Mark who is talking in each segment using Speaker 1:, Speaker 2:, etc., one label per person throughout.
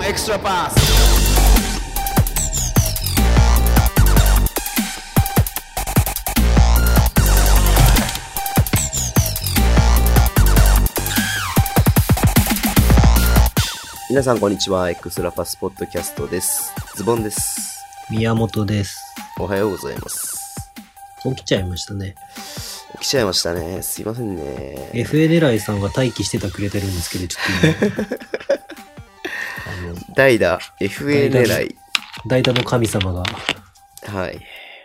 Speaker 1: エクストラパス。皆さんこんにちは。エクストラパスポッドキャストです。ズボンです。
Speaker 2: 宮本です。
Speaker 1: おはようございます。
Speaker 2: 起きちゃいましたね。
Speaker 1: 起きちゃいましたね。すいませんね。
Speaker 2: FA 狙いさんが待機してくれてるんですけど、ちょっと今
Speaker 1: 代打 FA 狙い。
Speaker 2: 代打の神様が。
Speaker 1: はい。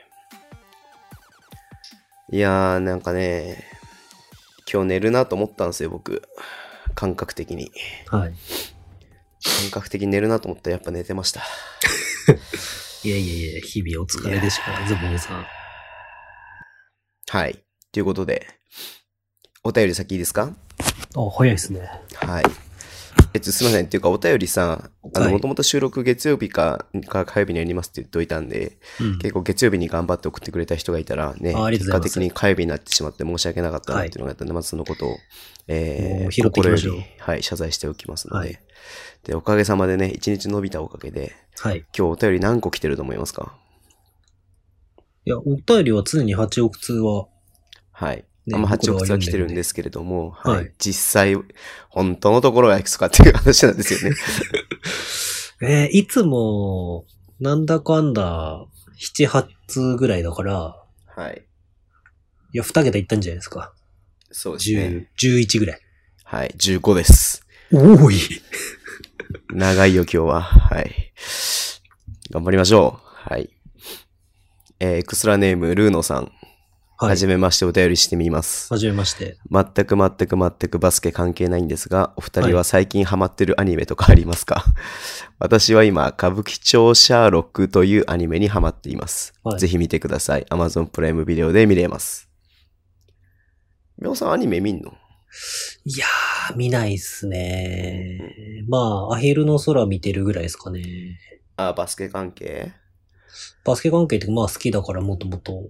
Speaker 1: いやーなんかね、今日寝るなと思ったんですよ、僕。感覚的に。
Speaker 2: はい。
Speaker 1: 感覚的に寝るなと思ったらやっぱ寝てました。
Speaker 2: いや、日々お疲れでしょ、ズボンさん。
Speaker 1: はい。ということで、お便り先いいですか？
Speaker 2: 早いですね。
Speaker 1: はい。すいません。っていうか、お便りさ、もともと収録月曜日か火曜日にやりますって言っておいたんで、結構月曜日に頑張って送ってくれた人がいたらね、結果的に火曜日になってしまって申し訳なかったなっていうのがあったので、まずそのことを、
Speaker 2: 拾っていきましょう。
Speaker 1: はい、謝罪しておきますので、で、おかげさまでね、一日伸びたおかげで、今日お便り何個来てると思いますか？
Speaker 2: いや、お便りは常に8億通は、
Speaker 1: はい。8億通は来てるんですけれども、はい。実際、本当のところがいくつかっていう話なんですよ
Speaker 2: ね。いつも、なんだかんだ、7、8通ぐらいだから、
Speaker 1: はい。
Speaker 2: いや、2桁いったんじゃないですか。
Speaker 1: そうですね。
Speaker 2: 11ぐらい。
Speaker 1: はい、15です。
Speaker 2: 多い。
Speaker 1: 長いよ、今日は。はい。頑張りましょう。はい。エクストラネーム、ルーノさん。はい。はじめましてお便りしてみます。
Speaker 2: はじめまして。
Speaker 1: 全くバスケ関係ないんですが、お二人は最近ハマってるアニメとかありますか？私は今、歌舞伎町シャーロックというアニメにハマっています。ぜひ見てください。Amazon プライムビデオで見れます。みょうさんアニメ見んの？
Speaker 2: いやー、見ないっすね。アヒルの空見てるぐらいですかね。
Speaker 1: バスケ関係？
Speaker 2: バスケ関係って好きだからもともと。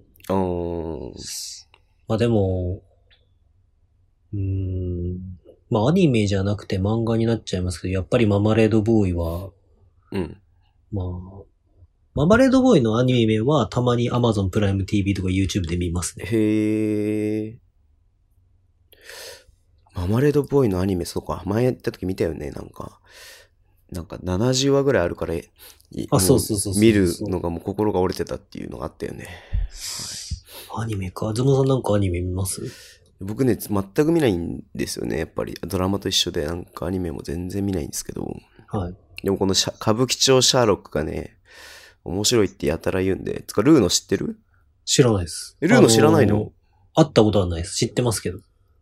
Speaker 2: でも、アニメじゃなくて漫画になっちゃいますけど、やっぱりママレードボーイは、ママレードボーイのアニメはたまに Amazon プライム TV とか YouTube で見ますね。
Speaker 1: へー。ママレードボーイのアニメ、そうか。前やった時見たよね、なんか70話ぐらいあるから、そう見るのがもう心が折れてたっていうのがあったよね。
Speaker 2: はい、アニメか。ズモさんなんかアニメ見ます？
Speaker 1: 僕ね、全く見ないんですよね、やっぱり。ドラマと一緒で、なんかアニメも全然見ないんですけど。
Speaker 2: はい。
Speaker 1: でもこの歌舞伎町シャーロックがね、面白いってやたら言うんで。つか、ルーノ知ってる？
Speaker 2: 知らないです。
Speaker 1: ルーノ知らないの？
Speaker 2: 会ったことはないです。知ってますけど。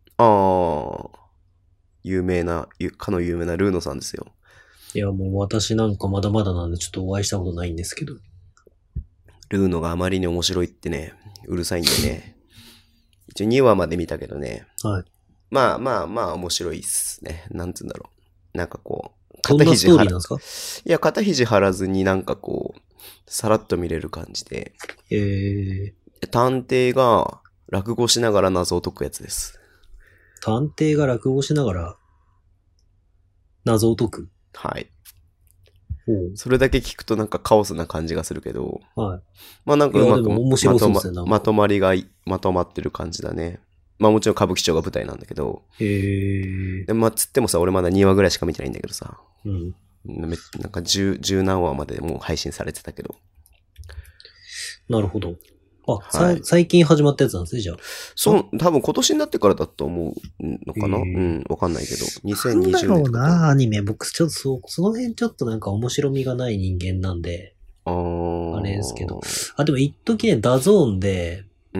Speaker 1: 有名なルーノさんですよ。
Speaker 2: いや、もう私なんかまだまだなんでちょっとお会いしたことないんですけど。
Speaker 1: ルーノがあまりに面白いってね、うるさいんでね。一応2話まで見たけどね。
Speaker 2: はい。
Speaker 1: 面白いっすね。なんつうんだろう。なんかこう、
Speaker 2: 肩肘張らず。
Speaker 1: いや、肩肘張らずになんかこう、さらっと見れる感じで。探偵が落語しながら謎を解くやつです。
Speaker 2: 探偵が落語しながら謎を解く？
Speaker 1: はい。それだけ聞くとなんかカオスな感じがするけど、
Speaker 2: はい。
Speaker 1: なんかうまく
Speaker 2: ま
Speaker 1: とまりがまとまってる感じだね。もちろん歌舞伎町が舞台なんだけど。で、つってもさ、俺まだ2話ぐらいしか見てないんだけどさ。なんか10何話までもう配信されてたけど。
Speaker 2: なるほど。最近始まったやつなんですね、じゃあ。
Speaker 1: 多分今年になってからだと思うのかな？わかんないけど。2020年。
Speaker 2: なんだろうな、アニメ。僕、ちょっとその辺ちょっとなんか面白みがない人間なんで。あれですけど。でも一時ね、ダゾーンで、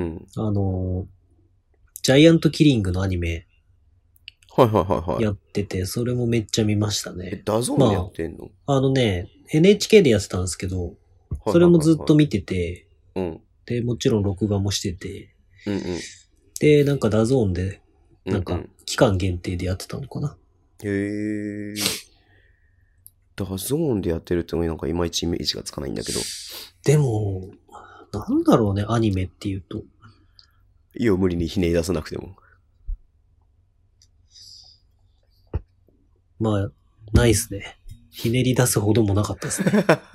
Speaker 2: ジャイアントキリングのアニメ。やってて、それもめっちゃ見ましたね。
Speaker 1: ダゾーンでやってんの
Speaker 2: ？NHK でやってたんですけど、それもずっと見てて、で、もちろん録画もしてて、で、なんかダゾーンで、なんか期間限定でやってたのかな。
Speaker 1: ダゾーンでやってるってのになんかいまいちイメージがつかないんだけど。
Speaker 2: でも、なんだろうね、アニメっていうと。
Speaker 1: いいよ、無理にひねり出さなくても。
Speaker 2: ないっすね。 ひねり出すほどもなかったですね。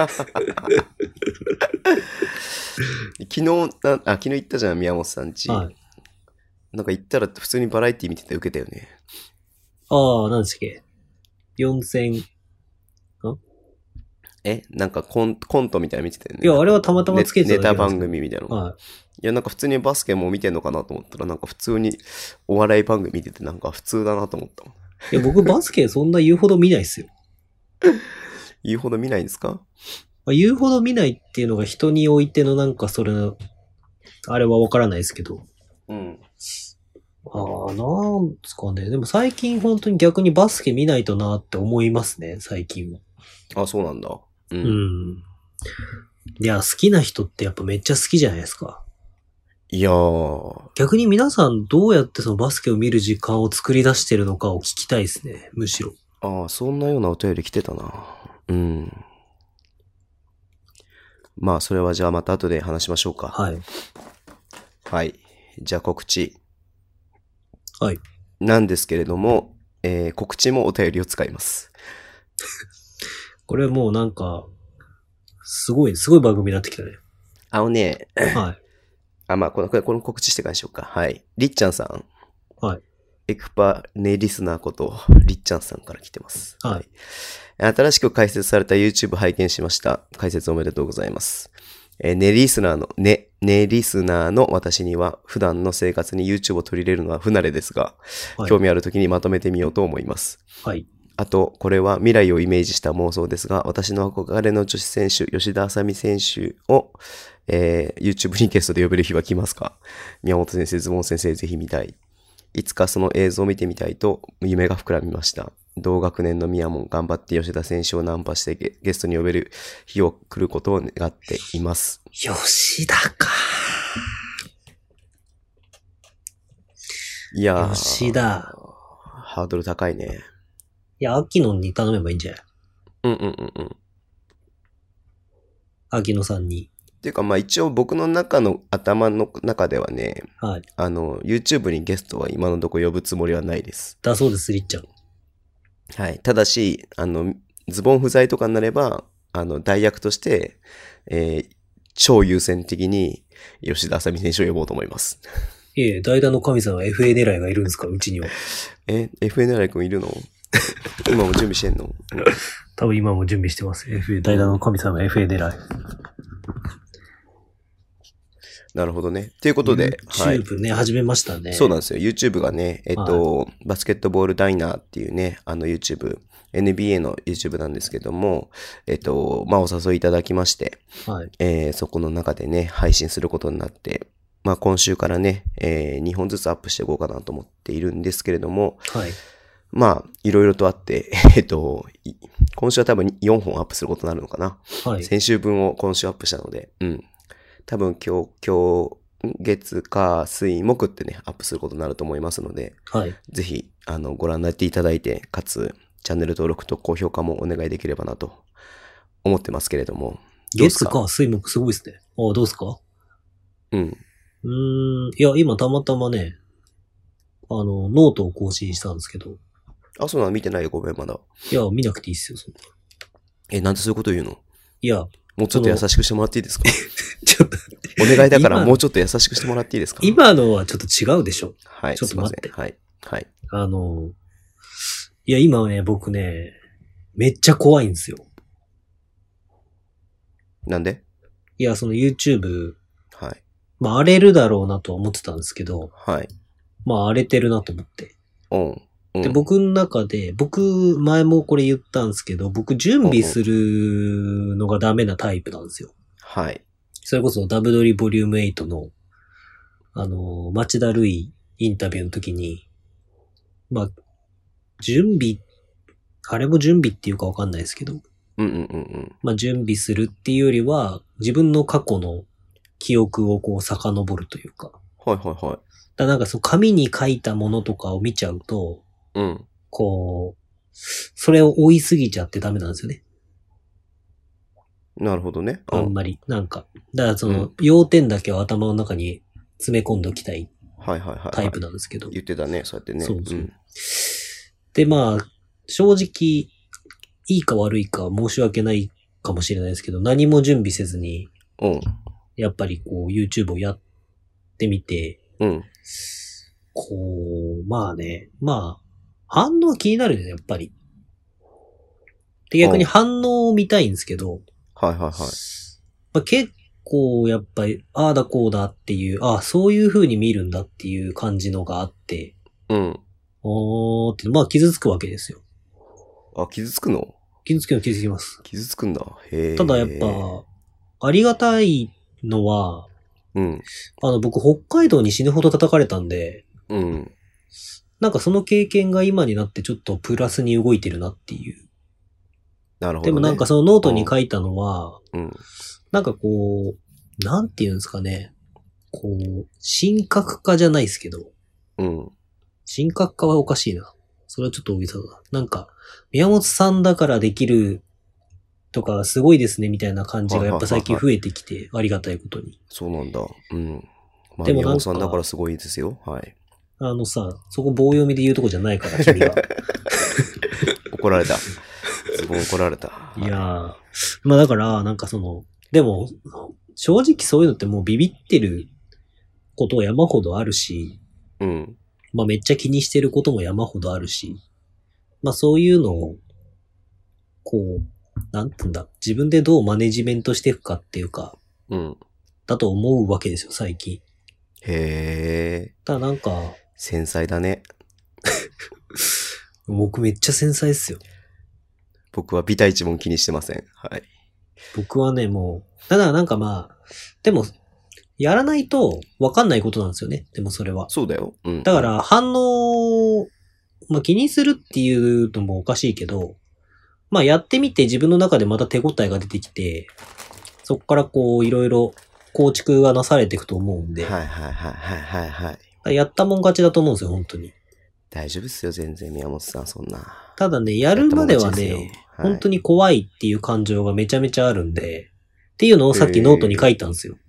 Speaker 1: 昨日行ったじゃん、宮本さんち。
Speaker 2: はい。
Speaker 1: なんか行ったら普通にバラエティ見てて受けたよね。
Speaker 2: ああ、何ですっけ ?4000、
Speaker 1: なんかコントみたいなの見てたよね。
Speaker 2: いや、あれはたまたまつけてただけ
Speaker 1: ネタ番組みたいなの。
Speaker 2: はい。
Speaker 1: いや、なんか普通にバスケも見てんのかなと思ったら、なんか普通にお笑い番組見てて、なんか普通だなと思ったもん。
Speaker 2: いや、僕バスケそんな言うほど見ないっすよ。
Speaker 1: 言うほど見ないんですか？
Speaker 2: 言うほど見ないっていうのが人においてのなんかそれ、あれはわからないですけど。
Speaker 1: うん。
Speaker 2: なんですかね。でも最近本当に逆にバスケ見ないとなって思いますね、最近は。
Speaker 1: あ、そうなんだ。
Speaker 2: うん。いや、好きな人ってやっぱめっちゃ好きじゃないですか。
Speaker 1: いやー。
Speaker 2: 逆に皆さんどうやってそのバスケを見る時間を作り出してるのかを聞きたいですね、むしろ。
Speaker 1: ああ、そんなようなお便り来てたな。うん。まあ、それはじゃあまた後で話しましょうか。
Speaker 2: はい。
Speaker 1: はい。じゃあ告知。
Speaker 2: はい。
Speaker 1: なんですけれども、告知もお便りを使います。
Speaker 2: これもうなんか、すごい番組になってきたね。
Speaker 1: はい。まあ、この告知してからしようか。はい。りっちゃんさん。
Speaker 2: はい。
Speaker 1: エクパネリスナーことりっちゃんさんから来てます。
Speaker 2: はい。
Speaker 1: 新しく開設された YouTube 拝見しました。開設おめでとうございます。ネリスナーの私には普段の生活に YouTube を取り入れるのは不慣れですが、はい、興味ある時にまとめてみようと思います。
Speaker 2: はい。
Speaker 1: あと、これは未来をイメージした妄想ですが、私の憧れの女子選手、吉田麻美選手を、YouTube にゲストで呼べる日は来ますか？宮本先生、ズボン先生、ぜひ見たい。いつかその映像を見てみたいと夢が膨らみました。同学年の宮本頑張って吉田選手をナンパしてゲストに呼べる日を来ることを願っています。
Speaker 2: 吉田か。
Speaker 1: いやー。
Speaker 2: 吉田。
Speaker 1: ハードル高いね。
Speaker 2: いや、秋野に頼めばいいんじゃない？秋野さんに。
Speaker 1: っていうか、まあ一応僕の頭の中ではね、
Speaker 2: はい。
Speaker 1: YouTube にゲストは今のとこ呼ぶつもりはないです。
Speaker 2: だそうです、りっちゃん。
Speaker 1: はい。ただし、ズボン不在とかになれば、代役として、超優先的に吉田麻美選手を呼ぼうと思います。
Speaker 2: いえ、代打の神様 FA 狙いがいるんですか、うちには。
Speaker 1: FA 狙い君いるの？今も準備してんの？
Speaker 2: 多分今も準備してます。代打の神様 FA 狙い。
Speaker 1: なるほどね。ということで、
Speaker 2: YouTube ね、始めましたね。
Speaker 1: そうなんですよ。YouTube がね、バスケットボールダイナーっていうね、YouTube、NBA の YouTube なんですけども、まあ、お誘いいただきまして、
Speaker 2: はい。
Speaker 1: そこの中でね、配信することになって、まあ、今週からね、2本ずつアップしていこうかなと思っているんですけれども、
Speaker 2: はい。
Speaker 1: まあ、いろいろとあって、今週は多分4本アップすることになるのかな。
Speaker 2: はい。
Speaker 1: 先週分を今週アップしたので、多分今日、月、火、水、木ってね、アップすることになると思いますので、
Speaker 2: はい。
Speaker 1: ぜひ、ご覧になっていただいて、かつ、チャンネル登録と高評価もお願いできればなと思ってますけれども。
Speaker 2: 月、火、水、木すごいですね。どうですか？いや、今たまたまね、ノートを更新したんですけど。
Speaker 1: あ、そうなの？見てないよ、ごめん、まだ。
Speaker 2: いや、見なくていいっすよ、そんな。
Speaker 1: なんでそういうこと言うの？
Speaker 2: いや、
Speaker 1: もうちょっと優しくしてもらっていいですか？
Speaker 2: ちょっと。
Speaker 1: お願いだからもうちょっと優しくしてもらっていいですか？
Speaker 2: 今のはちょっと違うでしょ。
Speaker 1: はい、
Speaker 2: ちょっと待って。
Speaker 1: はい。はい。
Speaker 2: いや、今ね、僕ね、めっちゃ怖いんですよ。
Speaker 1: なんで？
Speaker 2: いや、その YouTube、
Speaker 1: はい。
Speaker 2: まあ、荒れるだろうなとは思ってたんですけど、
Speaker 1: はい。
Speaker 2: まあ、荒れてるなと思って。
Speaker 1: で、
Speaker 2: 僕の中で、前もこれ言ったんですけど、僕準備するのがダメなタイプなんですよ。
Speaker 1: はい。
Speaker 2: それこそダブドリボリューム8の、町田瑠唯インタビューの時に、まあ、あれも準備っていうかわかんないですけど、まあ、準備するっていうよりは、自分の過去の記憶をこう遡るというか。
Speaker 1: はいはいはい。
Speaker 2: だなんかその紙に書いたものとかを見ちゃうと、こう、それを追いすぎちゃってダメなんですよね。
Speaker 1: なるほどね。
Speaker 2: あんまり、なんか。だからその、要点だけを頭の中に詰め込んでおきたいタイプなんですけど。
Speaker 1: 言ってたね、そうやってね。
Speaker 2: そうそう。で、まあ、正直、 いいか悪いか申し訳ないかもしれないですけど、何も準備せずに、
Speaker 1: うん。
Speaker 2: やっぱりこう YouTube をやってみて、
Speaker 1: うん。
Speaker 2: こう、まあね、まあ、反応は気になるよね、やっぱり。で、逆に反応を見たいんですけど、
Speaker 1: はいはいはい。
Speaker 2: まあ、結構やっぱり、ああだこうだっていう、ああ、そういう風に見るんだっていう感じのがあって、
Speaker 1: うん。
Speaker 2: って、まあ傷つくわけですよ。
Speaker 1: あ、傷つくの？
Speaker 2: 傷つきます。
Speaker 1: 傷つくんだ。へえ。
Speaker 2: ただやっぱ、ありがたいのは、
Speaker 1: うん。
Speaker 2: 僕北海道に死ぬほど叩かれたんで、
Speaker 1: うん。
Speaker 2: なんかその経験が今になってちょっとプラスに動いてるなっていう。
Speaker 1: なるほどね。
Speaker 2: でもなんかそのノートに書いたのは、
Speaker 1: うん。
Speaker 2: なんかこう、なんていうんですかね。こう、神格化じゃないですけど、
Speaker 1: うん。
Speaker 2: 神格化はおかしいな。それはちょっと大げさだな。なんか、宮本さんだからできるとかすごいですねみたいな感じがやっぱ最近増えてきて、ありがたいことに。
Speaker 1: そうなんだ。うん。まあ、
Speaker 2: でもなんか
Speaker 1: 宮本さんだからすごいですよ。はい。
Speaker 2: そこ棒読みで言うとこじゃないから、君が。
Speaker 1: 怒られた。ズボン怒られた。
Speaker 2: いやー、まあだから、なんかでも、正直そういうのってもうビビってることは山ほどあるし、
Speaker 1: うん。
Speaker 2: まあめっちゃ気にしてることも山ほどあるし、まあそういうのを、こう、なんてんだ、自分でどうマネジメントしていくかっていうか、
Speaker 1: うん。
Speaker 2: だと思うわけですよ、最近。
Speaker 1: へえ。
Speaker 2: ただなんか、
Speaker 1: 繊細だね。
Speaker 2: 僕めっちゃ繊細っすよ。
Speaker 1: 僕は微体一問気にしてません。はい。
Speaker 2: 僕はね、もう、ただなんかまあ、でも、やらないと分かんないことなんですよね。でもそれは。
Speaker 1: そうだよ。うん。
Speaker 2: だから反応、まあ気にするっていうのもおかしいけど、まあやってみて自分の中でまた手応えが出てきて、そっからこういろいろ構築がなされていくと思うんで。
Speaker 1: はいはいはいはいはいはい。
Speaker 2: やったもん勝ちだと思うんですよ、本当に。
Speaker 1: 大丈夫っすよ、全然宮本さん、そんな。
Speaker 2: ただね、やるまではね、
Speaker 1: はい、
Speaker 2: 本当に怖いっていう感情がめちゃめちゃあるんで、っていうのをさっきノートに書いたんですよ。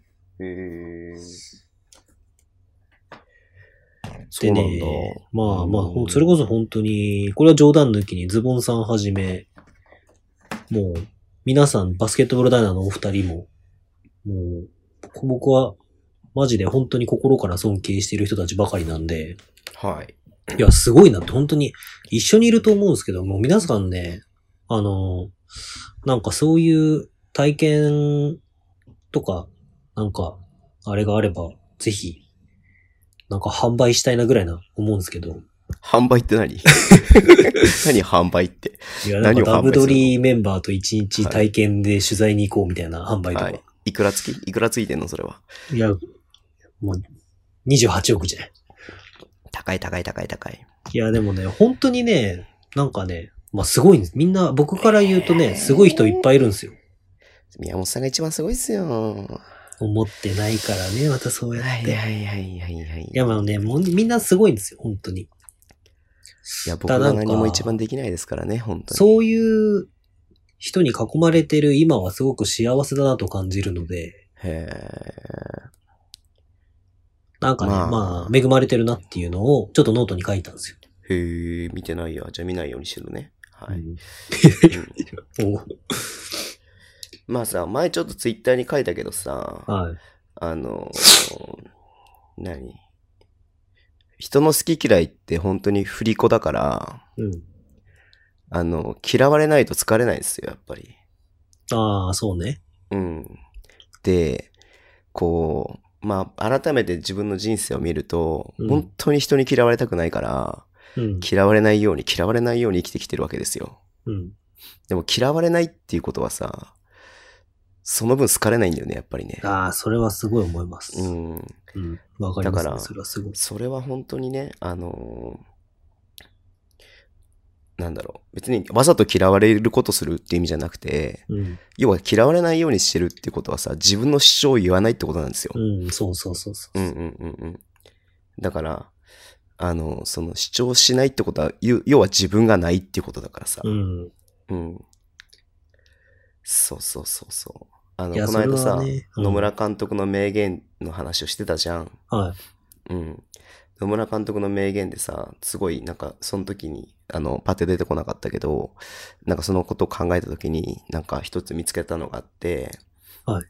Speaker 1: そうなんだ。
Speaker 2: まあまあ、それこそ本当に、これは冗談抜きにズボンさんはじめ、もう、皆さんバスケットボールダイナーのお二人も、もう、僕はマジで本当に心から尊敬している人たちばかりなんで、
Speaker 1: はい。
Speaker 2: いや、すごいなって本当に一緒にいると思うんですけど、もう皆さんね、なんかそういう体験とか、なんか、あれがあれば、ぜひ、なんか販売したいなぐらいな思うんですけど。
Speaker 1: 販売って何何販売って。
Speaker 2: いや、なんかダブドリメンバーと一日体験で取材に行こうみたいな販売とか。はい。
Speaker 1: いくらついてんのそれは。
Speaker 2: いや、もう、28億じゃない。
Speaker 1: 高い。
Speaker 2: いや、でもね、本当にね、なんかね、まあすごいんです。みんな、僕から言うとね、すごい人いっぱいいるんですよ。
Speaker 1: 宮本さんが一番すごいっすよ。
Speaker 2: 思ってないからね、またそうやって。
Speaker 1: はい。
Speaker 2: いや、まあね、もうみんなすごいんですよ、本当に。い
Speaker 1: や、僕が何も一番できないですからね、本当に。
Speaker 2: そういう人に囲まれてる今はすごく幸せだなと感じるので。なんかね、まあ、恵まれてるなっていうのを、ちょっとノートに書いたんですよ。
Speaker 1: へえ、見てないや。じゃあ見ないようにしてるね。はい。まあさ、前ちょっとツイッターに書いたけどさ、
Speaker 2: はい。
Speaker 1: 何人の好き嫌いって本当に振り子だから、嫌われないと疲れないですよ、やっぱり。
Speaker 2: ああ、そうね。
Speaker 1: うん。で、こう、まあ、改めて自分の人生を見ると、本当に人に嫌われたくないから、嫌われないように生きてきてるわけですよ。でも嫌われないっていうことはさ、その分好かれないんだよね、やっぱりね。
Speaker 2: ああ、それはすごい思います。わかりますね。だから、
Speaker 1: それはすごい。それは本当にね、なんだろう。別にわざと嫌われることするっていう意味じゃなくて、要は嫌われないようにしてるってことはさ、自分の主張を言わないってことなんですよ。
Speaker 2: そう。
Speaker 1: だから、その主張しないってことは、要は自分がないっていうことだからさ。そう。この間さ、野村監督の名言の話をしてたじゃん。
Speaker 2: はい。
Speaker 1: 野村監督の名言でさ、すごいなんかその時に、パッて出てこなかったけど、なんかそのことを考えた時に、なんか一つ見つけたのがあって、
Speaker 2: はい。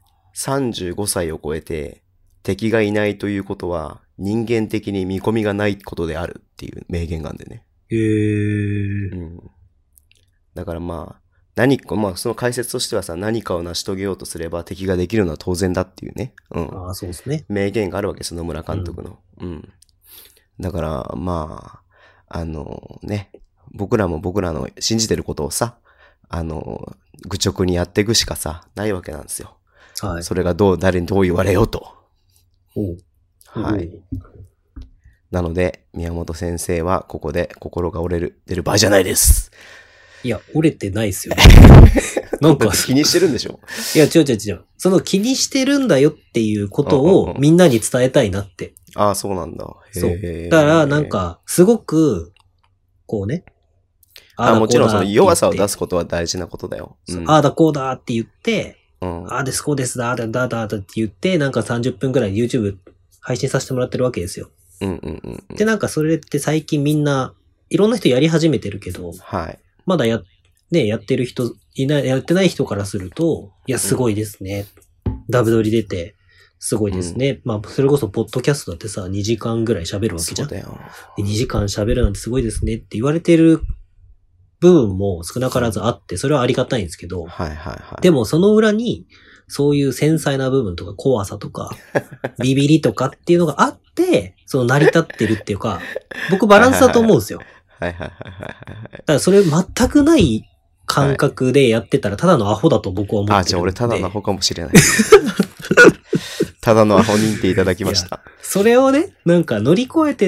Speaker 1: 35歳を超えて敵がいないということは人間的に見込みがないことであるっていう名言があるんでね。うん。だからまあ、その解説としてはさ、何かを成し遂げようとすれば敵ができるのは当然だっていうね。うん。
Speaker 2: ああ、そうですね。
Speaker 1: 名言があるわけです、野村監督の。だから、まあ、僕らも僕らの信じてることをさ、愚直にやっていくしかさ、ないわけなんですよ。はい。それが誰にどう言われようと。はい。なので、宮本先生はここで心が折れる場合じゃないです。
Speaker 2: いや、折れてないですよね。
Speaker 1: なんか気にしてるんでしょ？
Speaker 2: いや、違う。その気にしてるんだよっていうことをみんなに伝えたいなって。
Speaker 1: ああ、そうなんだ。
Speaker 2: そう。だからなんか、すごく、こうね。
Speaker 1: もちろんその弱さを出すことは大事なことだよ。
Speaker 2: ああだこうだって言って、ああですこうですだって言って、なんか30分くらい YouTube 配信させてもらってるわけですよ。で、なんかそれって最近みんな、いろんな人やり始めてるけど、
Speaker 1: はい。
Speaker 2: まだやってる人やってない人からすると、いや、すごいですね。ダブドリ出て、すごいですね。まあ、それこそ、ポッドキャストだってさ、2時間ぐらい喋るわけじゃん。そうだよ。2時間喋るなんてすごいですねって言われてる部分も少なからずあって、それはありがたいんですけど、でもその裏に、そういう繊細な部分とか怖さとか、ビビりとかっていうのがあって、その成り立ってるっていうか、僕バランスだと思うんですよ。だからそれ全くない感覚でやってたら、ただのアホだと僕は思ってるんで。
Speaker 1: じゃあ俺ただのアホかもしれない。ただのアホ認定いただきました。
Speaker 2: それをね、なんか乗り越えてって、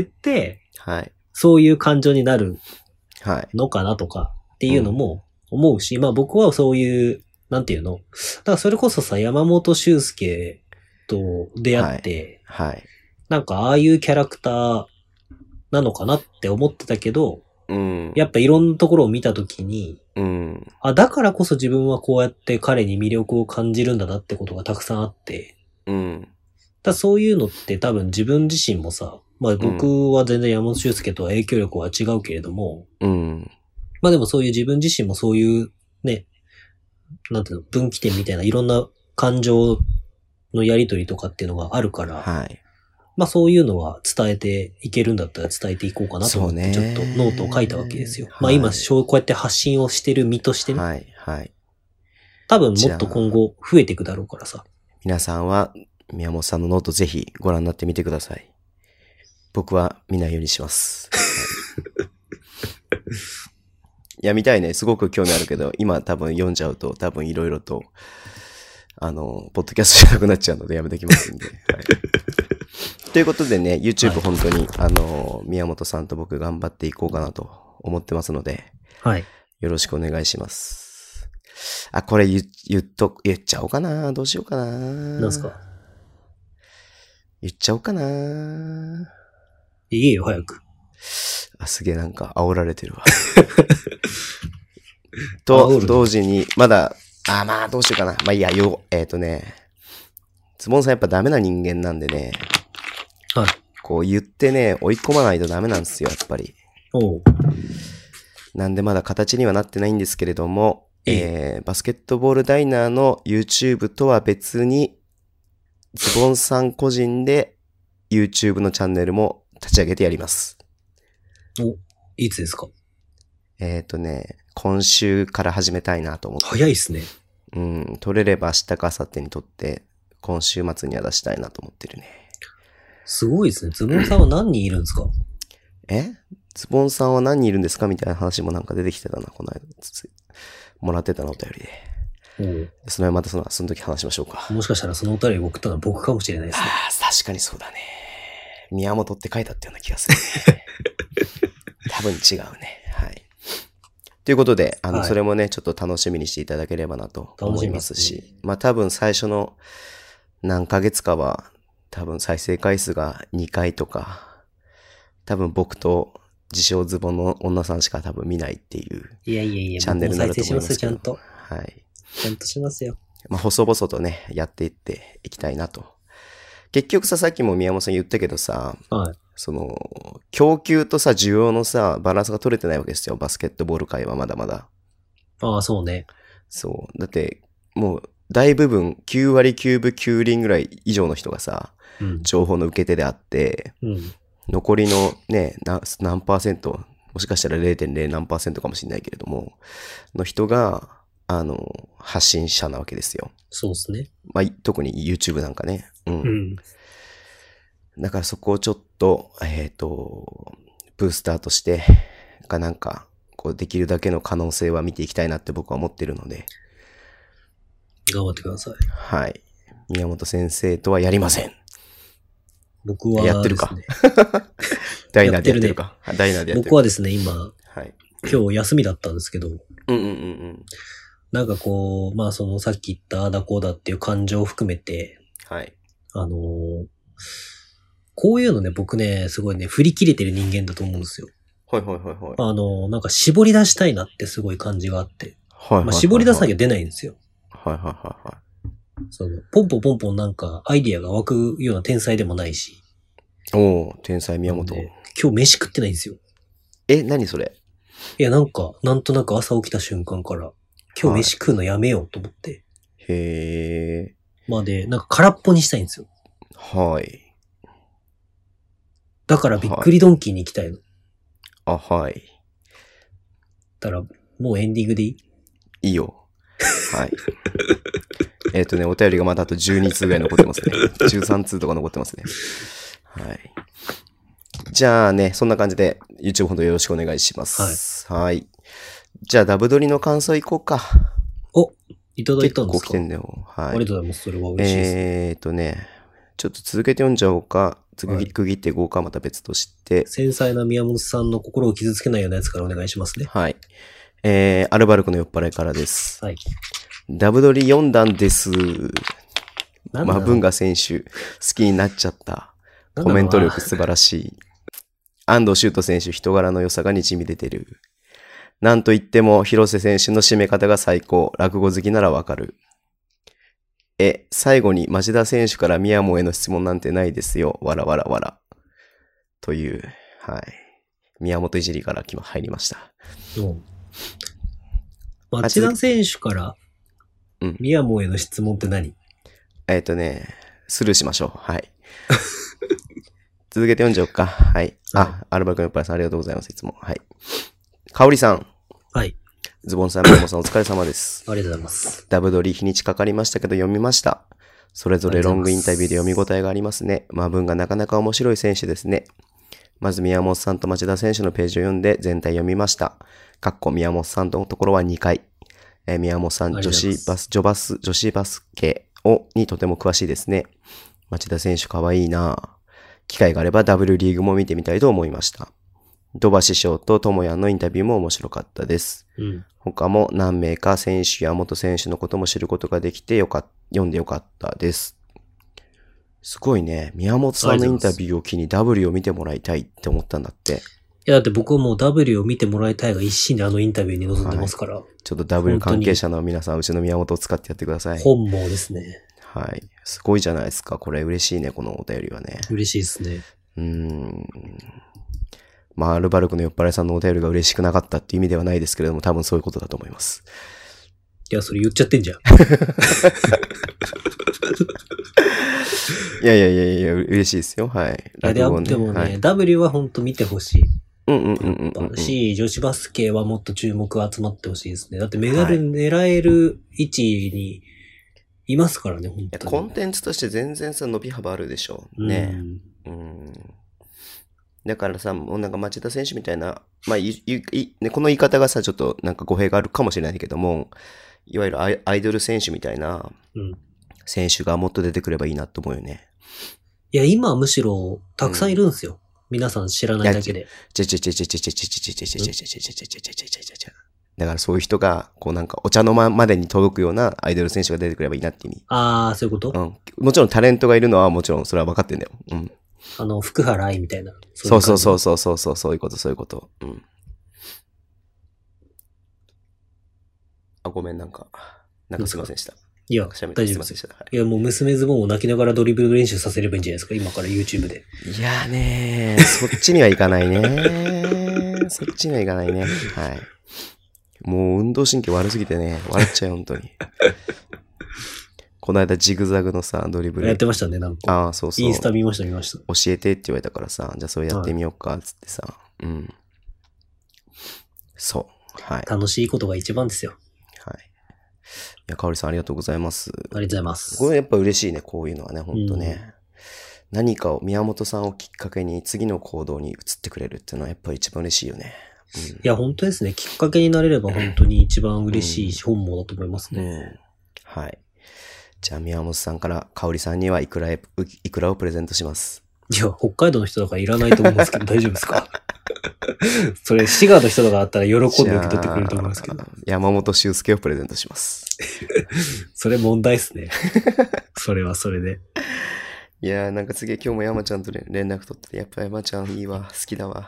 Speaker 1: はい。
Speaker 2: そういう感情になるのかなとかっていうのも思うし、まあ僕はそういう、なんていうの？だからそれこそさ、山本修介と出会って、
Speaker 1: はい。
Speaker 2: なんかああいうキャラクターなのかなって思ってたけど、やっぱいろんなところを見たときに、だからこそ自分はこうやって彼に魅力を感じるんだなってことがたくさんあって、だそういうのって多分自分自身もさ、まあ僕は全然山本修介とは影響力は違うけれども、まあでもそういう自分自身もそういうね、なんていうの、分岐点みたいないろんな感情のやりとりとかっていうのがあるから、はい。まあそういうのは伝えていけるんだったら伝えていこうかなと思って、ちょっとノートを書いたわけですよ。まあ今、こうやって発信をしてる身としてね。はい、はい。多分もっと今後増えていくだろうからさ。
Speaker 1: 皆さんは宮本さんのノートぜひご覧になってみてください。僕は見ないようにします。いや、見たいね。すごく興味あるけど、今多分読んじゃうと多分いろいろと、ポッドキャストじゃなくなっちゃうのでやめてきますんで。はい、ということでね、YouTube 本当に、宮本さんと僕頑張っていこうかなと思ってますので、
Speaker 2: はい。
Speaker 1: よろしくお願いします。これ言っちゃおうかな。どうしようかな。
Speaker 2: なんすか？
Speaker 1: 言っちゃおうかな。
Speaker 2: いいよ、早く。
Speaker 1: すげえなんか煽られてるわ。と、同時に、まだ、まあどうしようかな。まあいいや、ズボンさんやっぱダメな人間なんでね。
Speaker 2: はい。
Speaker 1: こう言ってね、追い込まないとダメなんですよ、やっぱり。なんでまだ形にはなってないんですけれども、バスケットボールダイナーの YouTube とは別に、ズボンさん個人で YouTube のチャンネルも立ち上げてやります。
Speaker 2: いつですか？
Speaker 1: 今週から始めたいなと思って。
Speaker 2: 早いっすね。
Speaker 1: 取れれば明日か明後日に取って、今週末には出したいなと思ってるね。
Speaker 2: すごいですね。ズボンさんは何人いるんですか？
Speaker 1: ズボンさんは何人いるんですかみたいな話もなんか出てきてたな、この間。もらってたのお便りで。そのまたその時話しましょうか。
Speaker 2: もしかしたらそのお便り送ったのは僕かもしれないですね。
Speaker 1: 確かにそうだね。宮本って書いてあったような気がする、ね。多分違うね。はい。ということで、はい、それもね、ちょっと楽しみにしていただければなと思いますし、ね、まあ多分最初の何ヶ月かは、多分再生回数が2回とか、多分僕と自称ズボンの女さんしか多分見ないっていうチャンネルになると思いますけど。
Speaker 2: ちゃんと。
Speaker 1: はい。
Speaker 2: ちゃんとしますよ。
Speaker 1: まあ細々とね、やっていっていきたいなと。結局さっきも宮本さん言ったけどさ、
Speaker 2: はい、
Speaker 1: その、供給とさ、需要のさ、バランスが取れてないわけですよ。バスケットボール界はまだまだ。
Speaker 2: ああ、そうね。
Speaker 1: そう。だって、もう、大部分、9割9分9厘ぐらい以上の人がさ、情報の受け手であって、残りのね、何パーセント、もしかしたら 0.0 何パーセントかもしれないけれども、の人が、発信者なわけですよ。
Speaker 2: そうですね。
Speaker 1: まあ、特に YouTube なんかね。だからそこをちょっと、ブースターとして、なんか、こうできるだけの可能性は見ていきたいなって僕は思ってるので。
Speaker 2: 頑張ってください。
Speaker 1: はい。宮本先生とはやりません。
Speaker 2: 僕は、
Speaker 1: やってるか。ダイナでやってるか。ダイナでやってる。
Speaker 2: 僕はですね、今、今日休みだったんですけど、なんかこう、まあそのさっき言ったあだこうだっていう感情を含めて、こういうのね、僕ね、すごいね、振り切れてる人間だと思うんですよ。なんか絞り出したいなってすごい感じがあって。まあ絞り出さなきゃ出ないんですよ。その、ポンポンポンポンなんかアイディアが湧くような天才でもないし。
Speaker 1: 天才宮本。
Speaker 2: 今日飯食ってないんですよ。
Speaker 1: 何それ？
Speaker 2: いや、なんか、なんとなく朝起きた瞬間から、今日飯食うのやめようと思って。
Speaker 1: へー。
Speaker 2: まあで、なんか空っぽにしたいんですよ。
Speaker 1: はい。
Speaker 2: だからびっくりドンキーに行きたいの。
Speaker 1: はい。
Speaker 2: だから、もうエンディングでいい？
Speaker 1: いいよ。はい。お便りがまだあと12通ぐらい残ってますね。13通とか残ってますね。はい。じゃあね、そんな感じで YouTube 本当よろしくお願いします。はい。じゃあダブドリの感想いこうか。
Speaker 2: いただいたんですか？
Speaker 1: 結構来てんだよ。はい。
Speaker 2: ありがとうございます。それは嬉しいです。
Speaker 1: ちょっと続けて読んじゃおうか。区切っていこうか、また別として。
Speaker 2: 繊細な宮本さんの心を傷つけないようなやつからお願いしますね。
Speaker 1: はい。アルバルクの酔っ払いからです。
Speaker 2: はい。
Speaker 1: ダブドリ読んだんです。マブンガ選手、好きになっちゃった。コメント力素晴らしい。安藤修斗選手、人柄の良さが滲み出てる。なんといっても、広瀬選手の締め方が最高。落語好きならわかる。最後に町田選手から宮本への質問なんてないですよ。わらわらわら。という、はい。宮本いじりから入りました。
Speaker 2: 町田選手から宮本への質問って何？
Speaker 1: スルーしましょう。はい。続けて読んじゃおうか。はい。アルバルクのパイさんありがとうございます。いつも。はい。かおりさん。
Speaker 2: はい。
Speaker 1: ズボンさん、宮本さんお疲れ様です。
Speaker 2: ありがとうございます。
Speaker 1: ダブドリ日にちかかりましたけど読みました。それぞれロングインタビューで読み応えがありますね。マブンがなかなか面白い選手ですね。まず宮本さんと町田選手のページを読んで全体読みました。宮本さんのところは2回。宮本さん女子バスケにとても詳しいですね。町田選手かわいいな。機会があれば W リーグも見てみたいと思いました。土橋師匠と智也のインタビューも面白かったです。他も何名か選手や元選手のことも知ることができて読んでよかったです。すごいね。宮本さんのインタビューを機に W を見てもらいたいって思ったんだって。
Speaker 2: いやだって僕はもう W を見てもらいたいが一心であのインタビューに臨んでますから。
Speaker 1: ちょっと W 関係者の皆さん、うちの宮本を使ってやってください。
Speaker 2: 本望ですね。
Speaker 1: はい。すごいじゃないですか。これ嬉しいね、このお便りはね。
Speaker 2: 嬉しいですね。
Speaker 1: まあ、アルバルクの酔っ払いさんのお便りが嬉しくなかったっていう意味ではないですけれども、多分そういうことだと思います。
Speaker 2: いや、それ言っちゃってんじゃん。
Speaker 1: いや、嬉しいですよ。はい。
Speaker 2: でもね、W は本当見てほしい。し、女子バスケはもっと注目が集まってほしいですね。だってメダル狙える位置にいますからね、本当に。
Speaker 1: コンテンツとして全然伸び幅あるでしょ。ね。だからさ、もうなんか町田選手みたいな、まあ、この言い方がさ、ちょっとなんか語弊があるかもしれないけども、いわゆるアイドル選手みたいな選手がもっと出てくればいいなと思うよね。
Speaker 2: いや、今はむしろたくさんいるんですよ。皆さん知らないだけで。だからそういう人が、こうなんかお茶の間までに届くようなアイドル選手が出てくればいいなって意味。 ああ、そういうこと？
Speaker 1: もちろんタレントがいるのはもちろんそれは分かってんだよ。
Speaker 2: 福原愛みたいな。
Speaker 1: そう、そういうこと。ごめん、なんかすいませんでした。
Speaker 2: いや、大丈夫です。いや、もう娘ズボンを泣きながらドリブル練習させればいいんじゃないですか、今から YouTube で。
Speaker 1: いやねそっちにはいかないねそっちにはいかないね。はい。もう運動神経悪すぎてね、笑っちゃう、本当に。この間ジグザグのさ、ドリブル。
Speaker 2: やってましたね、なんか。
Speaker 1: ああ、そうそう。
Speaker 2: インスタ見ました。教
Speaker 1: えてって言われたからさ、じゃあそれやってみようか、つってさ。うん。そう。はい。
Speaker 2: 楽しいことが一番ですよ。
Speaker 1: はい。いや、かおりさんありがとうございます。
Speaker 2: ありがとうございます。
Speaker 1: これやっぱ嬉しいね、こういうのはね、ほんとね。何かを、宮本さんをきっかけに次の行動に移ってくれるっていうのはやっぱり一番嬉しいよね。
Speaker 2: いや、本当ですね。きっかけになれれば本当に一番嬉しいし、本望だと思いますね。
Speaker 1: はい。じゃあ、宮本さんからかおりさんにはいくらをプレゼントします。
Speaker 2: いや、北海道の人だからいらないと思うんですけど、大丈夫ですか？それ、滋賀の人とかあったら喜んで受け取ってくれると思いますけど。
Speaker 1: 山本修介をプレゼントします。
Speaker 2: それ問題っすね。それはそれで。
Speaker 1: いやー、なんか次今日も山ちゃんと連絡取って、やっぱ山ちゃんいいわ、好きだわ。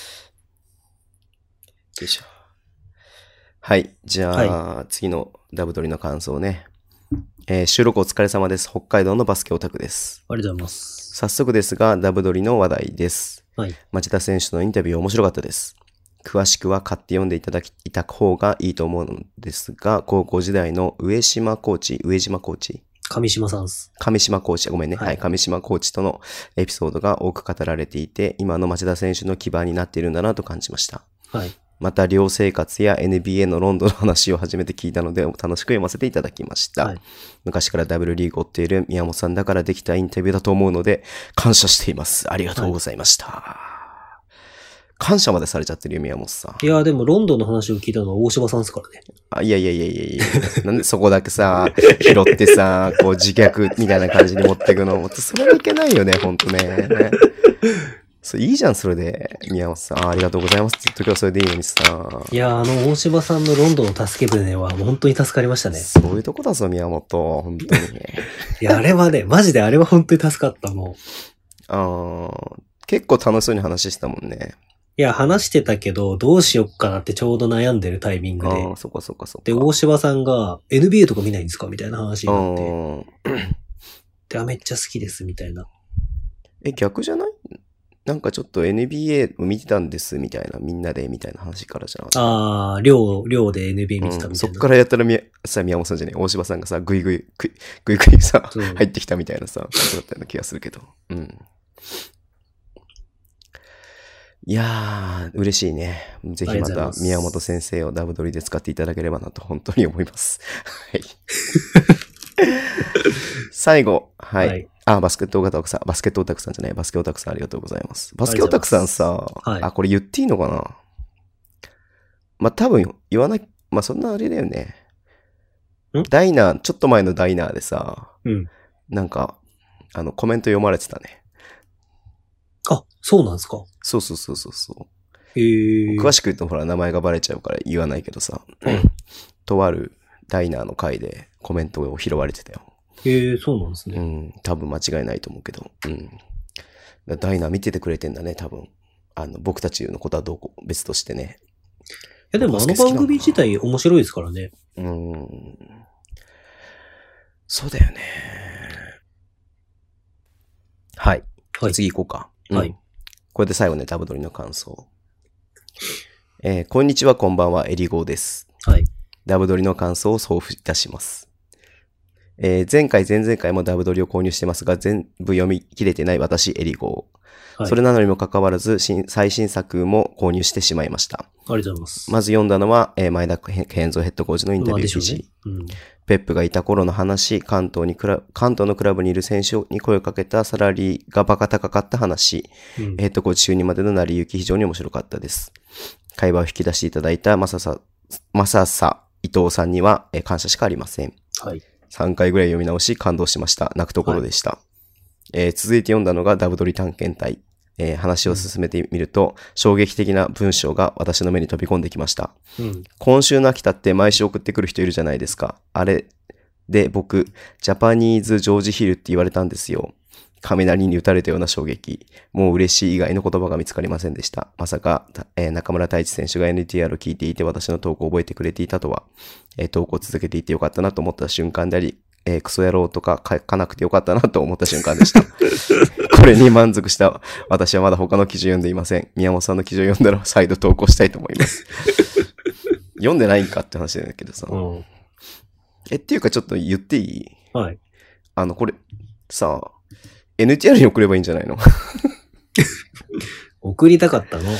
Speaker 1: よいしょ。はい。じゃあ、次のダブドリの感想ね。収録お疲れ様です。北海道のバスケオタクです。
Speaker 2: ありがとうございます。
Speaker 1: 早速ですが、ダブドリの話題です。
Speaker 2: はい。
Speaker 1: 町田選手のインタビュー面白かったです。詳しくは買って読んでいただく方がいいと思うのですが、高校時代の上島コーチ
Speaker 2: 上島さんです。
Speaker 1: 上島コーチ、ごめんね。はい、上島コーチとのエピソードが多く語られていて、今の町田選手の基盤になっているんだなと感じました。
Speaker 2: はい。
Speaker 1: また寮生活や NBA のロンドンの話を初めて聞いたので楽しく読ませていただきました。はい、昔からダブルリーグを追っている宮本さんだからできたインタビューだと思うので感謝しています。ありがとうございました。はい、感謝までされちゃってるよ、宮本さん。
Speaker 2: いや、でもロンドンの話を聞いたのは大柴さんですからね。
Speaker 1: あ、いや。なんでそこだけさ、拾ってさ、こう自虐みたいな感じに持っていくの。それはいけないよね、ほんとね。そういいじゃん、それで。宮本さん、ありがとうございます。ずっと今日それでいいのにさ。
Speaker 2: いや、大柴さんのロンドンの助け舟は本当に助かりましたね。
Speaker 1: そういうとこだぞ、宮本。本当に。
Speaker 2: いや、あれはね、マジであれは本当に助かった、も
Speaker 1: う。結構楽しそうに話してたもんね。
Speaker 2: いや、話してたけど、どうしよっかなってちょうど悩んでるタイミングで。
Speaker 1: そっか。
Speaker 2: で、大柴さんが、NBA とか見ないんですかみたいな話になって。で、めっちゃ好きです、みたいな。
Speaker 1: 逆じゃない？なんかちょっと NBA を見てたんですみたいな、みんなでみたいな話からじゃなかった。
Speaker 2: ああ、寮で NBA 見てたみたいな。
Speaker 1: そっからやったら宮本さんじゃねえ、大柴さんがさ、ぐいぐいさ、入ってきたみたいなさ、ことだったような気がするけど。うん。いやー、嬉しいね。ぜひまた宮本先生をダブドリで使っていただければなと本当に思います。はい。最後、はい。バスケットオタクさんじゃない、バスケオタクさんありがとうございます。バスケオタクさんさ、これ言っていいのかな？まあ、多分言わない、まあ、そんなあれだよね。ダイナー、ちょっと前のダイナーでさ、なんか、コメント読まれてたね。
Speaker 2: あ、そうなんですか？
Speaker 1: そう。詳しく言うとほら名前がバレちゃうから言わないけどさ、とあるダイナーの回でコメントを拾われてたよ。
Speaker 2: そうなんですね。
Speaker 1: 多分間違いないと思うけど。ダイナー見ててくれてんだね、多分。僕たちのことは別としてね。
Speaker 2: いやでも番組自体面白いですからね。
Speaker 1: そうだよね。はい。次行こうか。はい。これで最後ね、ダブドリの感想。こんにちは、こんばんは、エリゴーです。
Speaker 2: はい。
Speaker 1: ダブドリの感想を送付いたします。前回、前々回もダブドリを購入してますが、全部読み切れてない私、エリゴー。それなのにもかかわらず、最新作も購入してしまいました。
Speaker 2: ありがとうございます。
Speaker 1: まず読んだのは、前田健三ヘッドコーチのインタビュー記事。ペップがいた頃の話、関東のクラブにいる選手に声をかけたサラリーがバカ高かった話、ヘッドコーチ就任までの成り行き非常に面白かったです。会話を引き出していただいたマササ伊藤さんには感謝しかありません。
Speaker 2: はい。
Speaker 1: 3回ぐらい読み直し感動しました。泣くところでした。続いて読んだのがダブドリ探検隊。話を進めてみると、衝撃的な文章が私の目に飛び込んできました。今週の秋田って毎週送ってくる人いるじゃないですか。あれで僕、ジャパニーズジョージヒルって言われたんですよ。 雷に打たれたような衝撃。もう嬉しい以外の言葉が見つかりませんでした。まさか、中村太一選手が NTR を聞いていて私のトークを覚えてくれていたとは、トークを続けていてよかったなと思った瞬間であり、クソ野郎とか書かなくてよかったなと思った瞬間でした。これに満足した私はまだ他の記事を読んでいません。宮本さんの記事を読んだら再度投稿したいと思います。読んでないんかって話なんだけどさ。っていうかちょっと言っていい？
Speaker 2: はい。
Speaker 1: これ、さ、NTR に送ればいいんじゃないの？
Speaker 2: 送りたかったの。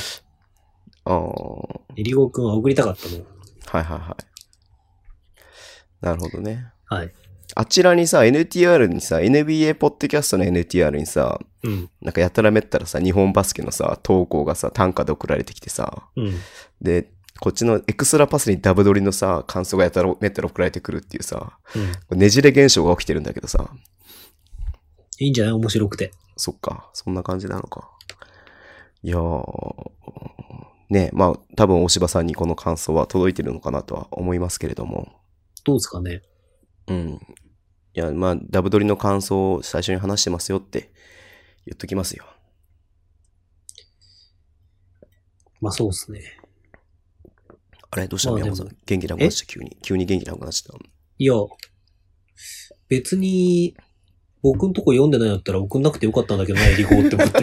Speaker 1: え
Speaker 2: りごくんは送りたかったの。
Speaker 1: はいはいはい。なるほどね。
Speaker 2: はい。
Speaker 1: あちらにさ、NTR にさ、NBA ポッドキャストの NTR にさ、なんかやたらめったらさ、日本バスケのさ、投稿がさ、単価で送られてきてさ、で、こっちのエクストラパスにダブドリのさ、感想がやたらめったら送られてくるっていうさ、ねじれ現象が起きてるんだけどさ。
Speaker 2: いいんじゃない？面白くて。
Speaker 1: そっか、そんな感じなのか。いやー、ね、まあ多分大柴さんにこの感想は届いてるのかなとは思いますけれども。
Speaker 2: どうですかね。
Speaker 1: いや、まあ、ダブドリの感想を最初に話してますよって言っときますよ。
Speaker 2: まあそうですね。
Speaker 1: あれどうしたの？宮本さん。元気なくなっちゃった、急に元気なくなっちゃった。
Speaker 2: いや、別に、僕んとこ読んでないんだったら送んなくてよかったんだけどな、エリゴって思って。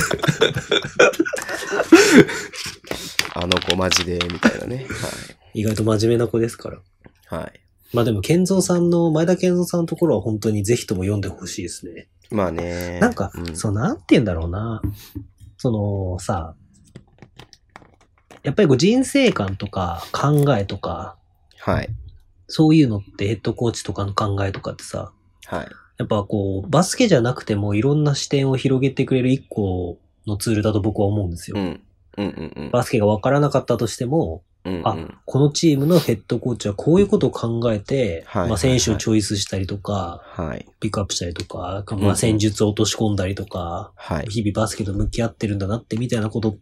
Speaker 1: あの子マジで、みたいなね。はい。
Speaker 2: 意外と真面目な子ですから。
Speaker 1: はい。
Speaker 2: まあでも、前田健三さんのところは本当にぜひとも読んでほしいですね。
Speaker 1: まあね。
Speaker 2: なんか、なんて言うんだろうな。さ、やっぱりこう人生観とか考えとか、
Speaker 1: はい。
Speaker 2: そういうのってヘッドコーチとかの考えとかってさ、
Speaker 1: はい。
Speaker 2: やっぱこう、バスケじゃなくてもいろんな視点を広げてくれる一個のツールだと僕は思うんですよ。バスケが分からなかったとしても、このチームのヘッドコーチはこういうことを考えて、まあ選手をチョイスしたりとか、ピックアップしたりとか、まあ戦術を落とし込んだりとか、日々バスケと向き合ってるんだなってみたいなことって、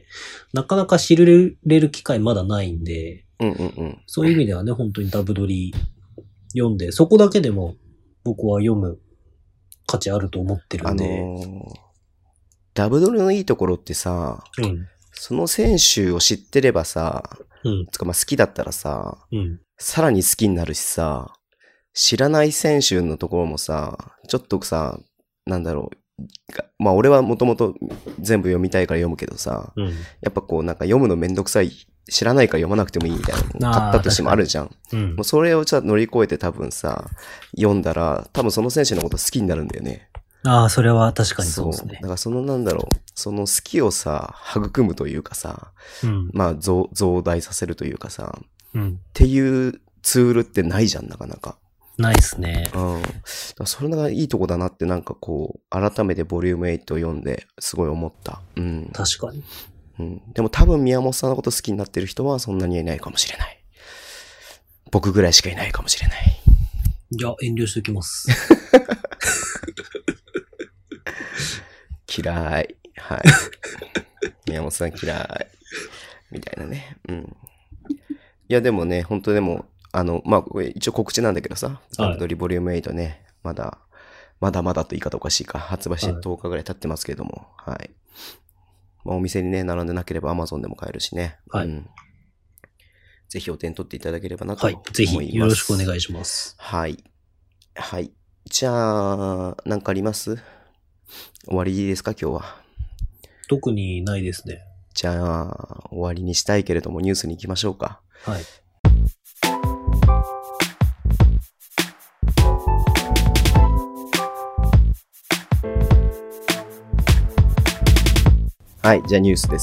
Speaker 2: なかなか知れる機会まだないんで、そういう意味ではね、本当にダブドリ読んで、そこだけでも僕は読む価値あると思ってるんで。
Speaker 1: ダブドリのいいところってさ、その選手を知ってればさ、つかまあ好きだったらさ、さらに好きになるしさ、知らない選手のところもさ、ちょっとさ、なんだろう、まあ俺はもともと全部読みたいから読むけどさ、やっぱこうなんか読むのめんどくさい、知らないから読まなくてもいいみたいなの買ったとしてもあるじゃん。もうそれを乗り越えて多分さ、読んだら多分その選手のこと好きになるんだよね。
Speaker 2: ああ、それは確かにそうですね。
Speaker 1: だからそのなんだろう、その好きをさ、育むというかさ、まあ増大させるというかさ、っていうツールってないじゃん、なかなか。
Speaker 2: ないですね。
Speaker 1: だからそれがいいとこだなってなんかこう、改めてボリューム8を読んですごい思った。
Speaker 2: 確かに。
Speaker 1: でも多分宮本さんのこと好きになってる人はそんなにいないかもしれない。僕ぐらいしかいないかもしれない。
Speaker 2: いや、遠慮しておきます。
Speaker 1: 嫌い。はい。宮本さん嫌い。みたいなね。いやでもね、本当でも、まあ、一応告知なんだけどさ、ダブドリボリューム8ね、まだと言い方おかしいか、発売して10日ぐらい経ってますけども、はい。まあ、お店にね、並んでなければ Amazon でも買えるしね。ぜひお手に取っていただければなと思います。
Speaker 2: ぜひよろしくお願いします。
Speaker 1: はい。じゃあ、なんかあります？終わりですか、今日は。
Speaker 2: 特にないですね。
Speaker 1: じゃあ、終わりにしたいけれどもニュースに行きましょうか。
Speaker 2: はい。
Speaker 1: はい、じゃあニュースです。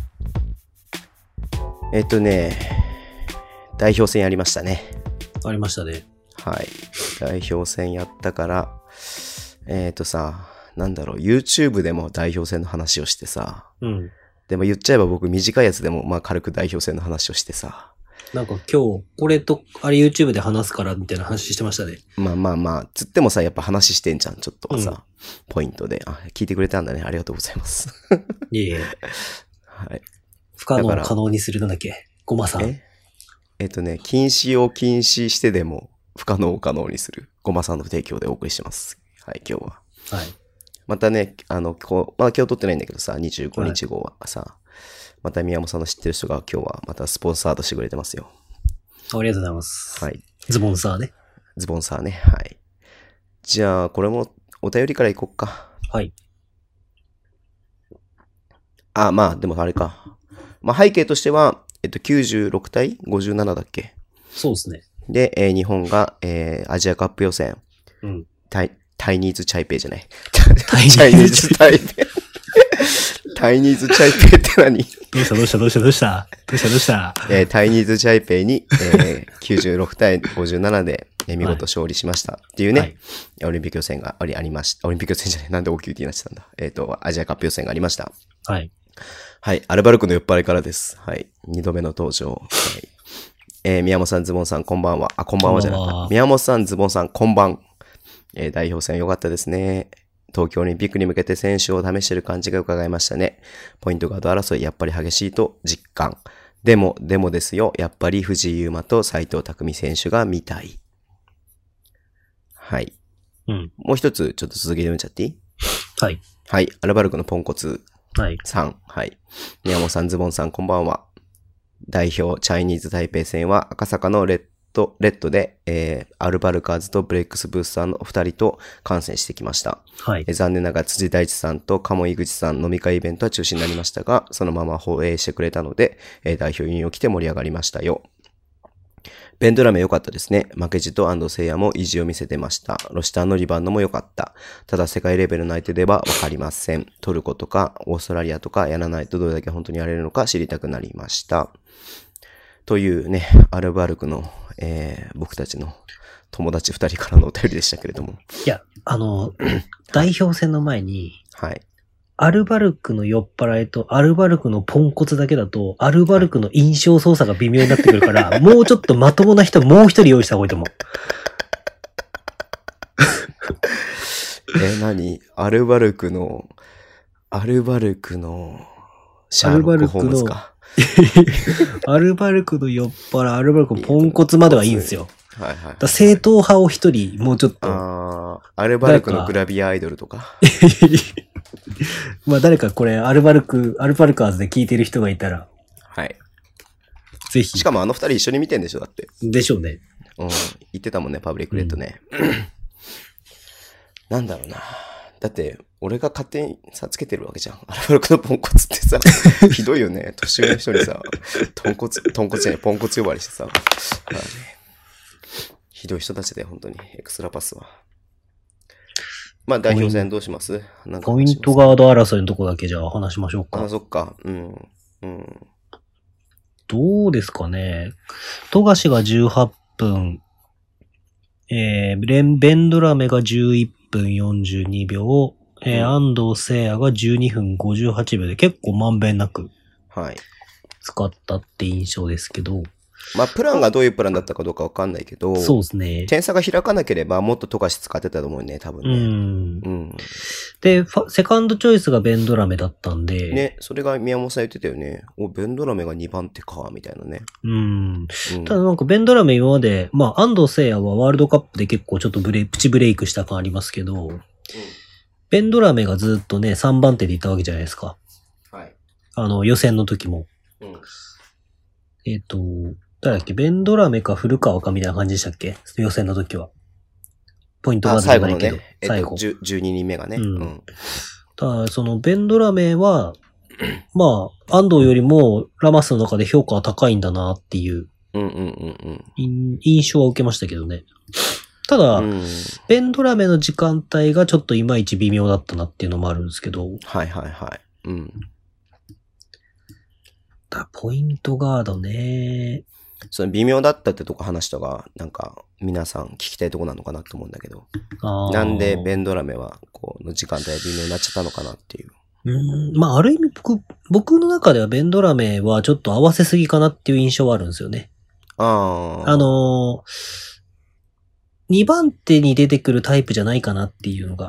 Speaker 1: 代表戦やりましたね。
Speaker 2: ありましたね。
Speaker 1: はい。代表戦やったから、なんだろう、YouTube でも代表戦の話をしてさ。でも言っちゃえば僕短いやつでもまあ軽く代表戦の話をしてさ。
Speaker 2: なんか今日、これと、あれ YouTube で話すからみたいな話してましたね。
Speaker 1: まあ、つってもさ、やっぱ話してんじゃん、ちょっとはさ、ポイントで。聞いてくれたんだね。ありがとうございます。
Speaker 2: いえ。
Speaker 1: はい。
Speaker 2: 不可能を可能にするなんだっけ？ごまさん。
Speaker 1: 禁止を禁止してでも不可能を可能にする。ごまさんの提供でお送りします。はい、今日は。
Speaker 2: はい。
Speaker 1: またね、まだ今日撮ってないんだけどさ、25日号はさ、はい、また宮本さんの知ってる人が今日はまたスポンサーとしてくれてますよ。
Speaker 2: ありがとうございます。
Speaker 1: はい。
Speaker 2: ズボンサーね。
Speaker 1: ズボンサーね。はい。じゃあ、これもお便りからいこっか。
Speaker 2: はい。
Speaker 1: まあ、でもあれか。まあ、背景としては、96対57だっけ？
Speaker 2: そうですね。
Speaker 1: で、日本が、アジアカップ予選。
Speaker 2: うん。
Speaker 1: タイニーズチャイペイじゃない。チャイニーズタイペイ。タイニーズチャイペイって何？
Speaker 2: どうした
Speaker 1: タイニーズチャイペイに、96対57で、見事勝利しました。っていうね、はい、オリンピック予選がありました。オリンピック予選じゃない。なんで OQT になっちゃったんだ。アジアカップ予選がありました。
Speaker 2: はい。
Speaker 1: はい。アルバルクの酔っ払いからです。はい。2度目の登場。はい。宮本さん、ズボンさん、こんばんは。こんばんはじゃなかった。宮本さん、ズボンさん、こんばん。代表戦良かったですね。東京オリンピックに向けて選手を試している感じが伺いましたね。ポイントガード争い、やっぱり激しいと実感。でもですよ。やっぱり藤井優馬と斉藤匠選手が見たい。はい。
Speaker 2: うん。
Speaker 1: もう一つ、ちょっと続けてみちゃっていい？
Speaker 2: はい。
Speaker 1: はい。アルバルクのポンコツ。
Speaker 2: はい。
Speaker 1: さん。はい。宮本さん、ズボンさん、こんばんは。代表、チャイニーズ台北戦は赤坂のレッドで、アルバルカーズとブレイクスブースさんのお二人と観戦してきました。
Speaker 2: はい。
Speaker 1: 残念ながら辻大地さんと鴨井口さん飲み会イベントは中止になりましたが、そのまま放映してくれたので、代表ユニを着て盛り上がりましたよ。ベンドラメ良かったですね。負けじと安藤聖也も意地を見せてました。ロシターのリバウンドも良かった。ただ世界レベルの相手ではわかりません。トルコとかオーストラリアとかやらないとどれだけ本当にやれるのか知りたくなりました。というね、アルバルクの、僕たちの友達2人からのお便りでしたけれども。
Speaker 2: いや、代表戦の前に、
Speaker 1: はい。
Speaker 2: アルバルクの酔っ払いとアルバルクのポンコツだけだと、アルバルクの印象操作が微妙になってくるから、もうちょっとまともな人もう一人用意した方がいいと思う。
Speaker 1: 何？アルバルクのシャーロック・ホームズか。
Speaker 2: アルバルクの酔っ払い、アルバルクのポンコツまではいいんですよ。
Speaker 1: はいはい。
Speaker 2: だ正統派を一人、もうちょっと。
Speaker 1: アルバルクのグラビアアイドルとか。
Speaker 2: まあ誰かこれ、アルバルカーズで聞いてる人がいたら。
Speaker 1: はい。
Speaker 2: ぜひ。
Speaker 1: しかもあの二人一緒に見てんでしょ、だって。
Speaker 2: でしょうね。
Speaker 1: うん。言ってたもんね、パブリックレッドね。なんだろうな。だって、俺が勝手にさ、つけてるわけじゃん。アルバルクのポンコツってさ、ひどいよね。年上の人にさ、ポンコツ呼ばれしてさ。ひどい人たちで本当に、エクストラパスは。まあ代表戦どうします？
Speaker 2: ポイントガード争いのとこだけじゃあ話しましょうか。
Speaker 1: そっか。うん。
Speaker 2: どうですかね。富樫が18分、ベンドラメが11分42秒、安藤聖也が12分58秒で結構まんべんなく使ったって印象ですけど、
Speaker 1: まあ、プランがどういうプランだったかどうかわかんないけど、
Speaker 2: そうですね。
Speaker 1: 点差が開かなければもっと富樫使ってたと思うね、多分ね。
Speaker 2: で、セカンドチョイスがベンドラメだったんで。
Speaker 1: ね、それが宮本さん言ってたよね。ベンドラメが2番手か、みたいなね。
Speaker 2: ただなんかベンドラメ今まで、まあ、安藤聖也はワールドカップで結構ちょっとプチブレイクした感ありますけど、ベンドラメがずっとね、3番手でいたわけじゃないですか。
Speaker 1: はい。
Speaker 2: 予選の時も。誰だっけ、ベンドラメか古川かみたいな感じでしたっけ、予選の時は。ポイントが
Speaker 1: 最後のね、12人目がね。
Speaker 2: ただ、そのベンドラメは、まあ、安藤よりもラマスの中で評価は高いんだなっていう、印象は受けましたけどね。ただ、ベンドラメの時間帯がちょっといまいち微妙だったなっていうのもあるんですけど。
Speaker 1: はいはいはい。
Speaker 2: ポイントガードね。
Speaker 1: その微妙だったってとこ話したが、なんか皆さん聞きたいとこなのかなと思うんだけど。なんでベンドラメはこの時間帯微妙になっちゃったのかなっていう。
Speaker 2: まあある意味僕の中ではベンドラメはちょっと合わせすぎかなっていう印象はあるんですよね。2番手に出てくるタイプじゃないかなっていうのが。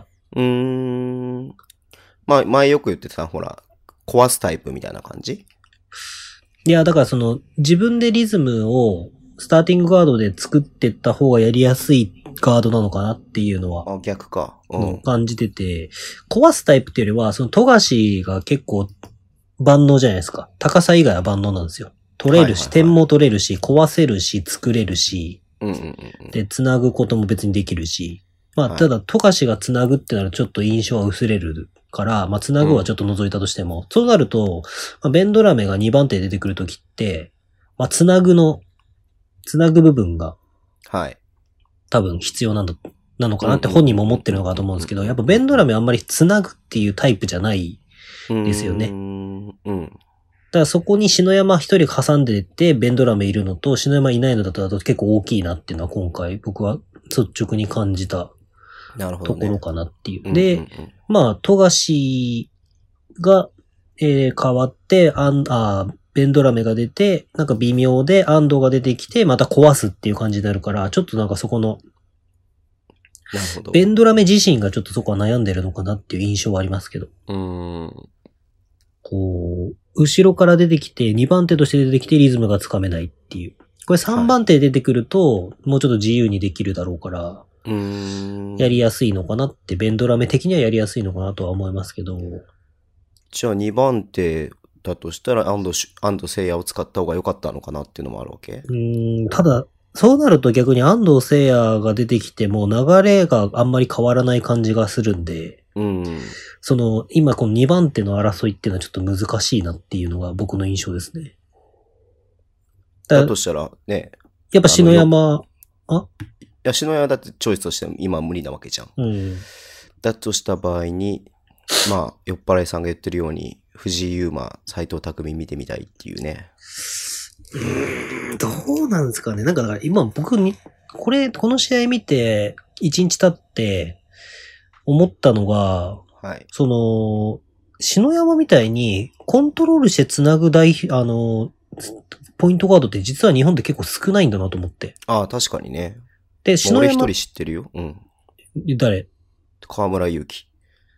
Speaker 1: まあ前よく言ってたほら、壊すタイプみたいな感じ？
Speaker 2: いや、だから自分でリズムをスターティングガードで作ってった方がやりやすいガードなのかなっていうのは。
Speaker 1: あ、逆か。
Speaker 2: 感じてて、壊すタイプっていうよりは、その富樫が結構万能じゃないですか。高さ以外は万能なんですよ。取れるし、点も取れるし、壊せるし、作れるし、で、繋ぐことも別にできるし、まあ、ただ、富樫が繋ぐってなるとちょっと印象は薄れるから、まあ、繋ぐはちょっと除いたとしても、そうなると、まあ、ベンドラメが2番手で出てくるときって、まあ、繋ぐ部分が、
Speaker 1: はい。
Speaker 2: 多分必要なのかなって本人も思ってるのかと思うんですけど、やっぱベンドラメあんまり繋ぐっていうタイプじゃないですよね。だからそこに篠山一人挟んでて、ベンドラメいるのと、篠山いないのだと結構大きいなっていうのは今回僕は率直に感じたところかなっていう。で、まあ、富樫が、変わって、ベンドラメが出て、なんか微妙で安藤が出てきて、また壊すっていう感じになるから、ちょっとなんかそこの、
Speaker 1: なるほど。
Speaker 2: ベンドラメ自身がちょっとそこは悩んでるのかなっていう印象はありますけど。こう、後ろから出てきて、2番手として出てきてリズムがつかめないっていう。これ3番手で出てくると、もうちょっと自由にできるだろうから、やりやすいのかなって、ベンドラメ的にはやりやすいのかなとは思いますけど。
Speaker 1: じゃあ2番手だとしたら安藤聖也を使った方が良かったのかなっていうのもあるわけ？
Speaker 2: ただ、そうなると逆に安藤聖也が出てきても流れがあんまり変わらない感じがするんで、今この2番手の争いっていうのはちょっと難しいなっていうのが僕の印象ですね。
Speaker 1: だとしたらね。
Speaker 2: やっぱ篠山、
Speaker 1: いや、篠山だってチョイスとして今無理なわけじゃん。だとした場合に、まあ、酔っ払いさんが言ってるように、藤井優馬、斎藤匠見てみたいっていうね。
Speaker 2: どうなんですかね。なんかだから今僕に、この試合見て、1日経って思ったのが、篠山みたいにコントロールして繋ぐポイントガードって実は日本で結構少ないんだなと思って。
Speaker 1: ああ、確かにね。
Speaker 2: で、篠山。
Speaker 1: 俺一人知ってるよ。
Speaker 2: 誰？
Speaker 1: 河村勇輝。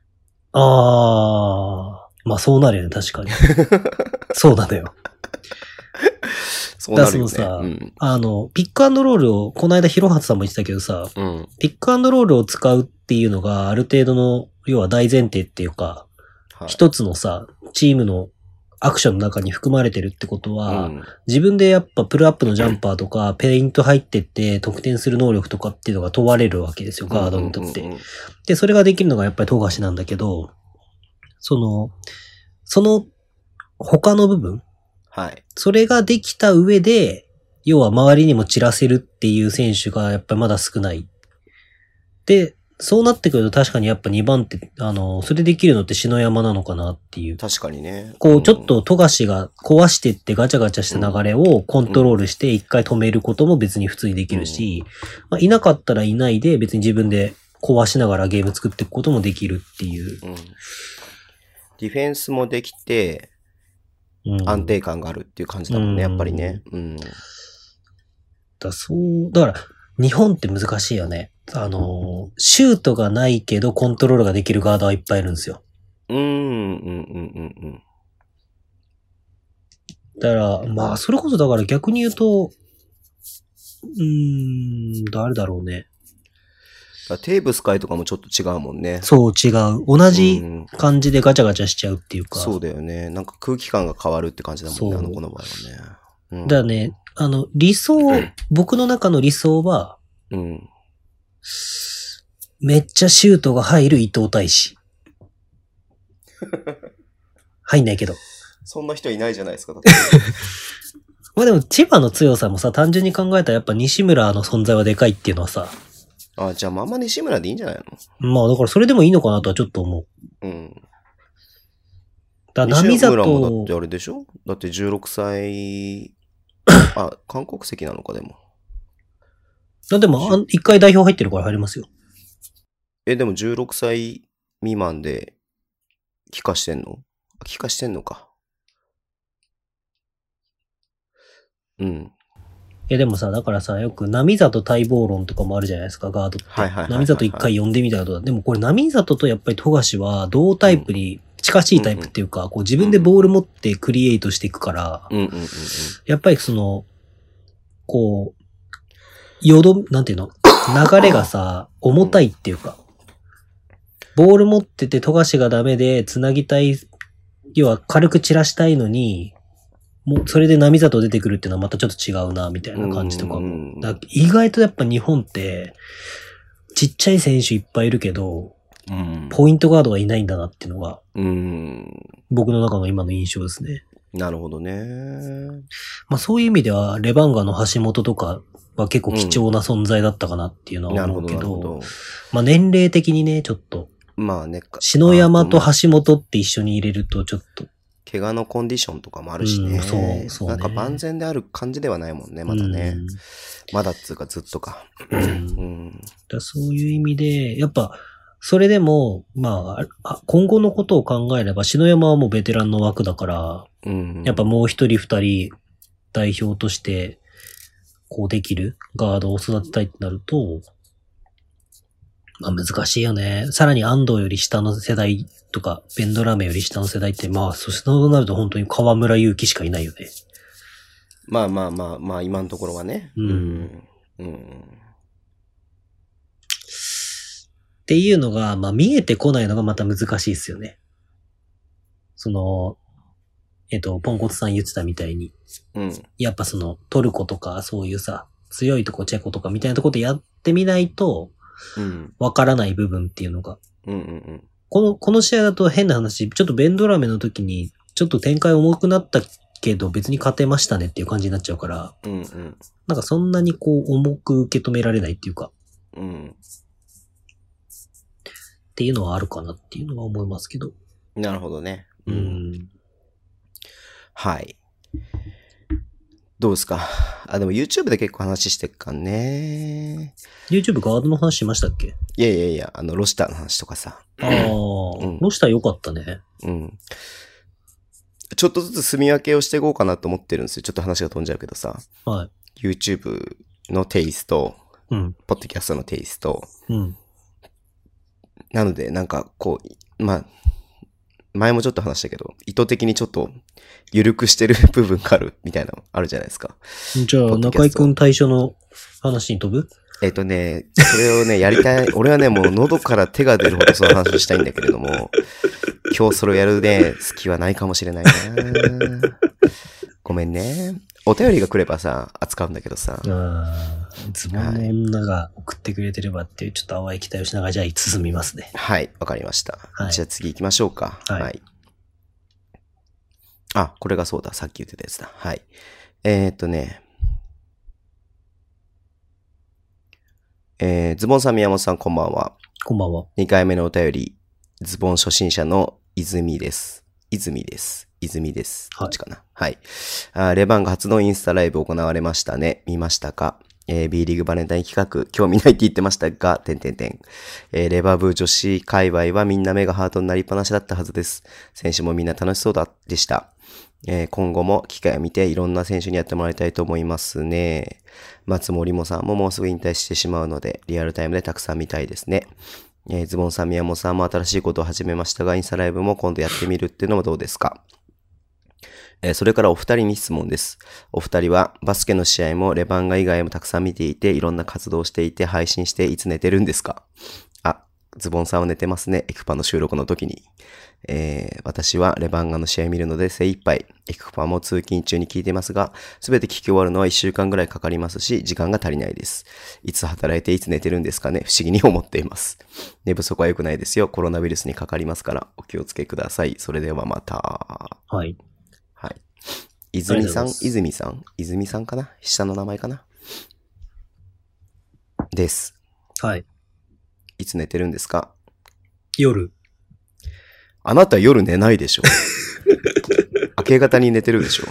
Speaker 2: まあそうなるよね、確かに。そうなのよ。
Speaker 1: そうなるよね。
Speaker 2: ピックアンドロールを、この間広初さんも言ってたけどさ、ピックアンドロールを使うっていうのがある程度の、要は大前提っていうか、一つのさ、チームのアクションの中に含まれてるってことは、自分でやっぱプルアップのジャンパーとか、ペイント入ってって得点する能力とかっていうのが問われるわけですよ、ガードにとって。で、それができるのがやっぱり富樫なんだけど、その他の部分、それができた上で、要は周りにも散らせるっていう選手がやっぱりまだ少ない。で、そうなってくると確かにやっぱ2番手、それできるのって篠山なのかなっていう。
Speaker 1: 確かにね。
Speaker 2: ちょっと富樫が壊してってガチャガチャした流れをコントロールして一回止めることも別に普通にできるし、いなかったらいないで別に自分で壊しながらゲーム作っていくこともできるっていう。
Speaker 1: ディフェンスもできて、安定感があるっていう感じだもんね、やっぱりね。
Speaker 2: だから、日本って難しいよね。シュートがないけどコントロールができるガードはいっぱいいるんですよ。だから、まあ、それこそだから逆に言うと、誰だろうね。
Speaker 1: テーブス海とかもちょっと違うもんね。
Speaker 2: そう、違う。同じ感じでガチャガチャしちゃうっていうか。
Speaker 1: そうだよね。なんか空気感が変わるって感じだもんね、この場合は
Speaker 2: ね。だからね、僕の中の理想は、めっちゃシュートが入る伊藤大志。入んないけど。
Speaker 1: そんな人いないじゃないですか。
Speaker 2: まあでも千葉の強さもさ、単純に考えたらやっぱ西村の存在はでかいっていうのはさ。
Speaker 1: じゃあまんま西村でいいんじゃないの？
Speaker 2: まあだからそれでもいいのかなとはちょっと思う。
Speaker 1: 西村もだってあれでしょ？だって16歳、韓国籍なのかでも。
Speaker 2: でも、一回代表入ってるから入りますよ。
Speaker 1: でも16歳未満で帰化してんの？帰化してんのか。
Speaker 2: でもさ、だからさ、よく波里待望論とかもあるじゃないですか、ガードって。波里一回呼んでみたいなことだ。でもこれ波里とやっぱり富樫は同タイプに近しいタイプっていうか、こう自分でボール持ってクリエイトしていくから、やっぱりこう、なんていうの流れがさ、重たいっていうか、ボール持ってて富樫がダメで繋ぎたい、要は軽く散らしたいのに、もうそれで波里出てくるっていうのはまたちょっと違うな、みたいな感じとかも。意外とやっぱ日本って、ちっちゃい選手いっぱいいるけど、ポイントガードがいないんだなっていうのが、僕の中の今の印象ですね。
Speaker 1: なるほどね。
Speaker 2: まあそういう意味では、レバンガの橋本とかは結構貴重な存在だったかなっていうのは思うけど、まあ年齢的にね、ちょっと、まあね、篠山と橋本って一緒に入れるとちょっと、
Speaker 1: 怪我のコンディションとかもあるしね。そうね。なんか万全である感じではないもんね、まだね。まだっつうかずっとか。
Speaker 2: だそういう意味で、やっぱ、それでも、まあ、今後のことを考えれば、篠山はもうベテランの枠だから、やっぱもう一人二人代表として、こうできるガードを育てたいってなると、まあ難しいよね。さらに安藤より下の世代とか、ベンドラメより下の世代って、まあ、そうなると本当に河村勇輝しかいないよね。
Speaker 1: まあ、今のところはね。
Speaker 2: っていうのが、まあ見えてこないのがまた難しいですよね。その、ポンコツさん言ってたみたいに。やっぱその、トルコとかそういうさ、強いとこチェコとかみたいなとこでやってみないと、わからない部分っていうのが。この試合だと変な話、ちょっとベンドラメの時に、ちょっと展開重くなったけど別に勝てましたねっていう感じになっちゃうから、なんかそんなにこう重く受け止められないっていうか、っていうのはあるかなっていうのは思いますけど。
Speaker 1: なるほどね。はい。どうですか？でも YouTube で結構話してっかんね。
Speaker 2: YouTube ガードの話しましたっけ？
Speaker 1: いや、ロシターの話とかさ。
Speaker 2: ロシター良かったね。
Speaker 1: ちょっとずつ住み分けをしていこうかなと思ってるんですよ。ちょっと話が飛んじゃうけどさ。YouTube のテイスト、ポッドキャストのテイスト。なので、なんかこう、まあ、前もちょっと話したけど、意図的にちょっと緩くしてる部分があるみたいなのあるじゃないですか。
Speaker 2: じゃあ、中井くん対象の話に飛ぶ？
Speaker 1: それをね、やりたい。俺はね、もう喉から手が出るほどその話をしたいんだけれども、今日それをやるね、隙はないかもしれないな。ごめんね。お便りが来ればさ、扱うんだけどさ。
Speaker 2: ズボンの女が送ってくれてればっていうちょっと淡い期待をしながらじゃあ進みますね。
Speaker 1: はい、わかりました。じゃあ次行きましょうか。はい。あ、これがそうだ。さっき言ってたやつだ。はい。ズボンさん、宮本さん、こんばんは。
Speaker 2: こんばんは。
Speaker 1: 2回目のお便り、ズボン初心者の泉です。どっちかな。はい。レバンが初のインスタライブ行われましたね。見ましたか？B リーグバレンタイン企画、興味ないって言ってましたが、レバブ女子界隈はみんな目がハートになりっぱなしだったはずです。選手もみんな楽しそうでした。今後も機会を見ていろんな選手にやってもらいたいと思いますね。松森もさんももうすぐ引退してしまうので、リアルタイムでたくさん見たいですね。ズボンさん、宮本さんも新しいことを始めましたが、インスタライブも今度やってみるっていうのもどうですか？それからお二人に質問です。お二人はバスケの試合もレバンガ以外もたくさん見ていて、いろんな活動をしていて、配信していつ寝てるんですか？ズボンさんは寝てますね。エクパの収録の時に。私はレバンガの試合を見るので精一杯。エクパも通勤中に聞いてますが、すべて聞き終わるのは1週間ぐらいかかりますし、時間が足りないです。いつ働いていつ寝てるんですかね？不思議に思っています。寝不足は良くないですよ。コロナウイルスにかかりますから、お気をつけください。それではまた。
Speaker 2: はい。
Speaker 1: 泉さんかな？下の名前かな？です。
Speaker 2: はい。
Speaker 1: いつ寝てるんですか？
Speaker 2: 夜。
Speaker 1: あなた夜寝ないでしょ。明け方に寝てるでしょ。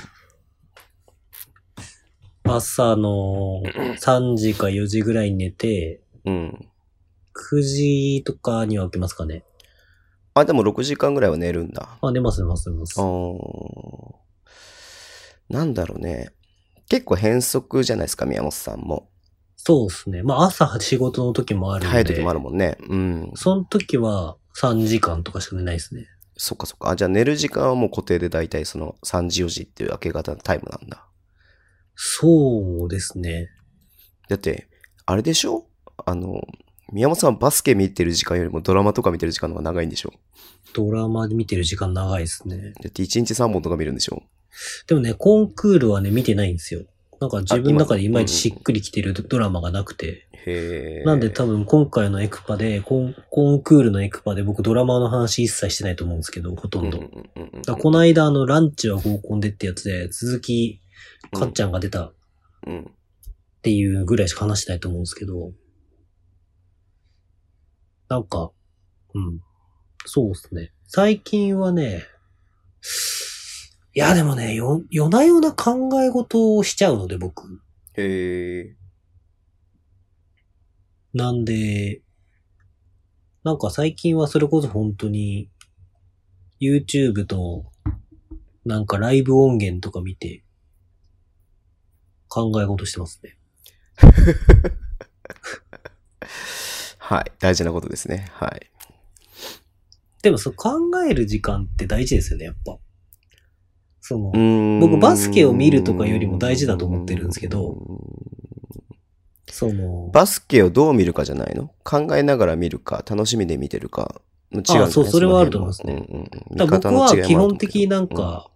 Speaker 2: 朝の3時か4時ぐらいに寝て、9時とかには起きますかね。
Speaker 1: でも6時間ぐらいは寝るんだ。
Speaker 2: 寝ます。
Speaker 1: なんだろうね。結構変則じゃないですか、宮本さんも。
Speaker 2: そうですね。朝仕事の時もあるんで。
Speaker 1: 早い時もあるもんね。
Speaker 2: その時は3時間とかしか寝ないですね。
Speaker 1: そっか。じゃあ寝る時間はもう固定でだいたいその3時4時っていう明け方のタイムなんだ。
Speaker 2: そうですね。
Speaker 1: だって、あれでしょ？ 宮本さんバスケ見てる時間よりもドラマとか見てる時間の方が長いんでしょ？
Speaker 2: ドラマ見てる時間長いですね。
Speaker 1: だって1日3本とか見るんでしょ？
Speaker 2: でもね、コンクールはね、見てないんですよ。なんか自分の中でいまいちしっくりきてるドラマがなくて。なんで多分今回のエクパで、コンクールのエクパで僕ドラマの話一切してないと思うんですけど、ほとんど。この間ランチは合コンでってやつで、鈴木かっちゃんが出たっていうぐらいしか話してないと思うんですけど、なんか、そうですね。最近はね、いやでもね、夜な夜な考え事をしちゃうので僕。なんで、なんか最近はそれこそ本当に YouTube となんかライブ音源とか見て考え事してますね。
Speaker 1: はい。大事なことですね。はい。
Speaker 2: でもそう考える時間って大事ですよね、やっぱ。僕バスケを見るとかよりも大事だと思ってるんですけど、
Speaker 1: バスケをどう見るかじゃないの？考えながら見るか、楽しみで見てるかの違うんじゃない？
Speaker 2: そう、それはあると思いますね。僕は基本的になんか、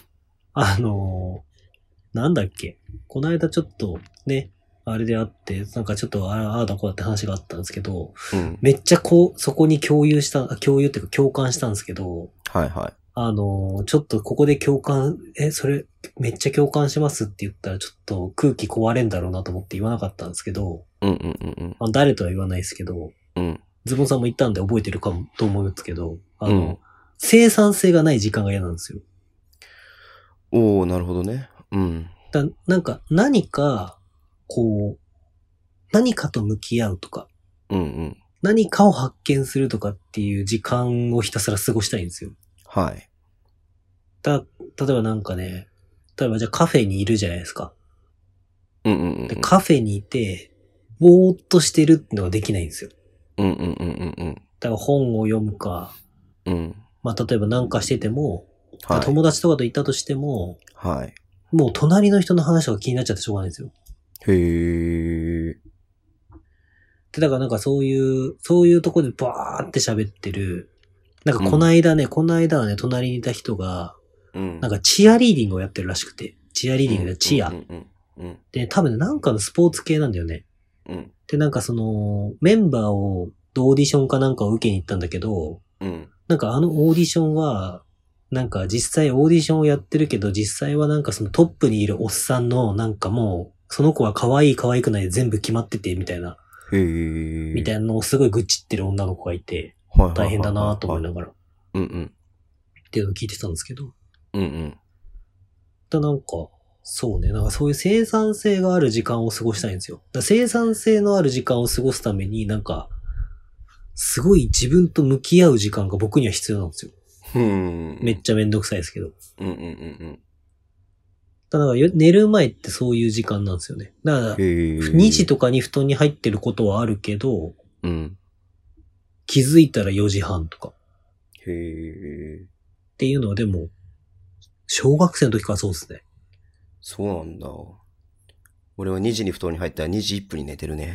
Speaker 2: なんだっけ。この間ちょっとね、あれであって、なんかちょっとああだこうだって話があったんですけど、めっちゃそこに共有っていうか共感したんですけど、
Speaker 1: はいはい。
Speaker 2: ちょっとここでそれめっちゃ共感しますって言ったらちょっと空気壊れんだろうなと思って言わなかったんですけど、誰とは言わないですけど、ズボンさんも言ったんで覚えてるかもと思うんですけど、生産性がない時間が嫌なんですよ。
Speaker 1: おー、なるほどね。
Speaker 2: なんか何かと向き合うとか、何かを発見するとかっていう時間をひたすら過ごしたいんですよ。
Speaker 1: はい。
Speaker 2: 例えばなんかね、例えばじゃあカフェにいるじゃないですか。でカフェにいて、ぼーっとしてるってのができないんですよ。だから本を読むか、まあ例えばなんかしてても、友達とかと行ったとしても、もう隣の人の話が気になっちゃってしょうがないんですよ。で、だからなんかそういうところでバーって喋ってる、なんかこの間はね、隣にいた人が、なんかチアリーディングをやってるらしくて、チアリーディングでチア。で、多分なんかのスポーツ系なんだよね。で、なんかメンバーを、オーディションかなんかを受けに行ったんだけど、なんかオーディションは、なんか実際オーディションをやってるけど、実際はなんかそのトップにいるおっさんの、なんかもう、その子は可愛い可愛くないで全部決まってて、みたいなのをすごい愚痴ってる女の子がいて、大変だなと思いながら。っていうのを聞いてたんですけど。なんか、そうね。なんかそういう生産性がある時間を過ごしたいんですよ。生産性のある時間を過ごすためになんか、すごい自分と向き合う時間が僕には必要なんですよ。めっちゃめんどくさいですけど。だから寝る前ってそういう時間なんですよね。だから、2時とかに布団に入ってることはあるけど、気づいたら4時半とか。っていうのはでも、小学生の時からそうですね。
Speaker 1: そうなんだ。俺は2時に布団に入ったら2時1分に寝てるね。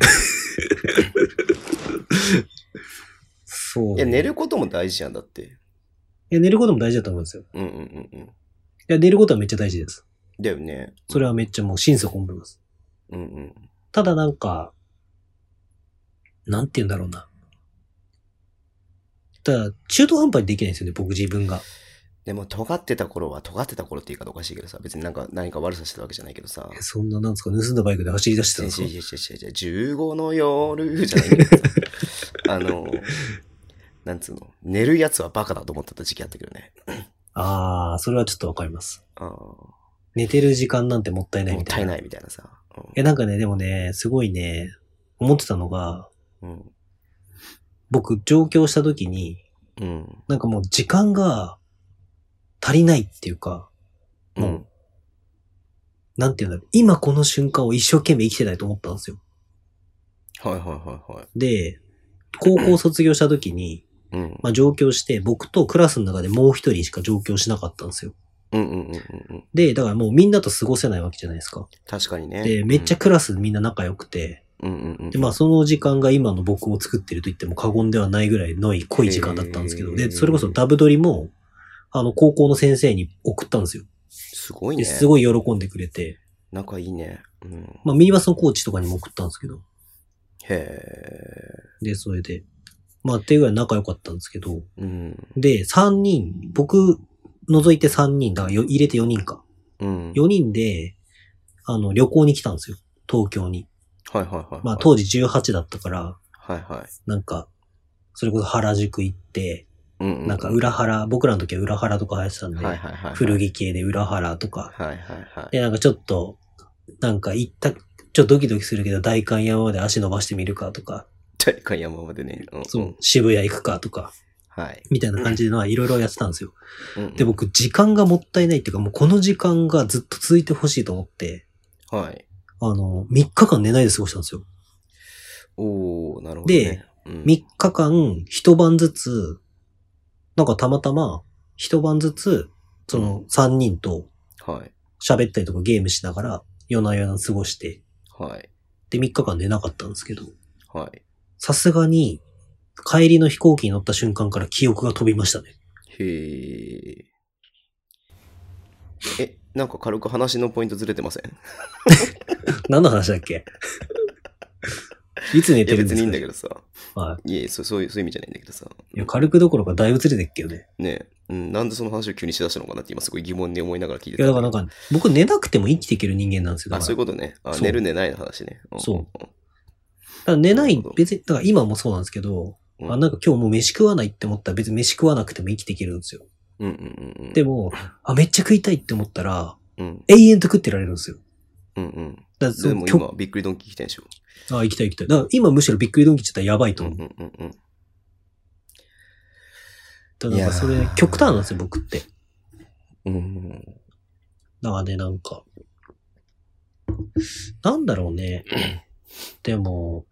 Speaker 2: そうね。
Speaker 1: いや、寝ることも大事やんだって。
Speaker 2: いや、寝ることも大事だと思うんですよ。いや、寝ることはめっちゃ大事です。
Speaker 1: だよね。
Speaker 2: それはめっちゃもう心底思います。ただなんか、なんて言うんだろうな。ただ、中途半端にできないんですよね、僕自分が。
Speaker 1: でも、尖ってた頃って言い方おかしいけどさ、別に何か悪さしてたわけじゃないけどさ。
Speaker 2: そんな、なんですか、盗んだバイクで走り出してたんですか？
Speaker 1: 15の夜じゃないけどさ。なんつうの、寝るやつはバカだと思ってた時期あったけどね。
Speaker 2: それはちょっとわかります。寝てる時間なんてもったいないみたいな。
Speaker 1: もったいないみたいなさ。
Speaker 2: なんかね、でもね、すごいね、思ってたのが、僕上京した時に、なんかもう時間が足りないっていうか、もう、なんていうんだろう、今この瞬間を一生懸命生きてないと思ったんですよ。で、高校卒業した時に、まあ上京して僕とクラスの中でもう一人しか上京しなかったんですよ。で、だからもうみんなと過ごせないわけじゃないですか。
Speaker 1: 確かにね。
Speaker 2: で、めっちゃクラスみんな仲良くて、 で、まあその時間が今の僕を作ってると言っても過言ではないぐらいの濃い時間だったんですけど、で、それこそダブドリも、高校の先生に送ったんですよ。
Speaker 1: すごいね。
Speaker 2: すごい喜んでくれて。
Speaker 1: 仲いいね。
Speaker 2: まあミニバスのコーチとかにも送ったんですけど。
Speaker 1: へー。
Speaker 2: で、それで。まあっていうぐらい仲良かったんですけど。で、3人、僕除いて3人、だから入れて4人か。4人で、旅行に来たんですよ。東京に。まあ当時18だったから、なんか、それこそ原宿行って、なんか裏原、僕らの時は裏原とか流行ってたんで、古着系で裏原とか。で、なんかちょっと、なんか行った、ちょっとドキドキするけど、代官山まで足伸ばしてみるかとか。
Speaker 1: 代官山までね。
Speaker 2: そう、渋谷行くかとか。みたいな感じでのはいろいろやってたんですよ。で、僕、時間がもったいないっていうか、もうこの時間がずっと続いてほしいと思って、3日間寝ないで過ごしたんですよ。
Speaker 1: なるほど、ね。
Speaker 2: で、3日間一晩ずつ、なんかたまたま一晩ずつ、その3人と喋ったりとかゲームしながら夜な夜な過ごして、で3日間寝なかったんですけど、さすがに帰りの飛行機に乗った瞬間から記憶が飛びましたね。
Speaker 1: へえ。なんか軽く話のポイントずれてません？
Speaker 2: 何の話だっけ？いつ寝てるんですか？
Speaker 1: 別にいいんだけどさ。いえ、そういう意味じゃないんだけどさ。
Speaker 2: いや、軽くどころかだいぶずれてっけどね。
Speaker 1: ねえ。なんでその話を急にしだしたのかなって今すごい疑問に思いながら聞いてた。
Speaker 2: いや、だからなんか、僕寝なくても生きていける人間なんですよ。
Speaker 1: そういうことね。寝る寝ないの話ね。
Speaker 2: そう。だから寝ない、別に、だから今もそうなんですけど、なんか今日もう飯食わないって思ったら別に飯食わなくても生きていけるんですよ。でも、めっちゃ食いたいって思ったら、永遠と食ってられるんですよ。
Speaker 1: でも今、びっくりドンキー来てんでしょ。
Speaker 2: 行きたい。だから今むしろびっくりドンキーって言ったらやばいと思う。だからそれ、極端なんですよ、僕って。だからね、なんか、なんだろうね。でも、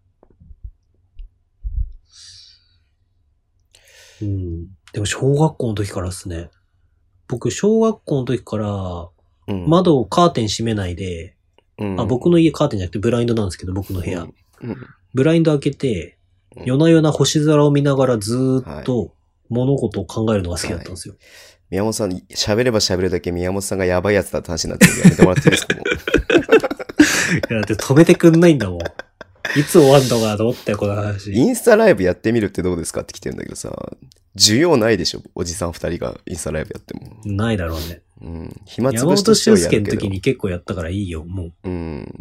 Speaker 2: でも小学校の時からですね。僕、小学校の時から、窓をカーテン閉めないで、僕の家カーテンじゃなくてブラインドなんですけど、僕の部屋。ブラインド開けて、夜な夜な星空を見ながらずーっと物事を考えるのが好きだったんですよ。
Speaker 1: 宮本さん、喋れば喋るだけ宮本さんがやばいやつだって話になってるんでやめてもらっていいですか？もう
Speaker 2: いや、だって止めてくんないんだもん。いつ終わんのかと思ったよ、この話。
Speaker 1: インスタライブやってみるってどうですかって来てるんだけどさ、需要ないでしょ、おじさん2人がインスタライブやっても。
Speaker 2: ないだろうね。
Speaker 1: 暇つぶしとしてはやるけど。
Speaker 2: 山本修介の時に結構やったからいいよ、もう。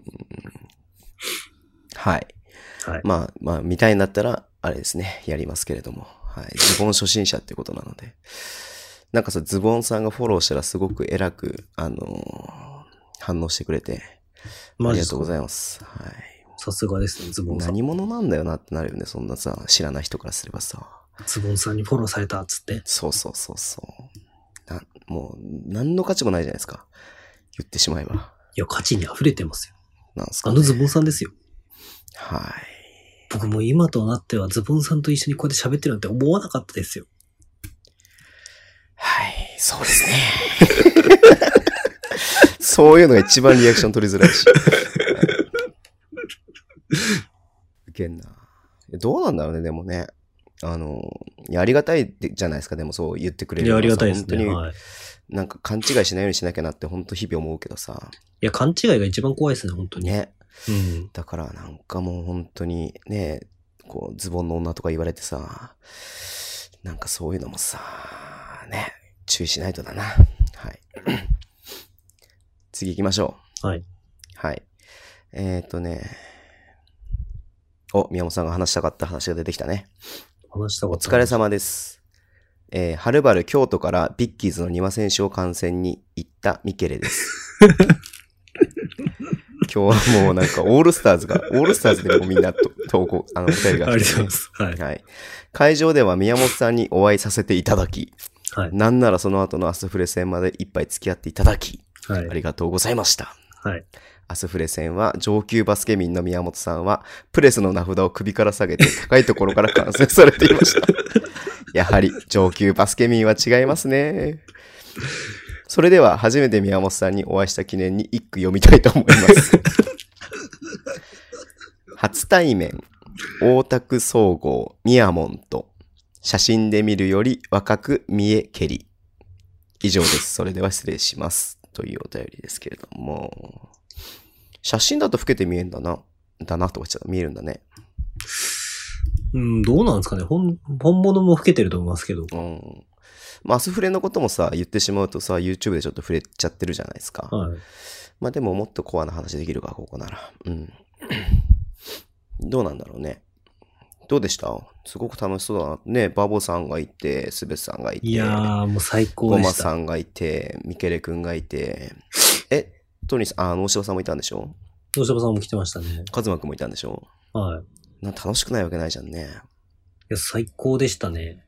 Speaker 1: はい。まあ、見たいんだったら、あれですね、やりますけれども。ズボン初心者ってことなので。なんかさ、ズボンさんがフォローしたらすごく偉く、反応してくれて。ありがとうございます。
Speaker 2: さすがですね、ズボンさん。
Speaker 1: 何者なんだよなってなるよね、そんなさ、知らない人からすればさ。
Speaker 2: ズボンさんにフォローされたっつって。
Speaker 1: そう。もう、何の価値もないじゃないですか。言ってしまえば。
Speaker 2: いや、価値に溢れてますよ。
Speaker 1: なんすかね。
Speaker 2: ズボンさんですよ。僕も今となってはズボンさんと一緒にこうやって喋ってるなんて思わなかったですよ。
Speaker 1: そうですね。そういうのが一番リアクション取りづらいし。ウケんな。どうなんだろうね、でもね。ありがたいじゃないですか、でもそう言ってくれるのは。
Speaker 2: ありがたいですね。
Speaker 1: 本当に、なんか勘違いしないようにしなきゃなって本当日々思うけどさ。
Speaker 2: いや、勘違いが一番怖いですね、本当に。
Speaker 1: ね。だからなんかもう本当にね、こうズボンの女とか言われてさ、なんかそういうのもさ、ね、注意しないとだな。次行きましょ
Speaker 2: う。
Speaker 1: 宮本さんが話したかった話が出てきたね。
Speaker 2: お
Speaker 1: 疲れ様です。はるばる京都からビッキーズの丹羽選手を観戦に行ったミケレです。今日はもうなんかオールスターズでもみんな投稿、お便りが来て、
Speaker 2: ありがとうございます。
Speaker 1: 会場では宮本さんにお会いさせていただき、なんならその後のアスフレ戦まで一杯付き合っていただき、ありがとうございました。アスフレ戦は上級バスケ民の宮本さんはプレスの名札を首から下げて高いところから観戦されていました。やはり上級バスケ民は違いますね。それでは初めて宮本さんにお会いした記念に一句読みたいと思います。 初対面、大田区総合、ミヤモンと、写真で見るより若く見えけり。以上です。それでは失礼します。というお便りですけれども。写真だと老けて見えんだな。だなとか言っちゃった。見えるんだね。
Speaker 2: どうなんですかね。本物も老けてると思いますけど。
Speaker 1: まあ、アスフレのこともさ、言ってしまうとさ、YouTube でちょっと触れちゃってるじゃないですか。
Speaker 2: はい。
Speaker 1: まあでももっとコアな話できるか、ここなら。どうなんだろうね。どうでした？すごく楽しそうだな。ね、バボさんがいて、スベスさんがいて。
Speaker 2: いやー、もう最高でした。
Speaker 1: ゴマさんがいて、ミケレくんがいて。トニーさん、大柴さんもいたんでしょ？
Speaker 2: 大柴さんも来てましたね。
Speaker 1: カズマくんもいたんでしょ？
Speaker 2: はい。
Speaker 1: 楽しくないわけないじゃんね。
Speaker 2: いや、最高でしたね。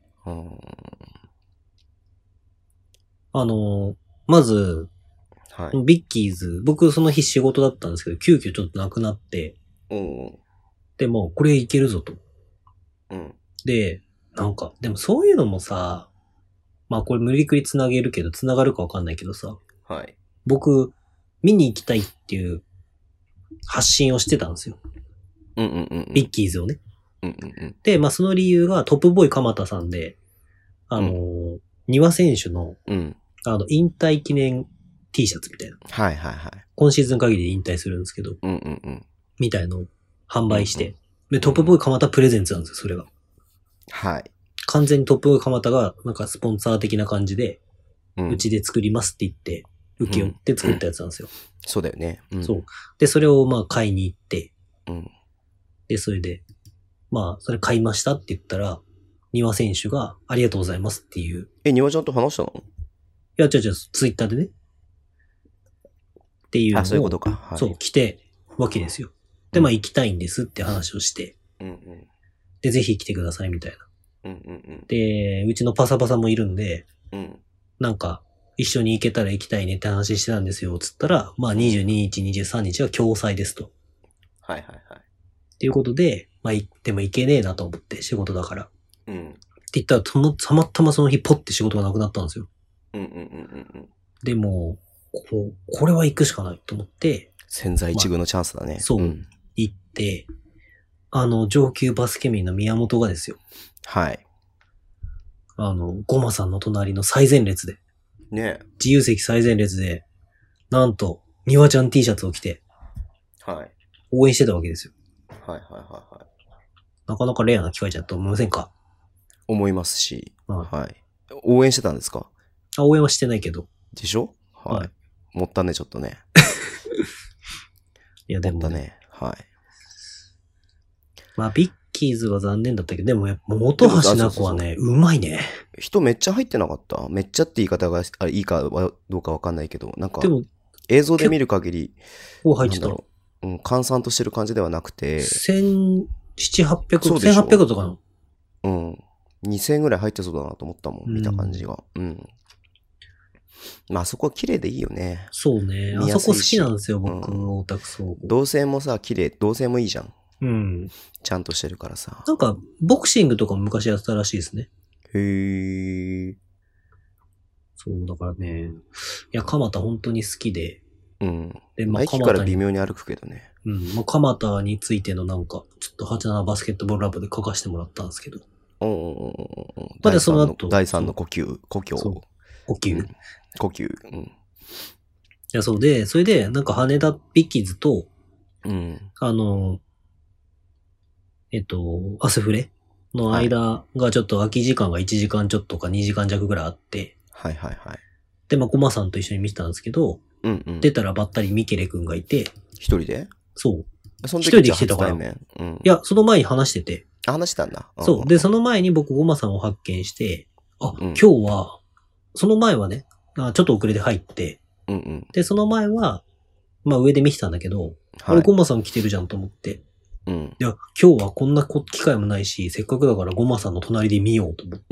Speaker 2: まず、はい、ビッキーズ、僕その日仕事だったんですけど、急遽ちょっとなくなって、でも、これいけるぞと。で、でもそういうのもさ、まあこれ無理くり繋げるけど、繋がるかわかんないけどさ、
Speaker 1: はい、
Speaker 2: 僕、見に行きたいっていう発信をしてたんですよ。ビッキーズをね。で、まあその理由がトップボーイ鎌田さんで、庭選手の、引退記念 T シャツみたいな。
Speaker 1: はいはいはい。
Speaker 2: 今シーズン限りで引退するんですけど、みたいのを販売して、で、トップボーイ鎌田プレゼンツなんですよ、それが。
Speaker 1: はい。
Speaker 2: 完全にトップボーイ鎌田が、なんかスポンサー的な感じで、うちで作りますって言って、受け負って作ったやつなんですよ。
Speaker 1: そうだよね。
Speaker 2: そう。で、それをまあ買いに行って、で、それで、まあ、それ買いましたって言ったら、庭選手がありがとうございますっていう。
Speaker 1: 庭ちゃんと話したの？
Speaker 2: いや、違う、ツイッターでね。っていうのを、
Speaker 1: そういうことか。はい、
Speaker 2: そう、来てわけですよ。で、まあ行きたいんですって話をして、で、ぜひ来てくださいみたいな。で、うちのパサパサもいるんで、なんか、一緒に行けたら行きたいねって話してたんですよ、つったら、まあ22日、23日は共催ですと。
Speaker 1: はいはいはい。
Speaker 2: っていうことで、まあでも行けねえなと思って仕事だから。って言ったらたまたまその日ポッて仕事がなくなったんですよ。でも、これは行くしかないと思って。
Speaker 1: 千載一遇のチャンスだね。
Speaker 2: そう。行って、上級バスケ民の宮本がですよ。
Speaker 1: はい。
Speaker 2: ゴマさんの隣の最前列で。
Speaker 1: ね。
Speaker 2: 自由席最前列で、なんと、庭ちゃん T シャツを着て、
Speaker 1: はい。
Speaker 2: 応援してたわけですよ。
Speaker 1: はいはいはいはい。
Speaker 2: なかなかレアな機会じゃと思いませんか？
Speaker 1: 思いますし、はい。応援してたんですか？
Speaker 2: 応援はしてないけど。
Speaker 1: でしょ？はい。もったね、ちょっとね。
Speaker 2: いや、でも。
Speaker 1: もったね。はい。
Speaker 2: まあ、ビッキーズは残念だったけど、でもやっぱ、本橋菜子はね、うまいね。
Speaker 1: 人めっちゃ入ってなかった？めっちゃって言い方がいいかどうかわかんないけど、なんか、
Speaker 2: でも
Speaker 1: 映像で見る限り、
Speaker 2: 入ってたの。
Speaker 1: 閑散としてる感じではなくて、
Speaker 2: 1700、1800とかの。
Speaker 1: 2000円ぐらい入ってそうだなと思ったもん、見た感じが。まあそこは綺麗でいいよね。
Speaker 2: そうね。あそこ好きなんですよ、僕、大田区総合。
Speaker 1: 動線もさ、綺麗、動線もいいじゃん。ちゃんとしてるからさ。
Speaker 2: なんか、ボクシングとかも昔やってたらしいですね。
Speaker 1: へー。
Speaker 2: そう、だからね。いや、蒲田本当に好きで。
Speaker 1: で、まあ、駅から微妙に歩くけどね。
Speaker 2: まあ、蒲田についてのなんか、ちょっと87バスケットボールラブで書かせてもらったんですけど。
Speaker 1: まだその後。第3の故郷。
Speaker 2: 呼吸。
Speaker 1: い
Speaker 2: や、そうで、それで、なんか羽田ビッキーズと、アスフレの間がちょっと空き時間が1時間ちょっとか2時間弱ぐらいあって。
Speaker 1: はいはいはい。
Speaker 2: で、まあ、コマさんと一緒に見てたんですけど、出たらばったりミケレ君がいて。
Speaker 1: 一人で？
Speaker 2: そう。
Speaker 1: 一
Speaker 2: 人で来てたから。いや、その前に話してて。
Speaker 1: 話したんだ。
Speaker 2: そう。で、その前に僕、ゴマさんを発見して、今日は、その前はね、ちょっと遅れて入って、で、その前は、まあ上で見てたんだけど、俺ゴマさん来てるじゃんと思って、いや、今日はこんな機会もないし、せっかくだからゴマさんの隣で見ようと思って、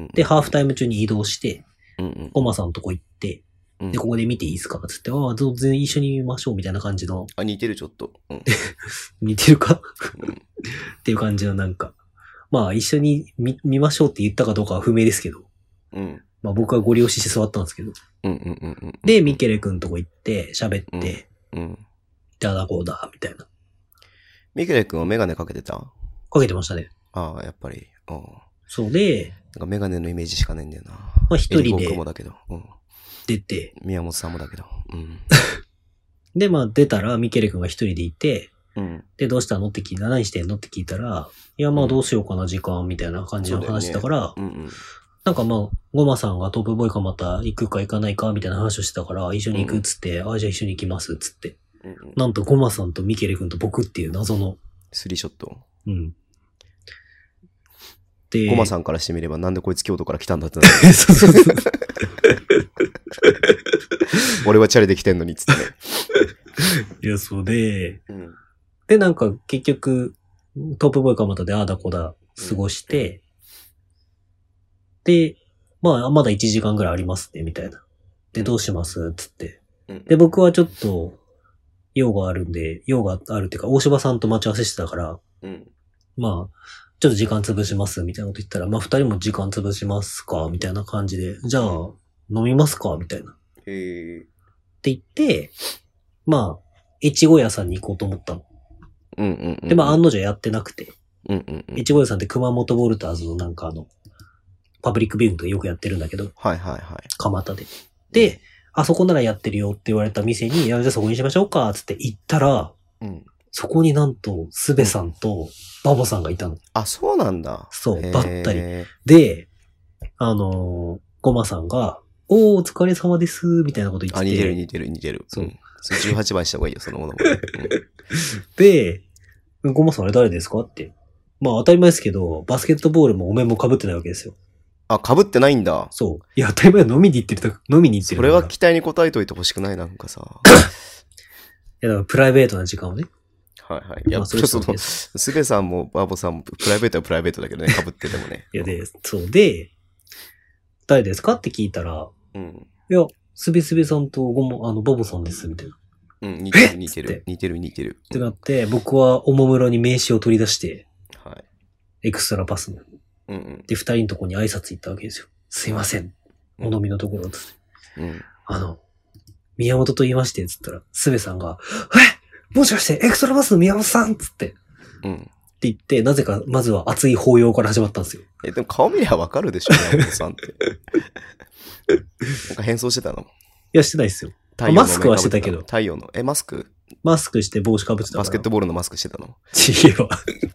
Speaker 2: で、ハーフタイム中に移動して、ゴマさんのとこ行って、で、ここで見ていいですかつって、全然一緒に見ましょうみたいな感じの。
Speaker 1: 似てるちょっと。
Speaker 2: 似てるかっていう感じのなんか、まあ一緒に見ましょうって言ったかどうかは不明ですけど。まあ僕はご利用しして座ったんですけど。で、ミケレ君とこ行って、喋って、だこうだ、みたいな。
Speaker 1: ミケレ君はメガネかけてた？
Speaker 2: かけてましたね。
Speaker 1: ああ、やっぱり。
Speaker 2: そうで、
Speaker 1: なんかメガネのイメージしかねえんだよな。
Speaker 2: まあ一人で
Speaker 1: もだけど、
Speaker 2: 出て、
Speaker 1: 宮本さんもだけど。
Speaker 2: で、まあ出たらミケレ君が一人でいて、
Speaker 1: うん、
Speaker 2: で、どうしたのって聞いたら、何してんのって聞いたら、いや、まあどうしようかな、時間、みたいな感じの話だから、なんかまあ、ゴマさんがトップボーイかまた行くか行かないか、みたいな話をしてたから、一緒に行くっつって、じゃあ一緒に行きます、つって。なんとゴマさんとミケレ君と僕っていう謎の。
Speaker 1: スリーショット。
Speaker 2: で、
Speaker 1: ゴマさんからしてみれば、なんでこいつ京都から来たんだってなる。そう。俺はチャリで来てんのに、つってね。
Speaker 2: いや、そうで、で、なんか結局、トップボーイかまたでああだこだ過ごして、で、まあ、まだ1時間ぐらいありますね、みたいな。で、どうしますつって。で、僕はちょっと、用があるっていうか、大柴さんと待ち合わせしてたから、まあ、ちょっと時間潰します、みたいなこと言ったら、まあ、二人も時間潰しますか、みたいな感じで、じゃあ、飲みますか、みたいな。って言って、まあ、越後屋さんに行こうと思ったの。で、まあ、案の定やってなくて。越後屋さんって熊本ボルターズのなんかパブリックビューイングとかよくやってるんだけど。蒲田で。で、あそこならやってるよって言われた店に、じゃあそこにしましょうか、つって行ったら、そこになんと、すべさんとバボさんがいたの。
Speaker 1: あ、そうなんだ。
Speaker 2: そう、ばったり。で、ゴマさんが、お疲れ様です、みたいなこと言ってて。
Speaker 1: 似てる。そう。18番した方がいいよ、そのものも。
Speaker 2: で、ゴマさんあれ誰ですかって。まあ当たり前ですけど、バスケットボールもお面も被ってないわけですよ。
Speaker 1: あ、被ってないんだ。
Speaker 2: そう。いや、当たり前飲みに行ってる。
Speaker 1: それは期待に応えといてほしくない、なんかさ。
Speaker 2: いや、だからプライベートな時間をね。
Speaker 1: いや、ちょっと、すべさんもバボさんもプライベートはプライベートだけどね、被っててもね。
Speaker 2: いや、そうで、誰ですかって聞いたら、いや、すべさんとバボさんです、みたいな。
Speaker 1: 似てる。
Speaker 2: ってなって、僕はおもむろに名刺を取り出して、エクストラパスの。で、二人のとこに挨拶行ったわけですよ。すいません。お飲みのところ、つって。宮本と言いまして、つったら、すべさんが、もしかしてエクストラパスの宮本さんつって。って言って、なぜか、まずは熱い抱擁から始まったんですよ。
Speaker 1: でも顔見りゃわかるでしょ、宮本さんって。なんか変装してたの？い
Speaker 2: や、してないっすよ。マスクはしてたけど。
Speaker 1: 太陽の、マスク
Speaker 2: して帽子かぶってたから。
Speaker 1: バスケットボールのマスクしてたの？
Speaker 2: 違えわ。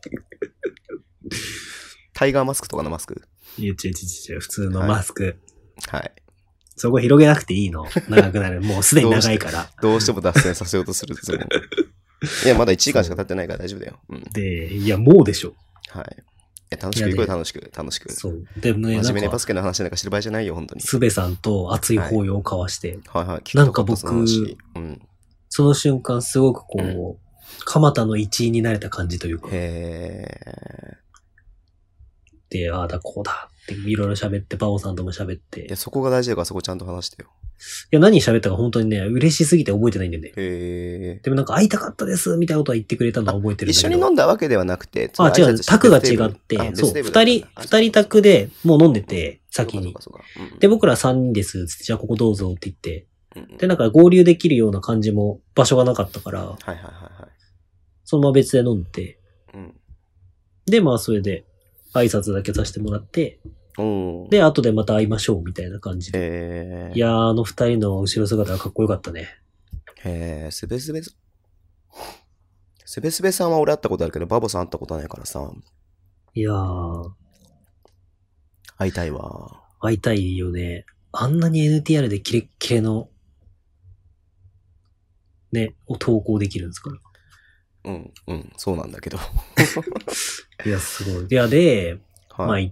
Speaker 1: タイガーマスクとかのマスク？
Speaker 2: いや、違う。普通のマスク。
Speaker 1: はい。
Speaker 2: そこ広げなくていいの。長くなる。もうすでに長いから。
Speaker 1: どうしても脱線させようとする。いや、まだ1時間しか経ってないから大丈夫だよ。
Speaker 2: で、いや、もうでしょ。
Speaker 1: はい。楽しく行こうよ、楽しく。そう。
Speaker 2: でもね、
Speaker 1: 真面目にバスケの話なんかしてる場合じゃないよ、本当に。
Speaker 2: すべさんと熱い抱擁を交わして。
Speaker 1: なん
Speaker 2: か僕、その瞬間すごく蒲田の一員になれた感じというか。で、ああだこうだっていろいろ喋って、バオさんとも喋って。
Speaker 1: いや、そこが大事だからそこちゃんと話してよ。
Speaker 2: いや、何喋ったか本当にね、嬉しすぎて覚えてないんだよね。でもなんか会いたかったですみたいなことは言ってくれたのは覚えてるんだけど。
Speaker 1: 一緒に飲んだわけではなくて。
Speaker 2: 違う、宅が違って、そう、二人宅でもう飲んでて、先に。で、僕ら3人です、つって、じゃあここどうぞって言って。で、なんか合流できるような感じも場所がなかったから、そのまま別で飲んで、で、まあそれで挨拶だけさせてもらって、で、後でまた会いましょうみたいな感じで。いやー、二人の後ろ姿がかっこよかったね。
Speaker 1: すべすべさんは俺会ったことあるけど、バボさん会ったことないからさ。
Speaker 2: いやー。
Speaker 1: 会いたいわ。
Speaker 2: 会いたいよね。あんなに NTR でキレッキレの、ね、を投稿できるんですから。
Speaker 1: そうなんだけど。
Speaker 2: いや、すごい。いや、で、まあ行って、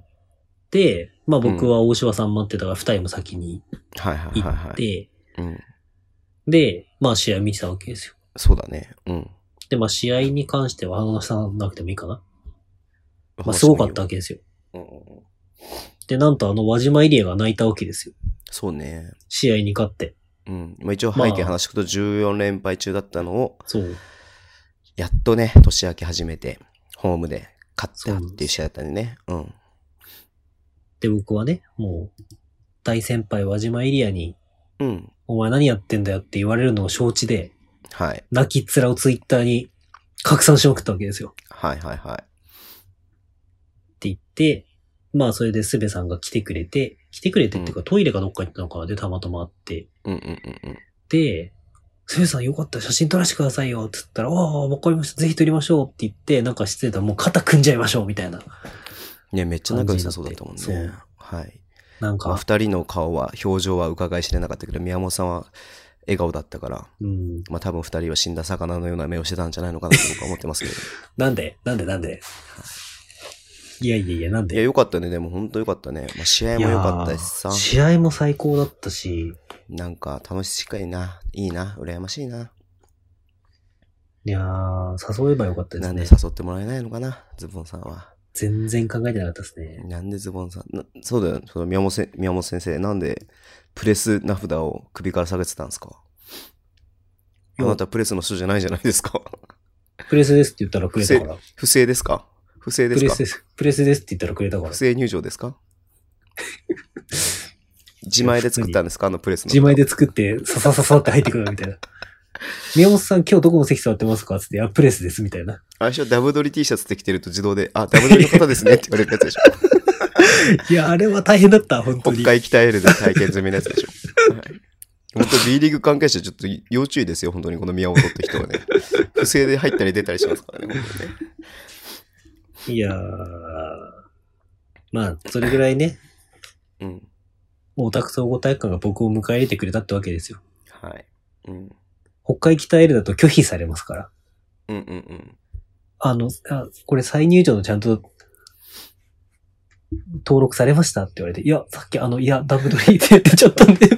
Speaker 2: まあ僕は大柴さん待ってたから二人も先に行って、で、まあ試合見てたわけですよ。
Speaker 1: そうだね。
Speaker 2: で、まあ試合に関しては話さなくてもいいかな。まあすごかったわけですよ。で、なんと輪島入江が泣いたわけですよ。
Speaker 1: そうね。
Speaker 2: 試合に勝って。
Speaker 1: まあ一応背景話聞くと14連敗中だったのを、
Speaker 2: そう。
Speaker 1: やっとね、年明け始めて、ホームで勝ったっていう試合だったね。
Speaker 2: で、僕はね、もう、大先輩輪島入江に、お前何やってんだよって言われるのを承知で、泣きっ面をツイッターに拡散しまくったわけですよ。
Speaker 1: はいはいはい。
Speaker 2: って言って、まあそれでスベさんが来てくれてっていうか、トイレかどっか行ったのかでたまたまあって、で、スベさんよかったら写真撮らせてくださいよって言ったら、ああ、わかりました。ぜひ撮りましょうって言って、なんかしてたらもう肩組んじゃいましょうみたいな。
Speaker 1: ね、めっちゃ仲良さそうだったもんね。そう。はい。なんか。まあ、二人の顔は、表情は伺い知れなかったけど、宮本さんは笑顔だったから、まあ多分二人は死んだ魚のような目をしてたんじゃないのかなと僕は思ってますけど。
Speaker 2: なんで、いや、なんで。
Speaker 1: いや、よかったね。でも本当よかったね。まあ、試合もよかったしさ。
Speaker 2: 試合も最高だったし。
Speaker 1: なんか楽しいな。いいな。羨ましいな。
Speaker 2: いやー、誘えばよかったですね。
Speaker 1: なんで誘ってもらえないのかな、ズボンさんは。
Speaker 2: 全然考えてなかったですね。
Speaker 1: なんでズボンさん、そうだよ、その宮本先生、なんでプレス名札を首から下げてたんですか？あなたプレスの人じゃないじゃないですか。
Speaker 2: プレスですって言ったらくれたから。
Speaker 1: 不正ですか？不正ですか？
Speaker 2: プレスですって言ったらくれたから。
Speaker 1: 不正入場ですか？自前で作ったんですか？プレスの。
Speaker 2: 自前で作って、さって入ってくるみたいな。宮本さん今日どこの席座ってますかつって、プレスですみたいな。
Speaker 1: あれでしょ、ダブドリ T シャツって着てると自動で、ダブドリの方ですねって言われるやつでしょ。
Speaker 2: いや、あれは大変だった、本当に。
Speaker 1: 北海鍛えるで体験済みのやつでしょ。はい、本当 B リーグ関係者ちょっと要注意ですよ、本当にこの宮本って人はね。不正で入ったり出たりしますからね、本当にね。
Speaker 2: いやー、まあ、それぐらいね。
Speaker 1: うん。
Speaker 2: 大田区総合体育館が僕を迎え入れてくれたってわけですよ。
Speaker 1: はい。うん。
Speaker 2: 北海鍛えるだと拒否されますから。これ再入場のちゃんと登録されましたって言われて、いや、さっきダブドリって言ってちゃったんでって。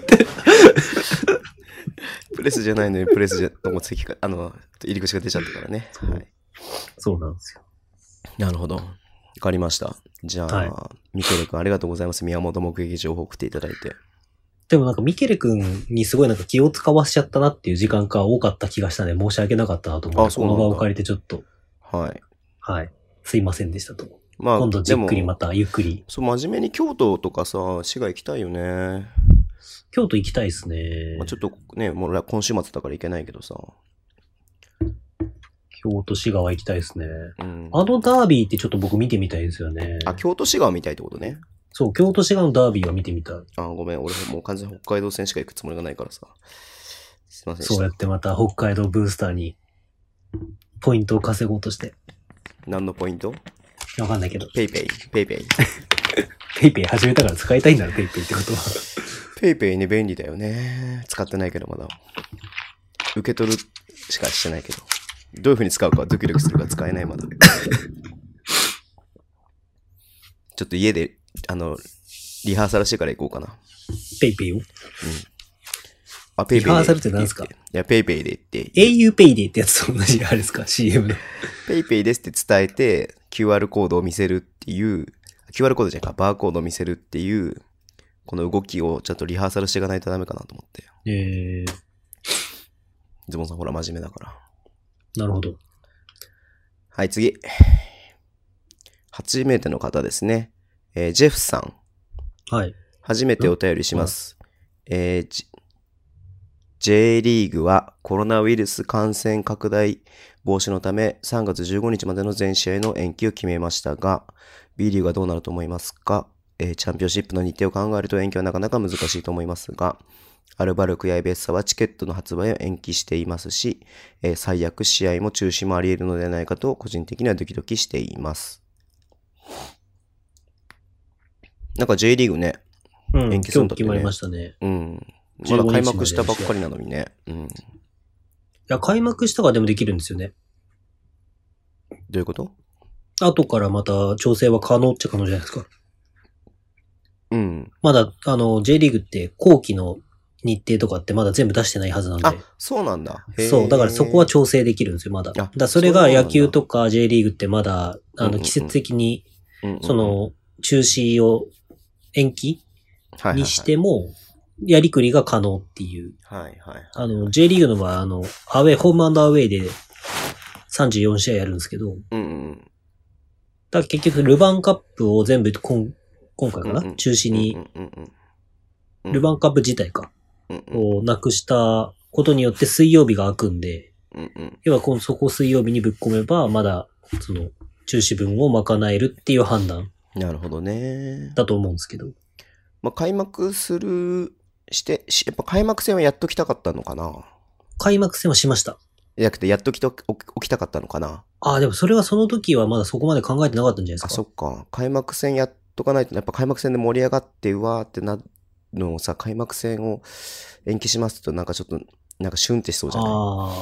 Speaker 1: プレスじゃないのにプレスじゃ、もう席か、入り口が出ちゃったからね。はい。
Speaker 2: そうなんですよ。
Speaker 1: なるほど。わかりました。じゃあ、はい、ミケレ君ありがとうございます。宮本目撃情報を送っていただいて。
Speaker 2: でもなんかミケレ君にすごいなんか気を使わせちゃったなっていう時間が多かった気がしたので申し訳なかったなと思って、この場を借りてちょっと。
Speaker 1: はい。
Speaker 2: はい。すいませんでしたと。まあ、今度じっくりまたゆっくり。
Speaker 1: そう、真面目に京都とかさ、滋賀行きたいよね。
Speaker 2: 京都行きたいですね。
Speaker 1: まあ、ちょっとね、もう今週末だから行けないけどさ。
Speaker 2: 京都滋賀は行きたいですね。うん。ダービーってちょっと僕見てみたいですよね。
Speaker 1: 京都滋賀見たいってことね。
Speaker 2: そう、京都滋賀のダービーは見てみたい。
Speaker 1: ごめん、俺もう完全に北海道線しか行くつもりがないからさ。すいません。
Speaker 2: そうやってまた北海道ブースターにポイントを稼ごうとして。
Speaker 1: 何のポイント？
Speaker 2: わかんないけど。
Speaker 1: ペイペイ。
Speaker 2: ペイペイ始めたから使いたいんだろ、ペイペイってことは。
Speaker 1: ペイペイね、便利だよね。使ってないけどまだ。受け取るしかしてないけど。どういう風に使うかドキドキするから使えないまだ。ちょっと家で、リハーサルしてから行こうかな。
Speaker 2: ペイペイを？うん。
Speaker 1: ペイペイで。
Speaker 2: リハーサルって何ですか？
Speaker 1: いや、ペイペイでって。
Speaker 2: au ペイでってやつと同じあれですか？ CM の。
Speaker 1: ペイペイですって伝えて、QR コードを見せるっていう、QR コードじゃないか、バーコードを見せるっていう、この動きをちゃんとリハーサルしていかないとダメかなと思って。ズボンさんほら真面目だから。
Speaker 2: なるほど。
Speaker 1: はい、次。初めての方ですね。ジェフさん。
Speaker 2: はい。
Speaker 1: 初めてお便りします。J リーグはコロナウイルス感染拡大防止のため3月15日までの全試合の延期を決めましたが、B リーグはどうなると思いますか？チャンピオンシップの日程を考えると延期はなかなか難しいと思いますが、アルバルクやエベッサはチケットの発売を延期していますし、最悪試合も中止もあり得るのではないかと個人的にはドキドキしています。なんか J リーグね、延期するんだってね。
Speaker 2: 決まりましたね。
Speaker 1: うん。まだ開幕したばっかりなのにね。うん。い
Speaker 2: や、開幕したからでもできるんですよね。
Speaker 1: どういうこと？
Speaker 2: 後からまた調整は可能っちゃ可能じゃないですか。
Speaker 1: うん。
Speaker 2: まだ、J リーグって後期の日程とかってまだ全部出してないはずなんで。
Speaker 1: そうなんだ。
Speaker 2: そう。だからそこは調整できるんですよ、まだ。それが野球とか J リーグってまだ、季節的に、中止を延期にしても、やりくりが可能っていう。J リーグの場合、アウェイ、ホームアンドアウェイで34試合やるんですけど、だから結局、ルヴァンカップを全部今回かな、中止に、ルヴァンカップ自体か、をなくしたことによって水曜日が空くんで、 要はそこを水曜日にぶっ込めば、まだ、中止分を賄えるっていう判断。
Speaker 1: なるほどね。
Speaker 2: だと思うんですけど。
Speaker 1: まあ、開幕やっぱ開幕戦はやっときたかったのかな。
Speaker 2: 開幕戦はしました。
Speaker 1: じゃなくて、やっと起きたかったのかな。
Speaker 2: でもそれはその時はまだそこまで考えてなかったんじゃないですか。
Speaker 1: そっか。開幕戦やっとかないと、やっぱ開幕戦で盛り上がって、うわーってなるのをさ、開幕戦を延期しますと、なんかちょっと、なんかシュンってしそうじゃない？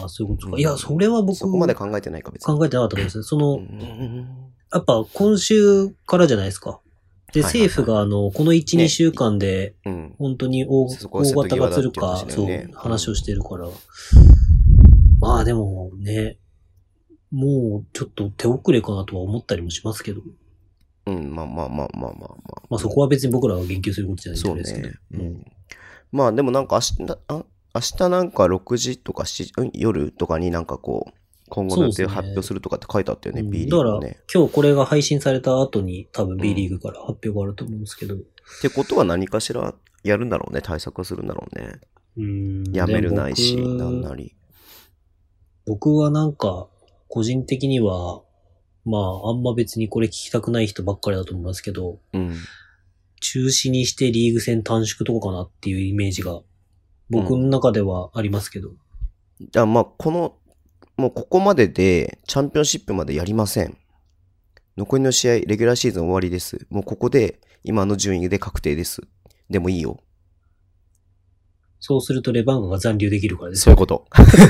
Speaker 2: そういうことか。いや、それは僕。
Speaker 1: そこまで考えてないか、別に。
Speaker 2: 考えてなかったと思うんですね。やっぱ今週からじゃないですか。で、政府がこの1、2週間で、本当に大型が釣るか、話をしてるから。まあでもね、もうちょっと手遅れかなとは思ったりもしますけど。
Speaker 1: まあ
Speaker 2: そこは別に僕らが言及することじゃないですけど。
Speaker 1: まあでもなんか明日なんか6時とか夜とかになんかこう、今後の予定を発表するとかって書いてあったよね、B リーグね。
Speaker 2: だから今日これが配信された後に多分 B リーグから発表があると思うんですけど。
Speaker 1: ってことは何かしらやるんだろうね、対策をするんだろうね。やめるないし、なんなり。
Speaker 2: 僕はなんか、個人的には、あんま別にこれ聞きたくない人ばっかりだと思いますけど、中止にしてリーグ戦短縮とかかなっていうイメージが、僕の中ではありますけど。
Speaker 1: もうここまでで、チャンピオンシップまでやりません。残りの試合、レギュラーシーズン終わりです。もうここで、今の順位で確定です。でもいいよ。
Speaker 2: そうするとレバンガが残留できるからです。
Speaker 1: そういうこと。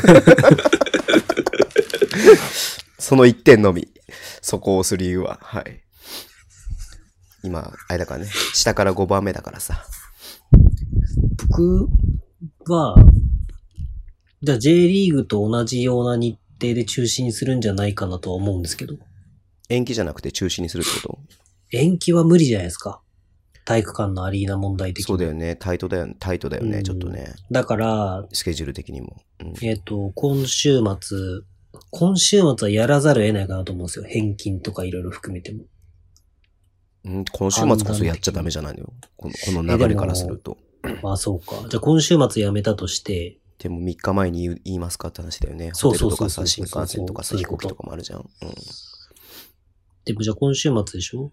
Speaker 1: その1点のみ。そこを押す理由は。はい。今、あれだからね。下から5番目だからさ。
Speaker 2: 僕は、じゃあ J リーグと同じような日程で中止にするんじゃないかなとは思うんですけど。
Speaker 1: 延期じゃなくて中止にするってこと？
Speaker 2: 延期は無理じゃないですか。体育館のアリーナ問題的に。
Speaker 1: そうだよね。タイトだよね、ちょっとね。
Speaker 2: だから、
Speaker 1: スケジュール的にも。
Speaker 2: 今週末はやらざるを得ないかなと思うんですよ。返金とかいろいろ含めても。
Speaker 1: 今週末こそやっちゃダメじゃないのよ。この流れからすると。
Speaker 2: そうか。じゃあ今週末やめたとして、
Speaker 1: でも3日前に言いますかって話だよね。
Speaker 2: そう
Speaker 1: ホテルとかさ、新幹線とかさ、飛行機とかもあるじゃん。
Speaker 2: でもじゃあ今週末でしょ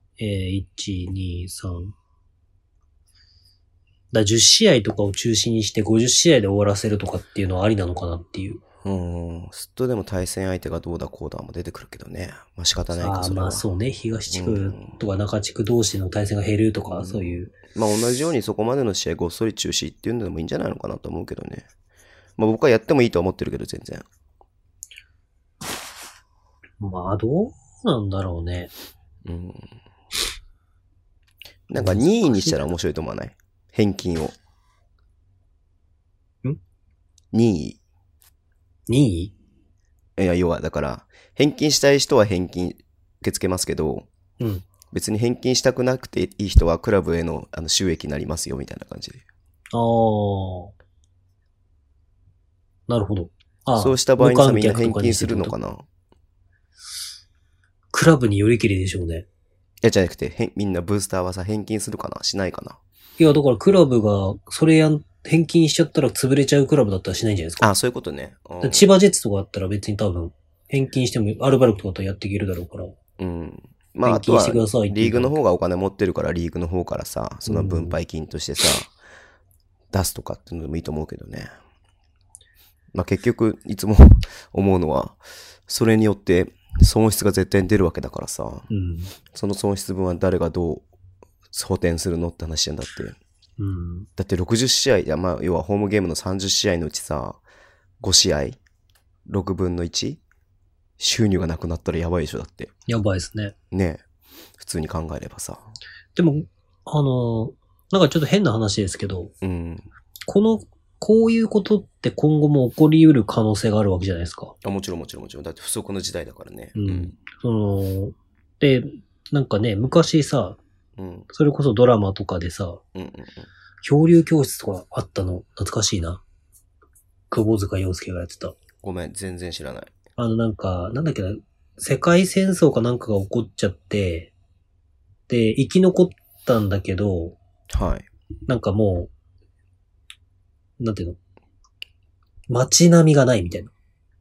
Speaker 2: ？1、2、3。10試合とかを中止にして50試合で終わらせるとかっていうのはありなのかなっていう。
Speaker 1: すっとでも対戦相手がどうだこうだも出てくるけどね。仕方ないか、それは。
Speaker 2: そうね。東地区とか中地区同士の対戦が減るとか、そういう。
Speaker 1: 同じようにそこまでの試合ごっそり中止っていうのでもいいんじゃないのかなと思うけどね。僕はやってもいいと思ってるけど、全然。
Speaker 2: どうなんだろうね。
Speaker 1: なんか2位にしたら面白いと思わない？返金を。2位。
Speaker 2: 2位？
Speaker 1: いや、要は、だから、返金したい人は返金受け付けますけど、別に返金したくなくていい人はクラブへの収益になりますよ、みたいな感じで。
Speaker 2: なるほど。
Speaker 1: そうした場合にさ、みんな返金するのかな？
Speaker 2: クラブによりきりでしょうね。
Speaker 1: じゃなくて、みんなブースターはさ、返金するかな？しないかな？
Speaker 2: いや、だからクラブが、返金しちゃったら潰れちゃうクラブだったらしないんじゃないですか。
Speaker 1: そういうことね。
Speaker 2: 千葉ジェッツとかだったら別に多分、返金しても、アルバルクとかだったらやっていけるだろうから。
Speaker 1: あとは、リーグの方がお金持ってるから、リーグの方からさ、その分配金としてさ、出すとかっていうのでもいいと思うけどね。結局、いつも思うのは、それによって損失が絶対に出るわけだからさ、その損失分は誰がどう補填するのって話なんだって。だって60試合、要はホームゲームの30試合のうちさ、5試合 ?6 分の 1? 収入がなくなったらやばいでしょ、だって。
Speaker 2: やばいですね。
Speaker 1: ねえ。普通に考えればさ。
Speaker 2: でも、なんかちょっと変な話ですけど、こういうことって今後も起こり得る可能性があるわけじゃないですか。
Speaker 1: もちろん。だって不測の時代だからね。
Speaker 2: で、なんかね、昔さ、それこそドラマとかでさ、漂流教室とかあったの懐かしいな。久保塚洋介がやってた。
Speaker 1: ごめん、全然知らない。
Speaker 2: なんだっけな、世界戦争かなんかが起こっちゃって、で、生き残ったんだけど、なんかもう、なんていうの？街並みがないみたいな。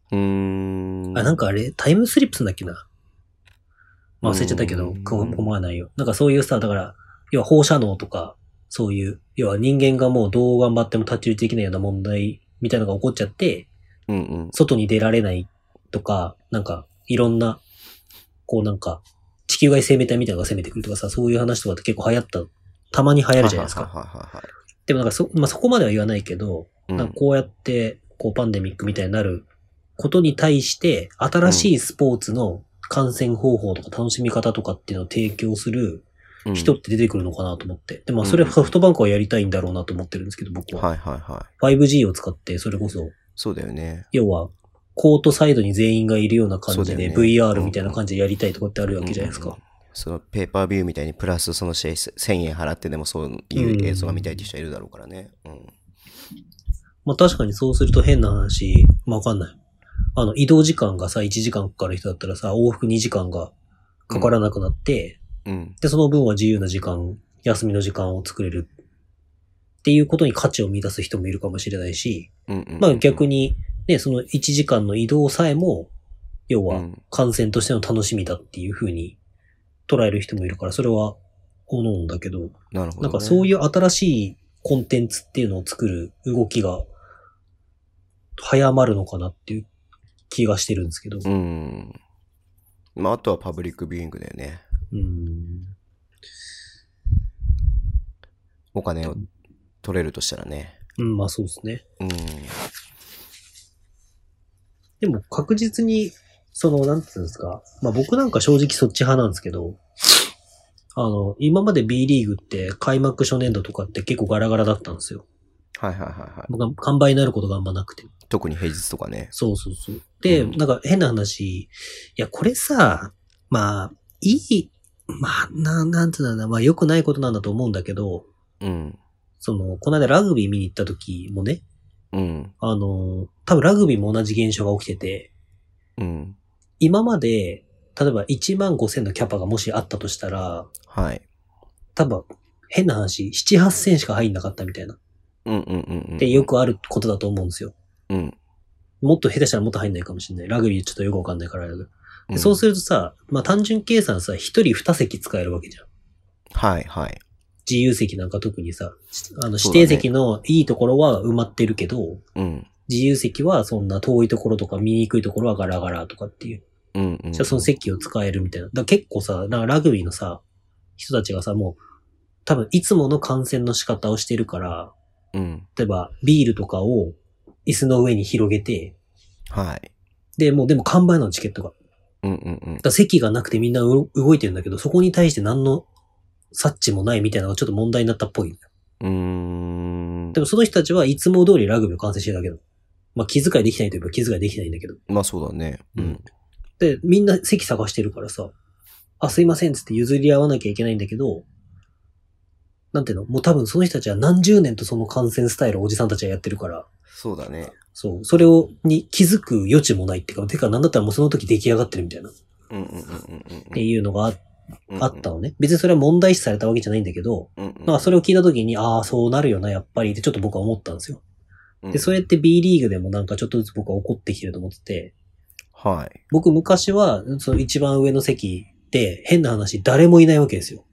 Speaker 2: なんかあれ、タイムスリップすんだっけな。まあ忘れちゃったけど、思わないよ。なんかそういうさ、だから、要は放射能とか、そういう、要は人間がもうどう頑張っても太刀打ちできないような問題みたいなのが起こっちゃって、外に出られないとか、なんか、いろんな、こうなんか、地球外生命体みたいなのが攻めてくるとかさ、そういう話とかって結構流行った、たまに流行るじゃないですか。でもなんかそこまでは言わないけど、なんかこうやって、こうパンデミックみたいになることに対して、新しいスポーツの観戦方法とか楽しみ方とかっていうのを提供する人って出てくるのかなと思って。でもそれソフトバンクはやりたいんだろうなと思ってるんですけど、僕は。5G を使ってそれこそ。
Speaker 1: そうだよね。
Speaker 2: 要は、コートサイドに全員がいるような感じで、VR みたいな感じでやりたいとかってあるわけじゃないですか。
Speaker 1: そのペーパービューみたいにプラスその試合1000円払ってでもそういう映像が見たいって人いるだろうからね。
Speaker 2: まあ確かにそうすると変な話、まあわかんない。移動時間がさ、1時間かかる人だったらさ、往復2時間がかからなくなって、で、その分は自由な時間、休みの時間を作れるっていうことに価値を見出す人もいるかもしれないし、まあ逆に、ね、その1時間の移動さえも、要は観戦としての楽しみだっていう風に捉える人もいるから、それは各々だけど、なんかそういう新しいコンテンツっていうのを作る動きが早まるのかなっていう気がしてるんですけど。
Speaker 1: まあ、あとはパブリックビューイングだよね。お金を取れるとしたらね。
Speaker 2: まあそうですね。でも確実に、なんていうんですか。まあ僕なんか正直そっち派なんですけど、今まで B リーグって開幕初年度とかって結構ガラガラだったんですよ。僕は完売になることがあんまなくて。
Speaker 1: 特に平日とかね。
Speaker 2: そう。で、なんか変な話、いや、これさ、まあ、いい、まあ、なんていうんだろうな、まあ良くないことなんだと思うんだけど、この間ラグビー見に行った時もね、多分ラグビーも同じ現象が起きてて、今まで、例えば15,000のキャパがもしあったとしたら、多分、変な話、7、8,000しか入んなかったみたいな。ってよくあることだと思うんですよ。もっと下手したらもっと入んないかもしれない。ラグビーちょっとよくわかんないからでそうするとさ、まあ単純計算さ、1人2席使えるわけじゃん。自由席なんか特にさ、指定席のいいところは埋まってるけど、自由席はそんな遠いところとか見にくいところはガラガラとかっていう。じゃあその席を使えるみたいな。だから結構さ、ラグビーのさ、人たちがさ、もう、多分いつもの観戦の仕方をしてるから、例えばビールとかを椅子の上に広げて、で、もうでも完売なのチケットが。だ席がなくてみんな動いてるんだけど、そこに対して何の察知もないみたいなのがちょっと問題になったっぽい。でもその人たちはいつも通りラグビーを観戦してるだけだ。まあ気遣いできないといえば気遣いできないんだけど。
Speaker 1: まあそうだね。
Speaker 2: で、みんな席探してるからさ、すいませんつって譲り合わなきゃいけないんだけど、なんていうのもう多分その人たちは何十年とその観戦スタイルをおじさんたちはやってるから。
Speaker 1: そうだね。
Speaker 2: そう。それに気づく余地もないっていうか、てかなんだったらもうその時出来上がってるみたいな。っていうのがあったのね。別にそれは問題視されたわけじゃないんだけど、まあそれを聞いた時に、そうなるよな、やっぱりってちょっと僕は思ったんですよ。で、それって B リーグでもなんかちょっとずつ僕は起こってきてると思ってて、僕昔は、その一番上の席で変な話、誰もいないわけですよ。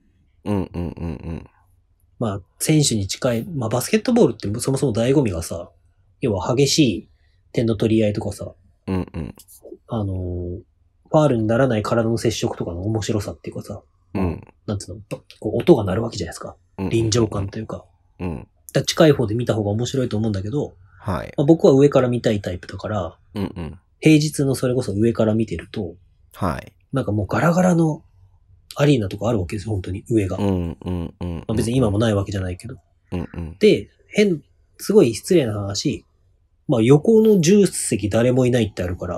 Speaker 2: まあ、選手に近い、まあバスケットボールってそもそも醍醐味がさ、要は激しい点の取り合いとかさ、ファールにならない体の接触とかの面白さっていうかさ、なんつうの、こう音が鳴るわけじゃないですか。臨場感というか。だ近い方で見た方が面白いと思うんだけど、まあ、僕は上から見たいタイプだから、平日のそれこそ上から見てると、なんかもうガラガラのアリーナとかあるわけですよ、本当に上が。まあ、別に今もないわけじゃないけど。で、すごい失礼な話、まあ横の10席誰もいないってあるから、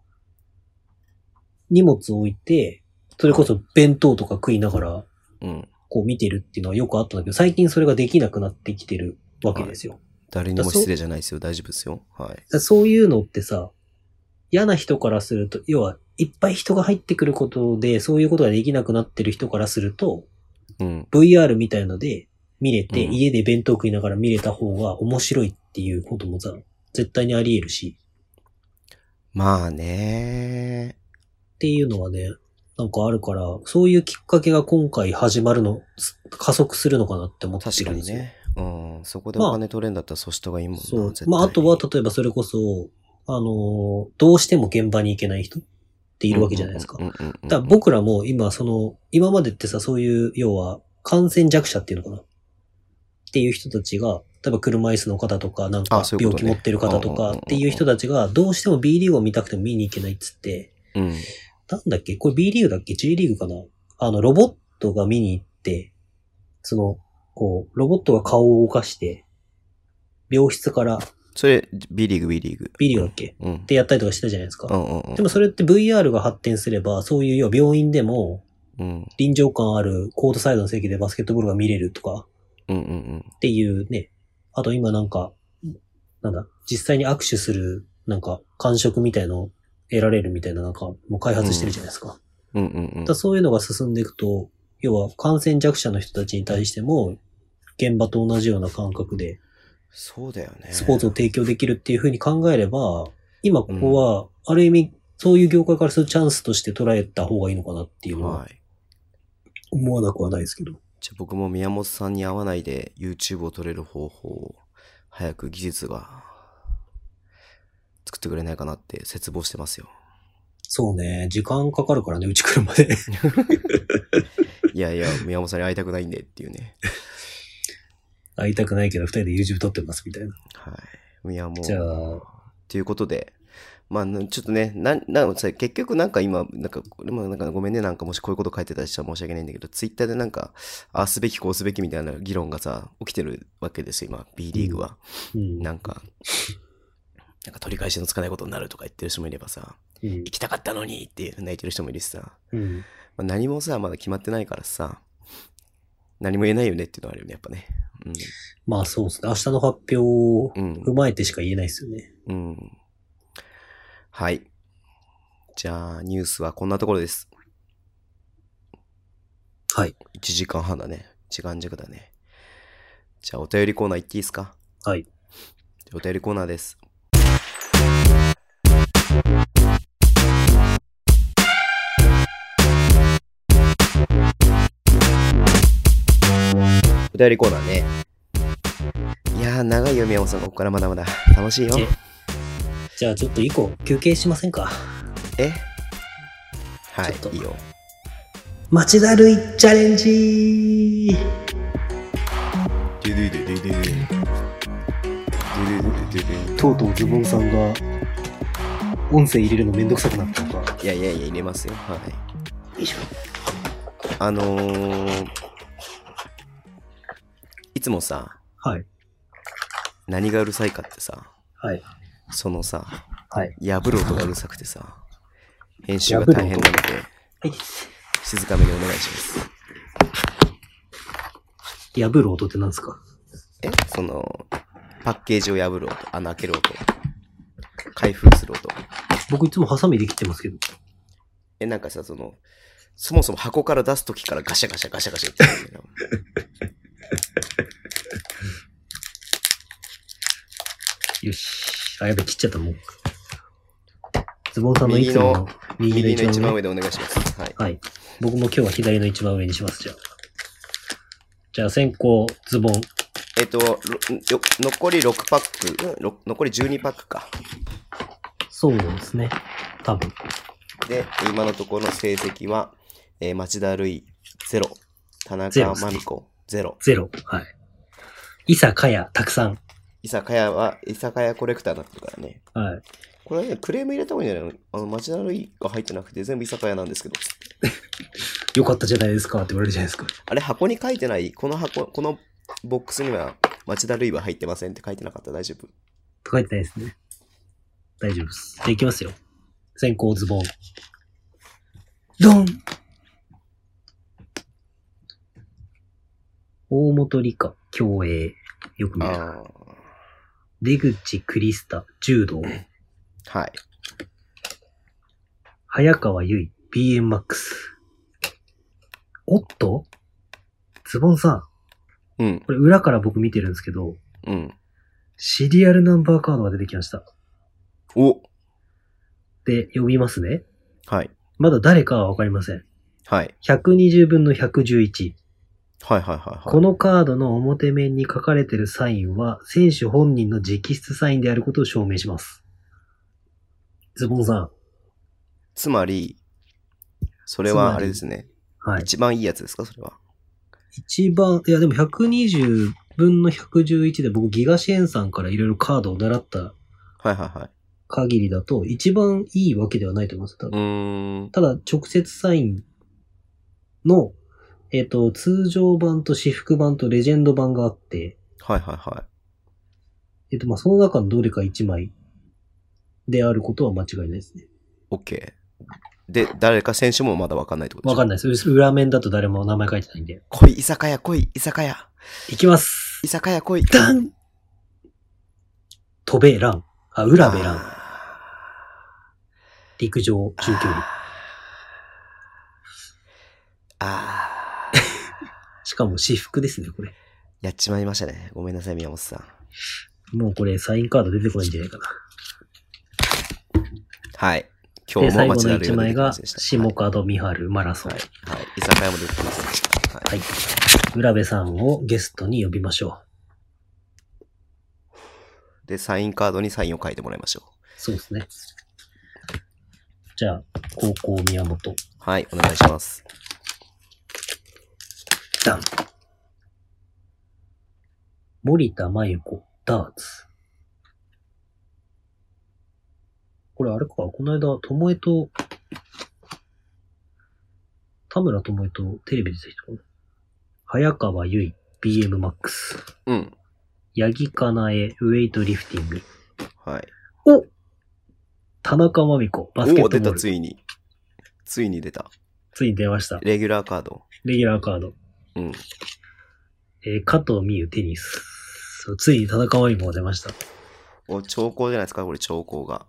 Speaker 2: 荷物置いて、それこそ弁当とか食いながら、こう見てるっていうのはよくあったんだけど、最近それができなくなってきてるわけですよ。
Speaker 1: 誰にも失礼じゃないですよ、大丈夫ですよ。
Speaker 2: そういうのってさ、嫌な人からすると、要はいっぱい人が入ってくることで、そういうことができなくなってる人からすると、VR みたいので見れて、家で弁当食いながら見れた方が面白いっていうこともさ、絶対にあり得るし。
Speaker 1: まあね。
Speaker 2: っていうのはね、なんかあるから、そういうきっかけが今回始まるの、加速するのかなって思ってるんですよ。
Speaker 1: 確かにね。うん。そこでお金取れんだったらそうした方がいいもんな、
Speaker 2: そう。
Speaker 1: 絶対。
Speaker 2: まあ、あとは、例えばそれこそ、どうしても現場に行けない人っているわけじゃないですか。だから僕らも今、今までってさ、そういう、要は、感染弱者っていうのかなっていう人たちが、例えば車椅子の方とか、なんか病気持ってる方とかっていう人たちが、どうしても B リーグを見たくても見に行けないっつって、
Speaker 1: うん。
Speaker 2: なんだっけこれ B リーグだっけ ?J リーグかなロボットが見に行って、ロボットが顔を動かして、病室から、
Speaker 1: それ、B リーグ。
Speaker 2: B リーグだっけ、
Speaker 1: うん、
Speaker 2: ってやったりとかしたじゃないですか。
Speaker 1: うん。
Speaker 2: でもそれって VR が発展すれば、そういう要は病院でも、臨場感あるコートサイドの席でバスケットボールが見れるとか、っていうね。あと今なんか、実際に握手する、なんか、感触みたいのを得られるみたいな、なんか、もう開発してるじゃないですか。だそういうのが進んでいくと、要は感染弱者の人たちに対しても、現場と同じような感覚で、
Speaker 1: そうだよね。
Speaker 2: スポーツを提供できるっていう風に考えれば、今ここは、ある意味、そういう業界からするチャンスとして捉えた方がいいのかなっていうのは、思わなくはないですけど。
Speaker 1: じゃあ僕も宮本さんに会わないで YouTube を撮れる方法を早く技術が作ってくれないかなって切望してますよ。
Speaker 2: そうね。時間かかるからね、うち来るまで。
Speaker 1: いや、宮本さんに会いたくないんでっていうね。
Speaker 2: 会いたくないけど二人で YouTube 撮ってますみたいな。
Speaker 1: はい。宮本。
Speaker 2: じゃあ。
Speaker 1: ということで、まあ、ちょっとね、結局なんか今、なんかごめんね、なんかもしこういうこと書いてたりしたら申し訳ないんだけど、ツイッターでなんか、ああすべきこうすべきみたいな議論がさ、起きてるわけですよ、今、B リーグは。なんか取り返しのつかないことになるとか言ってる人もいればさ、行きたかったのにって泣いてる人もいるしさ、何もさ、まだ決まってないからさ、何も言えないよねっていうのはあるよね、やっぱね。
Speaker 2: まあそうですね。明日の発表を踏まえてしか言えないですよね。
Speaker 1: はい。じゃあ、ニュースはこんなところです。
Speaker 2: はい。
Speaker 1: 1時間半だね。時間弱だね。じゃあ、お便りコーナー行っていいですか？
Speaker 2: はい。
Speaker 1: お便りコーナーです。お便りコーナーね。いやー、長いよ、宮本さん。ここからまだまだ。楽しいよ。
Speaker 2: じゃあ、ちょっと一個休憩しませんか？
Speaker 1: はい、いいよ。
Speaker 2: 町田るいチャレンジとうとうズボンさんが音声入れるのめんどくさくなったのか。
Speaker 1: いや、入れますよ。はい。
Speaker 2: よいしょ。
Speaker 1: いつもさ、
Speaker 2: はい。
Speaker 1: 何がうるさいかってさ、
Speaker 2: はい。
Speaker 1: そのさ、
Speaker 2: はい。
Speaker 1: 破る音がうるさくてさ、編集が大変なので、
Speaker 2: はい。
Speaker 1: 静かめにお願いします。
Speaker 2: 破る音って何ですか？
Speaker 1: パッケージを破る音、穴開ける音、開封する音。
Speaker 2: 僕いつもハサミで切ってますけど。
Speaker 1: なんかさ、そもそも箱から出すときからガシャガシャガシャガシャ言ってるんだよ。
Speaker 2: よし。あ、やべ、切っちゃったもん。ズボンさんのいつもの
Speaker 1: 右の一番上でお願いします。はい。
Speaker 2: はい。僕も今日は左の一番上にします、じゃあ。じゃあ先行、ズボン。
Speaker 1: 残り6パック、残り12パックか。
Speaker 2: そうですね。多分。
Speaker 1: で、今のところの成績は、町田るい0、田中真美子0。
Speaker 2: 0。はい。伊佐かやたくさん。
Speaker 1: 伊佐かやコレクターになってるからね。
Speaker 2: はい。
Speaker 1: これね、クレーム入れた方がいいんじゃないの？町田るいが入ってなくて全部伊佐かやなんですけど。
Speaker 2: よかったじゃないですかって言われるじゃないですか。
Speaker 1: あれ、箱に書いてない？このボックスには町田るいは入ってませんって書いてなかった？大丈夫？
Speaker 2: 書いてないですね。大丈夫です。じゃあ行きますよ。先行ズボン。ドン！大本理香、競泳。よく見る。出口クリスタ、柔道。
Speaker 1: はい。
Speaker 2: 早川由衣、BMX。おっと？ズボンさん。これ裏から僕見てるんですけど。シリアルナンバーカードが出てきました。
Speaker 1: お！
Speaker 2: で呼びますね。
Speaker 1: はい。
Speaker 2: まだ誰かはわかりません。
Speaker 1: はい。
Speaker 2: 120分の111。
Speaker 1: はいはいはい、はい。
Speaker 2: このカードの表面に書かれているサインは、選手本人の直筆サインであることを証明します。ズボンさん。
Speaker 1: つまり、それはあれですね。はい。一番いいやつですかそれは。
Speaker 2: 一番、いやでも120分の111で僕ギガシエンさんからいろいろカードを習った。はい
Speaker 1: はいはい。
Speaker 2: 限りだと一番いいわけではないと思います。ただ直接サインの、通常版と私服版とレジェンド版があって。
Speaker 1: はいはいはい。
Speaker 2: まあその中のどれか1枚であることは間違いないですね。
Speaker 1: OK。で、誰か選手もまだ分かんないってことですか？
Speaker 2: 分かんないです。裏面だと誰も名前書いてないんで。
Speaker 1: 来い、居酒屋、来い、居酒屋。
Speaker 2: 行きます。
Speaker 1: 居酒屋来い。
Speaker 2: ダントベラン。浦部ラン。陸上中距離。しかも私服ですね、これ。
Speaker 1: やっちまいましたね。ごめんなさい、宮本さ
Speaker 2: ん。もうこれサインカード出てこないんじゃないかな。
Speaker 1: はい。今日も
Speaker 2: 街だるよで出てきました。最後の1枚が下門美春マラソン。
Speaker 1: はい。はい。居酒屋も出てきました。
Speaker 2: はい。浦部さんをゲストに呼びましょ
Speaker 1: う。で、サインカードにサインを書いてもらいましょう。
Speaker 2: そうですね。じゃあ、高校宮本。
Speaker 1: はい、お願いします。
Speaker 2: ダン。森田真由子、ダーツ。これあれか、この間、ともえと、田村ともえとテレビで出てきたかな。早川由衣、BM マックス。
Speaker 1: うん。
Speaker 2: 八木かなえ、ウェイトリフティング。
Speaker 1: はい。
Speaker 2: お田中真美子、バスケットボール。
Speaker 1: 出た、ついに。ついに出た。
Speaker 2: ついに出ました。
Speaker 1: レギュラーカード。
Speaker 2: レギュラーカード。
Speaker 1: うん。
Speaker 2: 加藤美優テニス。ついに田中真美子が出ました。
Speaker 1: 兆候じゃないですか、これ兆候が。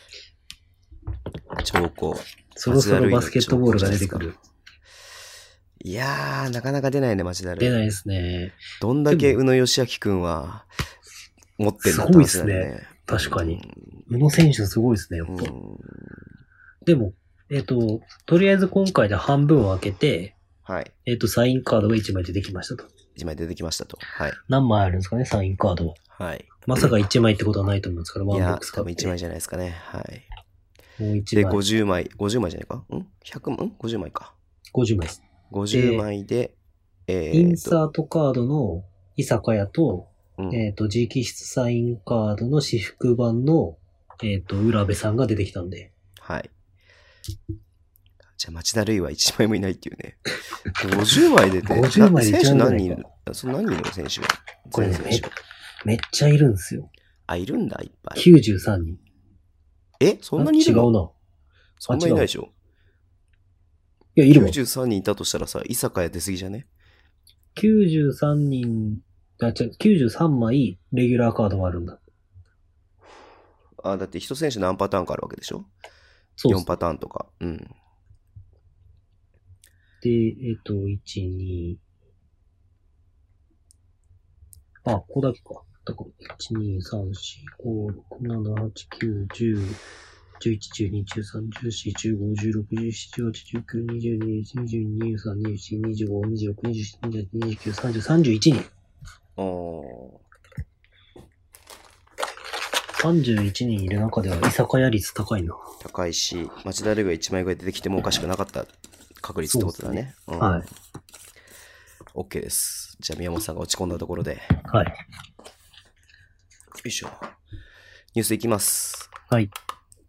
Speaker 1: 兆候。
Speaker 2: そろそろバスケットボールが出てくる。
Speaker 1: いやー、なかなか出ないね、マジで。
Speaker 2: 出ないですね。
Speaker 1: どんだけ宇野義明くんは持ってんだ
Speaker 2: って話だね。すごいですね。確かに。宇野選手すごいですね、やっぱ。でも、とりあえず今回で半分を開けて、
Speaker 1: はい。
Speaker 2: サインカードが1枚出てきましたと。
Speaker 1: 1枚出てきましたと。はい。
Speaker 2: 何枚あるんですかね、サインカードは。
Speaker 1: はい。
Speaker 2: まさか1枚ってことはないと思うんですから、ワンボックス
Speaker 1: 買って。いや、多分1枚じゃないですかね。はい。
Speaker 2: もう1
Speaker 1: 枚。で、50枚じゃないか?100 枚か。
Speaker 2: 50枚です。
Speaker 1: 50枚で、
Speaker 2: インサートカードの居酒屋と、直筆サインカードの私服版の、浦部さんが出てきたんで。
Speaker 1: はい。じゃあ、町田瑠唯は1枚もいないっていうね。50枚出て。
Speaker 2: 50枚で
Speaker 1: 選手何人いる選手は。
Speaker 2: これね、めっちゃいるんですよ。
Speaker 1: いるんだ、いっぱい。
Speaker 2: 93人。
Speaker 1: そんなにいるの？
Speaker 2: 違うな。
Speaker 1: そんなにいないでしょ。
Speaker 2: いや、いるわ。
Speaker 1: 93人いたとしたらさ、居酒屋出過ぎじゃね？
Speaker 2: 93人、93枚レギュラーカードがあるんだ。
Speaker 1: だって一選手何パターンかあるわけでしょ？
Speaker 2: そう。
Speaker 1: 4パターンとか。うん。
Speaker 2: で、1、2、ここだけか。だから、1、2、3、4、5、6、7、8、9、10、11、12、13、14、15、16、17、18、19、20、21、22、23、24、25、26、27、28、29、30、31人。31人いる中では居酒屋率高いな。
Speaker 1: 高いし、町田瑠唯が1枚ぐらい出てきてもおかしくなかった確率ってことだね。
Speaker 2: はい。
Speaker 1: OK です。じゃあ宮本さんが落ち込んだところで。
Speaker 2: はい。
Speaker 1: よいしょ。ニュースいきます。
Speaker 2: はい。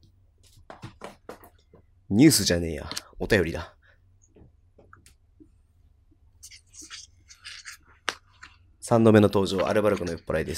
Speaker 1: ニュースじゃねえや。お便りだ。3度目の登場、アルバルクの酔っ払いです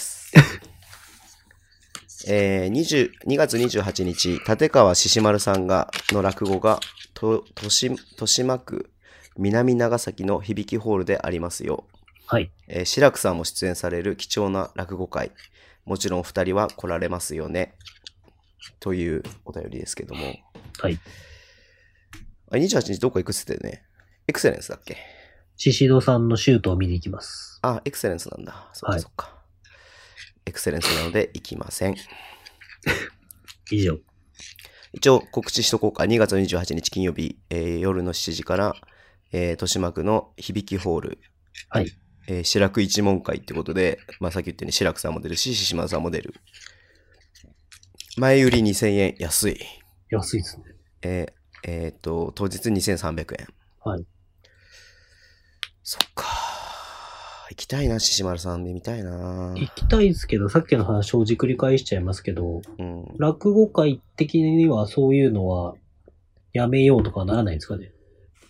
Speaker 1: 。2月28日、立川獅子丸さんの落語が、豊島区南長崎の響ホールでありますよ。
Speaker 2: はい。
Speaker 1: 志らくさんも出演される貴重な落語会。もちろんお二人は来られますよね。というお便りですけども。
Speaker 2: はい。
Speaker 1: 28日どこか行くっつってね。エクセレンスだっけ？
Speaker 2: シシドさんのシュートを見に行きます。
Speaker 1: エクセレンスなんだ。そっかそっか。エクセレンスなので行きません。
Speaker 2: 以上。
Speaker 1: 一応告知しとこうか。2月28日金曜日、夜の7時から、豊島区の響ホール。
Speaker 2: はい。
Speaker 1: 白く一門会ってことで、まあさっき言ったように白くさんも出るし、獅子丸さんも出る。前売り2000円、安い。
Speaker 2: 安いですね。
Speaker 1: 当日2300円。
Speaker 2: はい。
Speaker 1: そっか。行きたいな、獅子丸さんで見たいな。
Speaker 2: 行きたいですけど、さっきの話を繰り返しちゃいますけど、
Speaker 1: うん、
Speaker 2: 落語会的にはそういうのはやめようとかならないんですかね。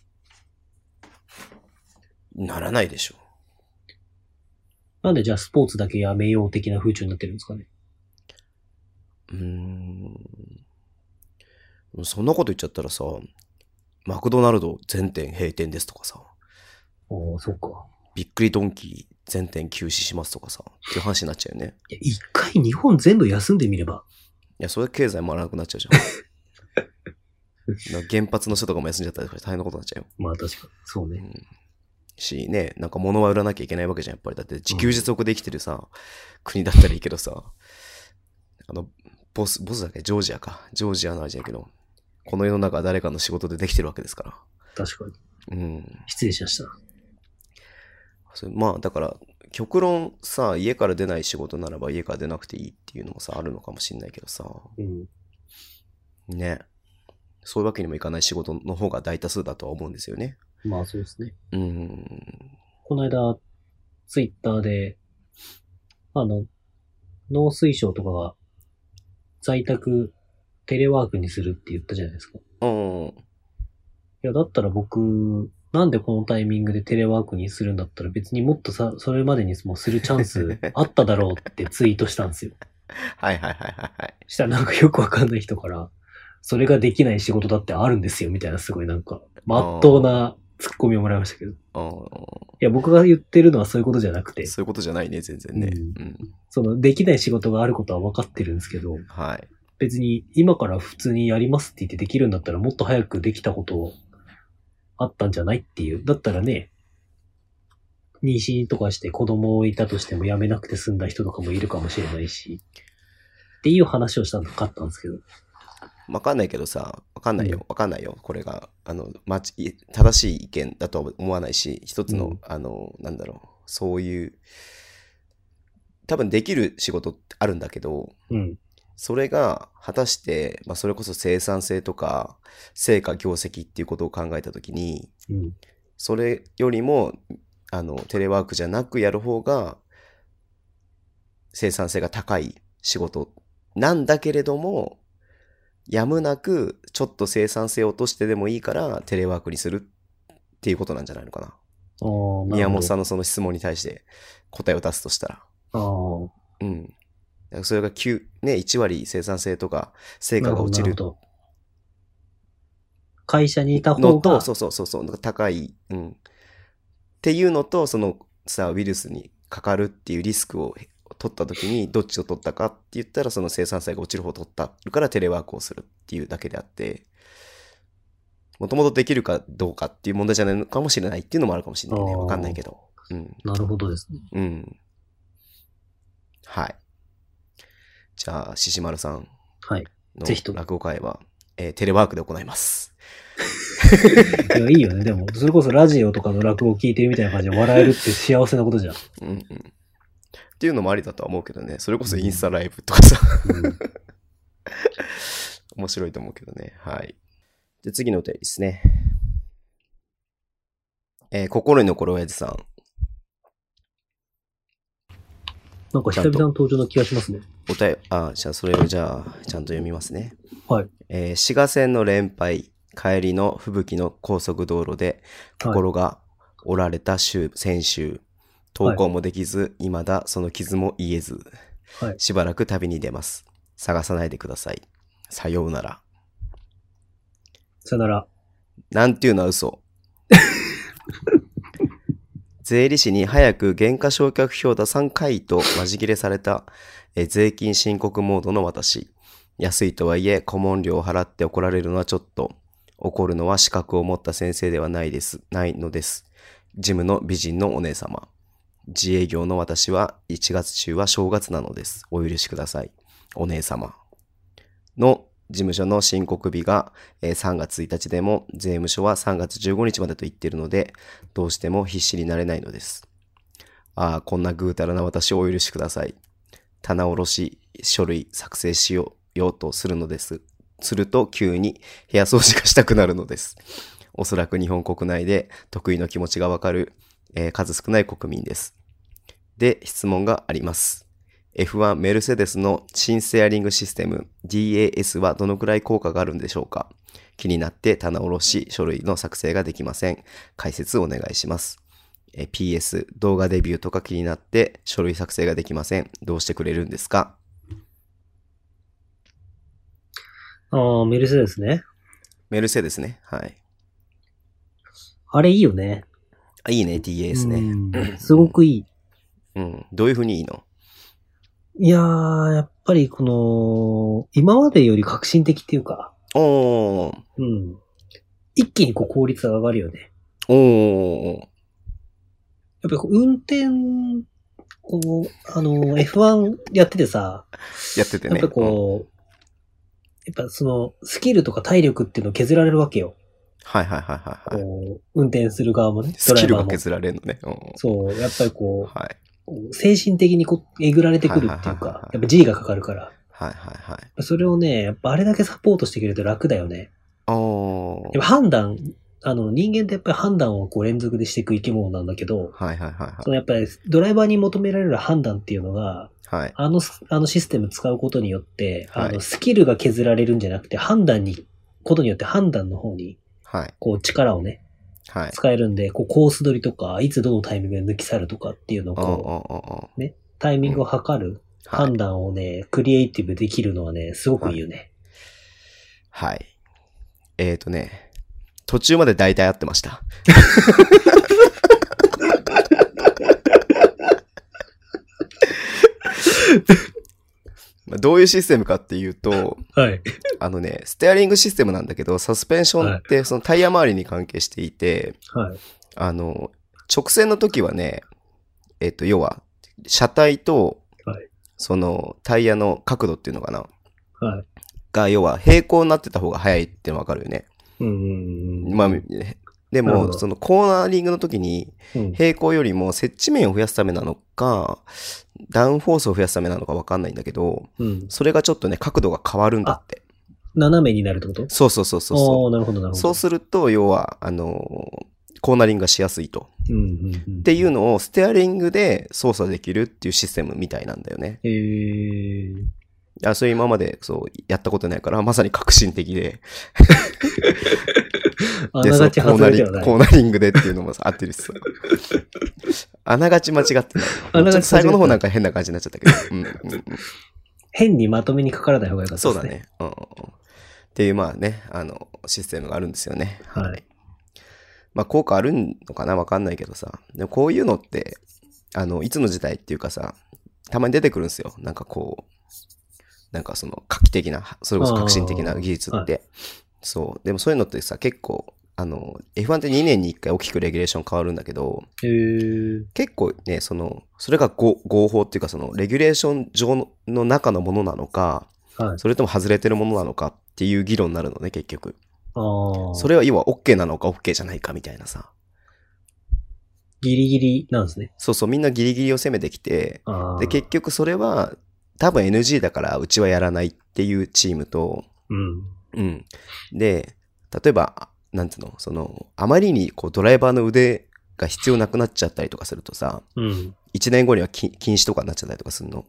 Speaker 1: ならないでしょ。
Speaker 2: なんでじゃあスポーツだけやめよう的な風潮になってるんですかね。
Speaker 1: そんなこと言っちゃったらさ、マクドナルド全店閉店ですとかさ。
Speaker 2: そっか。
Speaker 1: びっくりドンキー全店休止しますとかさ。っていう話になっちゃうよね。
Speaker 2: いや、一回日本全部休んでみれば。
Speaker 1: いや、それ経済回らなくなっちゃうじゃん。原発の人とかも休んじゃったりとか大変なことになっちゃうよ。
Speaker 2: まあ確かに。そうね。
Speaker 1: しね、なんか物は売らなきゃいけないわけじゃん、やっぱり。だって自給自足できてるさ、国だったらいいけどさ、ボスだっけジョージアか。ジョージアの味やけど、この世の中は誰かの仕事でできてるわけですから。
Speaker 2: 確かに。
Speaker 1: うん。
Speaker 2: 失礼しました。
Speaker 1: まあ、だから、極論さ、家から出ない仕事ならば家から出なくていいっていうのもさ、あるのかもしんないけどさ。
Speaker 2: うん。
Speaker 1: ね。そういうわけにもいかない仕事の方が大多数だとは思うんですよね。
Speaker 2: まあそうですね。この間、ツイッターで、農水省とかが在宅テレワークにするって言ったじゃないですか。いや、だったら僕、なんでこのタイミングでテレワークにするんだったら別にもっとさ、それまでにもするチャンスあっただろうってツイートしたんですよ。
Speaker 1: はいはいはいはいはい。
Speaker 2: したらなんかよくわかんない人から、それができない仕事だってあるんですよみたいなすごいなんか、まっとうなツッコミをもらいましたけど。いや、僕が言ってるのはそういうことじゃなくて。
Speaker 1: そういうことじゃないね、全然ね。
Speaker 2: その、できない仕事があることは分かってるんですけど、
Speaker 1: はい。
Speaker 2: 別に今から普通にやりますって言ってできるんだったらもっと早くできたことあったんじゃないっていう。だったらね、妊娠とかして子供をいたとしても辞めなくて済んだ人とかもいるかもしれないし、っていう話をしたのかったんですけど。
Speaker 1: わかんないけどさ、わかんないよ。これが、正しい意見だとは思わないし、一つの、なんだろう、そういう、多分できる仕事ってあるんだけど、それが果たして、それこそ生産性とか、成果業績っていうことを考えたときに、それよりも、テレワークじゃなくやる方が、生産性が高い仕事なんだけれども、やむなくちょっと生産性を落としてでもいいからテレワークにするっていうことなんじゃないのかな。宮本さんのその質問に対して答えを出すとしたら。それが1割生産性とか成果が落ちる。
Speaker 2: 会社にいた方が。
Speaker 1: そう、高い。っていうのと、そのさ、ウイルスにかかるっていうリスクを取った時にどっちを取ったかって言ったらその生産性が落ちる方を取ったからテレワークをするっていうだけであって、もともとできるかどうかっていう問題じゃないのかもしれないっていうのもあるかもしれないね。わかんないけど。
Speaker 2: なるほどですね。
Speaker 1: はい。じゃあ、獅子丸さんの落語会は、テレワークで行います。
Speaker 2: いや、いいよね。でも、それこそラジオとかの落語を聞いてるみたいな感じで笑えるって幸せなことじゃん。
Speaker 1: っていうのもありだとは思うけどね。それこそインスタライブとかさ。面白いと思うけどね。はい。で、次のお便りですね。心に残る親父さん。
Speaker 2: なんか久々の登場の気がしますね。
Speaker 1: じゃあそれをちゃんと読みますね。
Speaker 2: はい。
Speaker 1: 滋賀線の連敗、帰りの吹雪の高速道路で心が折られた先週、投稿もできず、未だその傷も癒えず、しばらく旅に出ます。探さないでください。さようなら。
Speaker 2: さよなら。
Speaker 1: なんていうのは嘘。税理士に早く減価償却票出さんかいとまじ切れされた税金申告モードの私。安いとはいえ顧問料を払って怒られるのはちょっと。怒るのは資格を持った先生ではないのです。事務の美人のお姉様。自営業の私は1月中は正月なのです。お許しください。お姉様。の事務所の申告日が3月1日でも税務署は3月15日までと言っているので、どうしても必死になれないのです。こんなぐうたらな私をお許しください。棚卸し書類作成しようとするのです。すると急に部屋掃除がしたくなるのです。おそらく日本国内で得意の気持ちがわかる、数少ない国民です。で、質問があります。F1 メルセデスの新セアリングシステム DAS はどのくらい効果があるんでしょうか？気になって棚卸し書類の作成ができません。解説お願いします。PS 動画デビューとか気になって書類作成ができません。どうしてくれるんですか？
Speaker 2: メルセデスね。
Speaker 1: メルセデスね。はい。
Speaker 2: あれいいよね。
Speaker 1: いいね、DAS ね。
Speaker 2: すごくいい。
Speaker 1: どういう風にいいの？
Speaker 2: いやー、やっぱり今までより革新的っていうか。一気に効率が上がるよね。やっぱり運転、F1 やっててさ。
Speaker 1: やっててね。
Speaker 2: やっぱやっぱスキルとか体力っていうのを削られるわけよ。
Speaker 1: はい。
Speaker 2: 運転する側もね。
Speaker 1: スキルが削られるのね。
Speaker 2: そう、やっぱり精神的にえぐられてくるっていうか、やっぱ G がかかるから。それをね、やっぱあれだけサポートしてくれると楽だよね。やっぱ判断、人間ってやっぱり判断を連続でしていく生き物なんだけど、やっぱりドライバーに求められる判断っていうのが、あのシステム使うことによって、スキルが削られるんじゃなくて、ことによって判断の方に、力をね、使えるんで、コース取りとか、いつどのタイミングで抜き去るとかっていうのをね、タイミングを測る判断をね、クリエイティブできるのはね、すごくいいよね。
Speaker 1: はい。途中まで大体合ってました。どういうシステムかっていうと、ステアリングシステムなんだけど、サスペンションってそのタイヤ周りに関係していて、直線の時はね、要は、車体と、そのタイヤの角度っていうのかな、が、要は平行になってた方が速いってのわかるよね。でも、そのコーナーリングの時に、平行よりも接地面を増やすためなのか、ダウンフォースを増やすためなのか分かんないんだけど、それがちょっとね、角度が変わるんだって。
Speaker 2: 斜めになるってこと？
Speaker 1: そう。
Speaker 2: なるほど。
Speaker 1: そうすると、要は、コーナリングがしやすいと。っていうのをステアリングで操作できるっていうシステムみたいなんだよね。それ今までやったことないから、まさに革新的で。
Speaker 2: あながち外れてはない。
Speaker 1: コーナリングでっていうのも合ってるしさ。あながち間違ってない。ちょっと最後の方なんか変な感じになっちゃったけど。
Speaker 2: 変にまとめにかからない方がよかったですね。
Speaker 1: そうだね。っていう、まあね、システムがあるんですよね。まあ、効果あるのかなわかんないけどさ。でもこういうのって、いつの時代っていうかさ、たまに出てくるんですよ。なんかその画期的な、それこそ革新的な技術って。そう。でもそういうのってさ、結構、F1 って2年に1回大きくレギュレーション変わるんだけど、結構ね、それが合法っていうか、そのレギュレーション上の中のものなのか、それとも外れてるものなのかっていう議論になるのね、結局。それは要は OK なのか OK じゃないかみたいなさ。
Speaker 2: ギリギリなんですね。
Speaker 1: そう、みんなギリギリを攻めてきて、で、結局それは多分 NG だからうちはやらないっていうチームと、で、例えば、なんていうの、あまりにドライバーの腕が必要なくなっちゃったりとかするとさ、1年後には禁止とかになっちゃったりとかするの。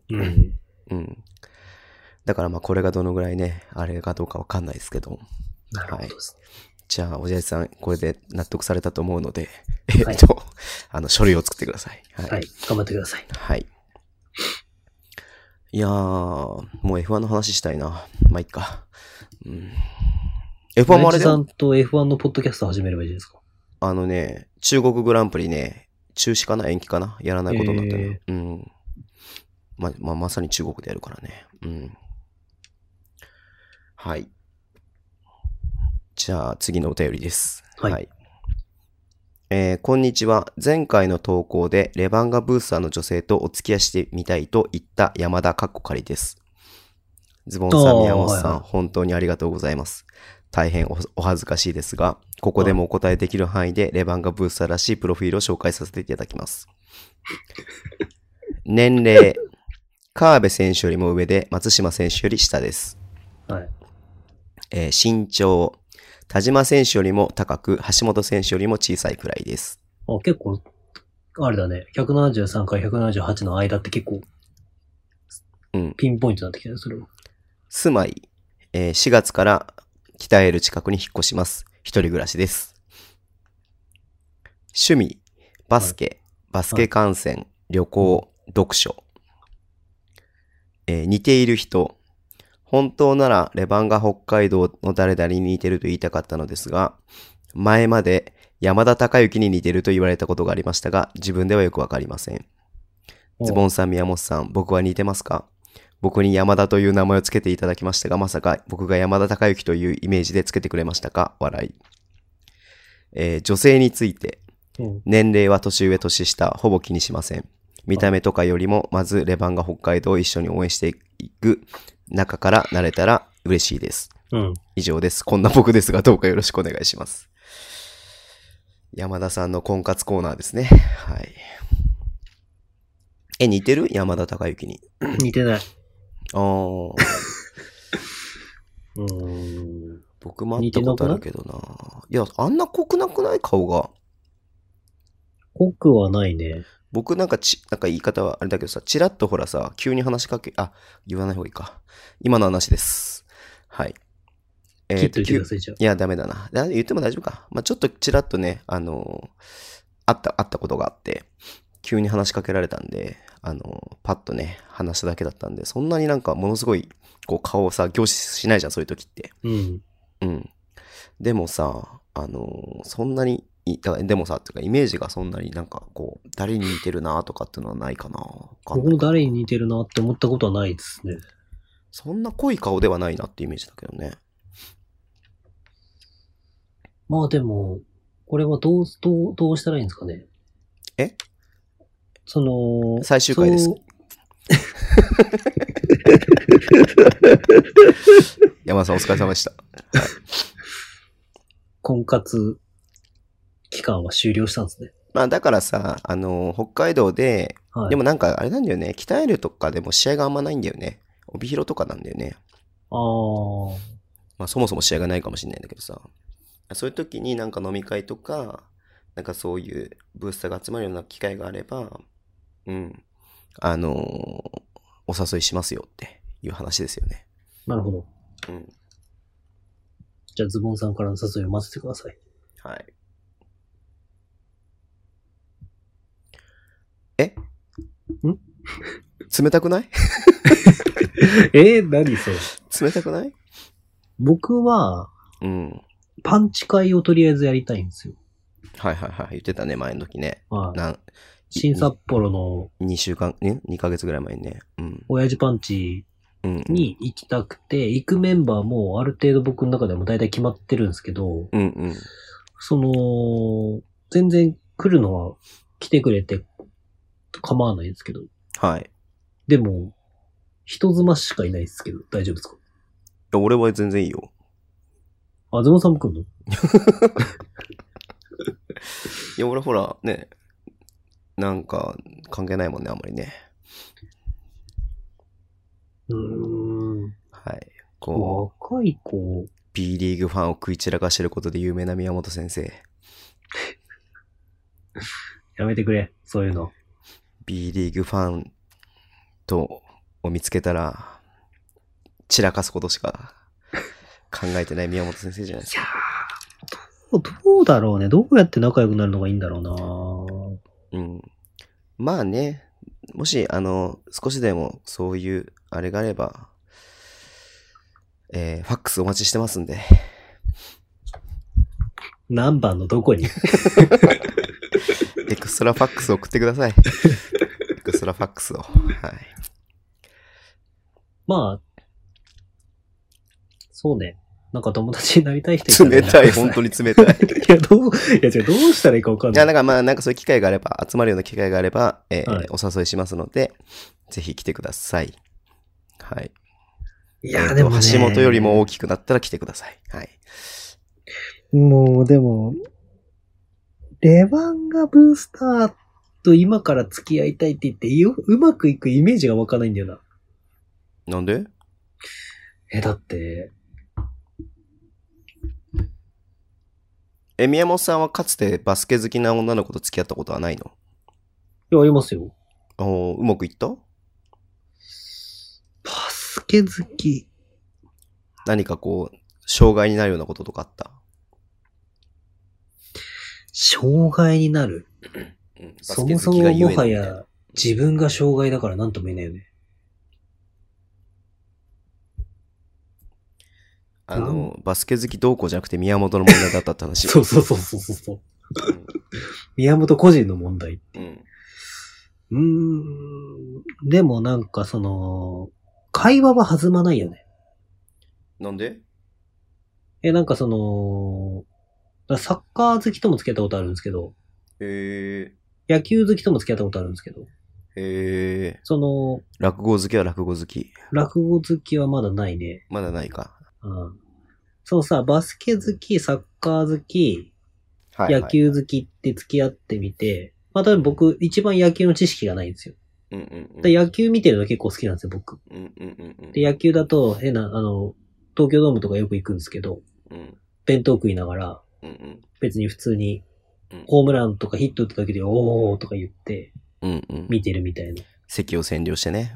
Speaker 1: だからまあこれがどのぐらいね、あれかどうかわかんないですけど。
Speaker 2: なるほどですね。
Speaker 1: じゃあ、おじゃじさん、これで納得されたと思うので、書類を作ってください。
Speaker 2: はい、頑張ってください。
Speaker 1: はい。いやー、もう F1 の話したいな。まあ、いっか。F1 もあれで。
Speaker 2: さんと F1 のポッドキャスト始めればいいじゃないですか。
Speaker 1: 中国グランプリね、中止かな延期かなやらないことになったの。まさに中国でやるからね。はい。じゃあ、次のお便りです。はい。こんにちは。前回の投稿でレバンガブースターの女性とお付き合いしてみたいと言った山田かっこかりです。 ズボンさん、宮本さん、本当にありがとうございます。大変お恥ずかしいですが、ここでもお答えできる範囲でレバンガブースターらしいプロフィールを紹介させていただきます。年齢、川辺選手よりも上で松島選手より下です。
Speaker 2: はい。
Speaker 1: 身長、田島選手よりも高く、橋本選手よりも小さいくらいです。
Speaker 2: あ、結構、あれだね。173から178の間って結構、ピンポイントになってきたね、それは。
Speaker 1: 住まい、4月から北エール近くに引っ越します。一人暮らしです。趣味、バスケ、バスケ観戦、旅行、読書。似ている人。本当ならレバンガ北海道の誰々に似てると言いたかったのですが、前まで山田孝之に似てると言われたことがありましたが、自分ではよくわかりません。ズボンさん、宮本さん、僕は似てますか？僕に山田という名前をつけていただきましたが、まさか僕が山田孝之というイメージでつけてくれましたか？笑い。女性について、年齢は年上年下、ほぼ気にしません。見た目とかよりも、まずレバンガ北海道を一緒に応援していく中からなれたら嬉しいです。以上です。こんな僕ですが、どうかよろしくお願いします。山田さんの婚活コーナーですね。はい。似てる？山田孝之に。
Speaker 2: 似てない。
Speaker 1: 僕も会ったことあるけどな。いや、あんな濃くなくない？顔が。
Speaker 2: 濃くはないね。
Speaker 1: 僕なんか言い方はあれだけどさ、チラッとほらさ、急に話しかけ、言わない方がいいか。今の話です。はい。
Speaker 2: 切っといてください、じゃあ。
Speaker 1: いや、ダメだな。言っても大丈夫か。まあ、ちょっとチラッとね、あったことがあって、急に話しかけられたんで、パッとね、話しただけだったんで、そんなになんかものすごい、こう顔をさ、凝視しないじゃん、そういう時って。でもさ、そんなに、でもさ、っていうかイメージがそんなになんかこう、誰に似てるなとかっていうのはないかな。
Speaker 2: 僕も誰に似てるなって思ったことはないですね。
Speaker 1: そんな濃い顔ではないなってイメージだけどね。
Speaker 2: まあでも、これはどうしたらいいんですかね。
Speaker 1: 最終回です。山田さんお疲れ様でした。
Speaker 2: 婚活期間は終了したんですね。
Speaker 1: まあだからさ、北海道で、でもなんかあれなんだよね、北エールとかでも試合があんまないんだよね。帯広とかなんだよね。まあそもそも試合がないかもしれないんだけどさ。そういう時になんか飲み会とか、なんかそういうブースターが集まるような機会があれば、お誘いしますよっていう話ですよね。
Speaker 2: なるほど。じゃあズボンさんからの誘いを待っててください。
Speaker 1: はい。冷たくない？
Speaker 2: 何それ。
Speaker 1: 冷たくない？
Speaker 2: 僕は、パンチ会をとりあえずやりたいんですよ。
Speaker 1: はい。言ってたね、前の時ね。
Speaker 2: 新札幌の
Speaker 1: 2週間、2ヶ月ぐらい前にね。
Speaker 2: 親父パンチに行きたくて、行くメンバーもある程度僕の中でも大体決まってるんですけど、全然来るのは来てくれて構わないんですけど。
Speaker 1: はい。
Speaker 2: でも、人妻しかいないですけど、大丈夫ですか？
Speaker 1: いや、俺は全然いいよ。
Speaker 2: ズボンさんも来んの？い
Speaker 1: や、俺ほら、ね、なんか、関係ないもんね、あんまりね。はい。
Speaker 2: 若い子。
Speaker 1: B リーグファンを食い散らかしてることで有名な宮本先生。
Speaker 2: やめてくれ、そういうの。
Speaker 1: B リーグファンを見つけたら、散らかすことしか考えてない宮本先生じゃないですか。
Speaker 2: どうだろうね。どうやって仲良くなるのがいいんだろ
Speaker 1: うな。まあね、もし、少しでもそういう、あれがあれば、ファックスお待ちしてますんで。
Speaker 2: 何番のどこに？
Speaker 1: エクストラファックス送ってください。エクストラファックスを。はい。
Speaker 2: まあ、そうね。なんか友達になりたい人いたら
Speaker 1: 冷たい、本当に冷たい。
Speaker 2: どうしたらいいか分かんない。
Speaker 1: いや、なんかまあ、なんかそういう機会があれば、集まるような機会があれば、お誘いしますので、ぜひ来てください。はい。
Speaker 2: いや、でもね。
Speaker 1: 橋本よりも大きくなったら来てください。はい。
Speaker 2: もう、でも、レバンガブースターと今から付き合いたいって言ってうまくいくイメージが湧かないんだよな。
Speaker 1: なんで？
Speaker 2: だって。
Speaker 1: 宮本さんはかつてバスケ好きな女の子と付き合ったことはないの？
Speaker 2: いや、ありますよ。
Speaker 1: うまくいった？バ
Speaker 2: スケ好き。
Speaker 1: 何かこう、障害になるようなこととかあった？
Speaker 2: 障害になる、そもそももはや自分が障害だから何とも言えないよね。
Speaker 1: バスケ好きどうこうじゃなくて宮本の問題だったって話。
Speaker 2: そう。宮本個人の問題。でもなんか会話は弾まないよね。
Speaker 1: なんで？
Speaker 2: なんかサッカー好きとも付き合ったことあるんですけど。野球好きとも付き合ったことあるんですけど。
Speaker 1: 落語好きは落語好き。
Speaker 2: 落語好きはまだないね。
Speaker 1: まだないか。
Speaker 2: バスケ好き、サッカー好き、野球好きって付き合ってみて、まあ多分僕一番野球の知識がないんですよ。で野球見てるの結構好きなんですよ、僕。で、野球だと東京ドームとかよく行くんですけど、弁当食いながら、別に普通にホームランとかヒット打った時でおーとか言って、見てるみたいな。
Speaker 1: 席を占領してね。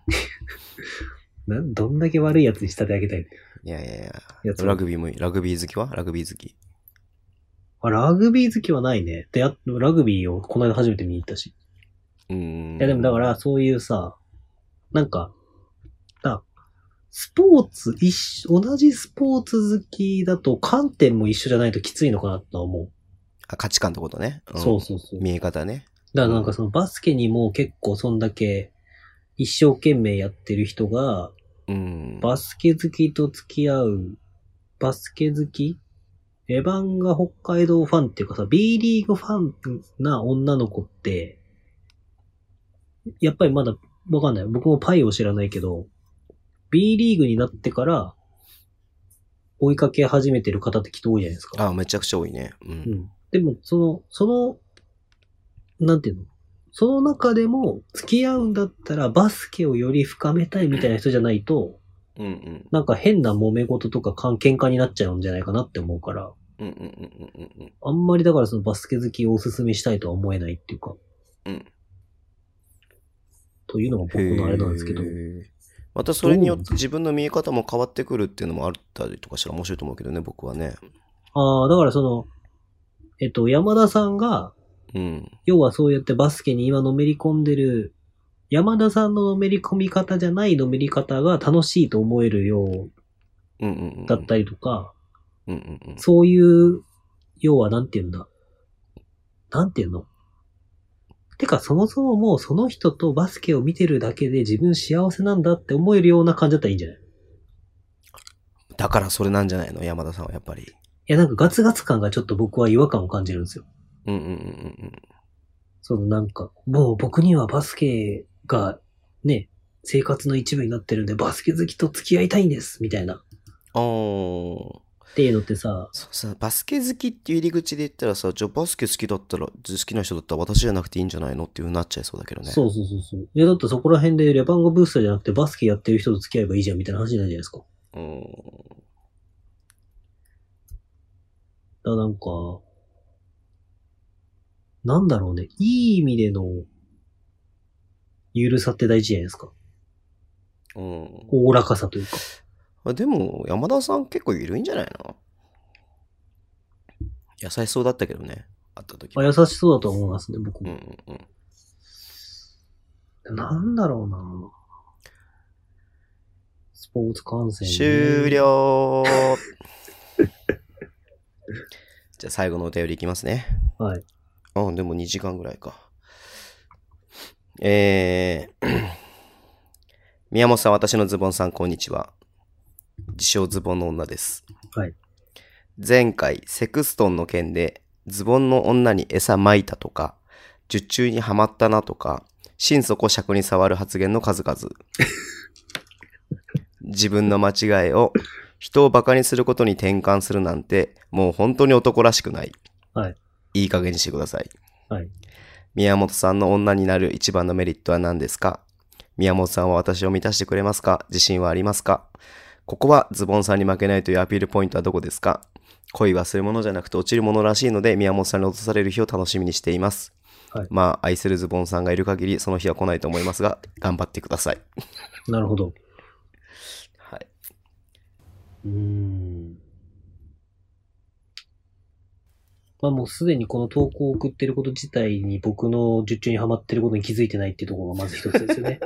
Speaker 2: どんだけ悪いやつに仕立て上げたい。
Speaker 1: いや。ラグビーもいい。ラグビー好きは？ラグビー好き。
Speaker 2: ラグビー好きはないね。で、ラグビーをこの間初めて見に行ったし。いやでもだからそういうさ、なんか、スポーツ同じスポーツ好きだと観点も一緒じゃないときついのかなと思う。
Speaker 1: 価値観ってことね。
Speaker 2: そう。
Speaker 1: 見え方ね。
Speaker 2: だからなんかバスケにも結構そんだけ一生懸命やってる人が、バスケ好きと付き合う、バスケ好き？レバンガ北海道ファンっていうかさ、B リーグファンな女の子って、やっぱりまだわかんない。僕もパイを知らないけど、B リーグになってから追いかけ始めてる方ってきっと多いじゃないですか。
Speaker 1: めちゃくちゃ多いね。
Speaker 2: でも、なんていうの？その中でも付き合うんだったらバスケをより深めたいみたいな人じゃないと、なんか変な揉め事とか喧嘩になっちゃうんじゃないかなって思うから、あんまりだからバスケ好きをおすすめしたいとは思えないっていうか、というのが僕のあれなんですけど。
Speaker 1: またそれによって自分の見え方も変わってくるっていうのもあったりとかしたら面白いと思うけどね、僕はね。
Speaker 2: だから山田さんが、要はそうやってバスケに今のめり込んでる、山田さんののめり込み方じゃないのめり方が楽しいと思えるようだったりとか、そういう、要はなんていうんだ。なんていうの？てかそもそももうその人とバスケを見てるだけで自分幸せなんだって思えるような感じだったらいいんじゃない？
Speaker 1: だからそれなんじゃないの？山田さんはやっぱり。い
Speaker 2: やなんかガツガツ感がちょっと僕は違和感を感じるんですよ。なんか、もう僕にはバスケがね、生活の一部になってるんでバスケ好きと付き合いたいんです、みたいな。っていうのってさ、
Speaker 1: バスケ好きっていう入り口で言ったらさ、じゃあバスケ好きな人だったら私じゃなくていいんじゃないのっていう風になっちゃいそうだけどね。
Speaker 2: そう。いやだってそこら辺でレバンガブースターじゃなくてバスケやってる人と付き合えばいいじゃんみたいな話になるじゃないですか。なんか、なんだろうね。いい意味での、ゆるさって大事じゃないですか。おおらかさというか。
Speaker 1: でも、山田さん結構緩いんじゃないの？優しそうだったけどね。会った時。
Speaker 2: 優しそうだと思いますね、僕も。なんだろうな。スポーツ観戦、ね。
Speaker 1: 終了じゃあ最後のお便りいきますね。
Speaker 2: はい。
Speaker 1: でも2時間ぐらいか。宮本さん、私のズボンさん、こんにちは。自称ズボンの女です。
Speaker 2: はい。
Speaker 1: 前回、セクストンの件で、ズボンの女に餌撒いたとか、術中にはまったなとか、心底尺に触る発言の数々。 自分の間違いを人をバカにすることに転換するなんて、もう本当に男らしくない。
Speaker 2: はい。
Speaker 1: いい加減にしてください。
Speaker 2: はい。
Speaker 1: 宮本さんの女になる一番のメリットは何ですか？宮本さんは私を満たしてくれますか？自信はありますか？ここはズボンさんに負けないというアピールポイントはどこですか？恋はするものじゃなくて落ちるものらしいので、宮本さんに落とされる日を楽しみにしています。はい、まあ、愛するズボンさんがいる限り、その日は来ないと思いますが、頑張ってください。
Speaker 2: なるほど。
Speaker 1: はい。
Speaker 2: まあもうすでにこの投稿を送ってること自体に僕の術中にはまってることに気づいてないっていうところがまず一つですよね。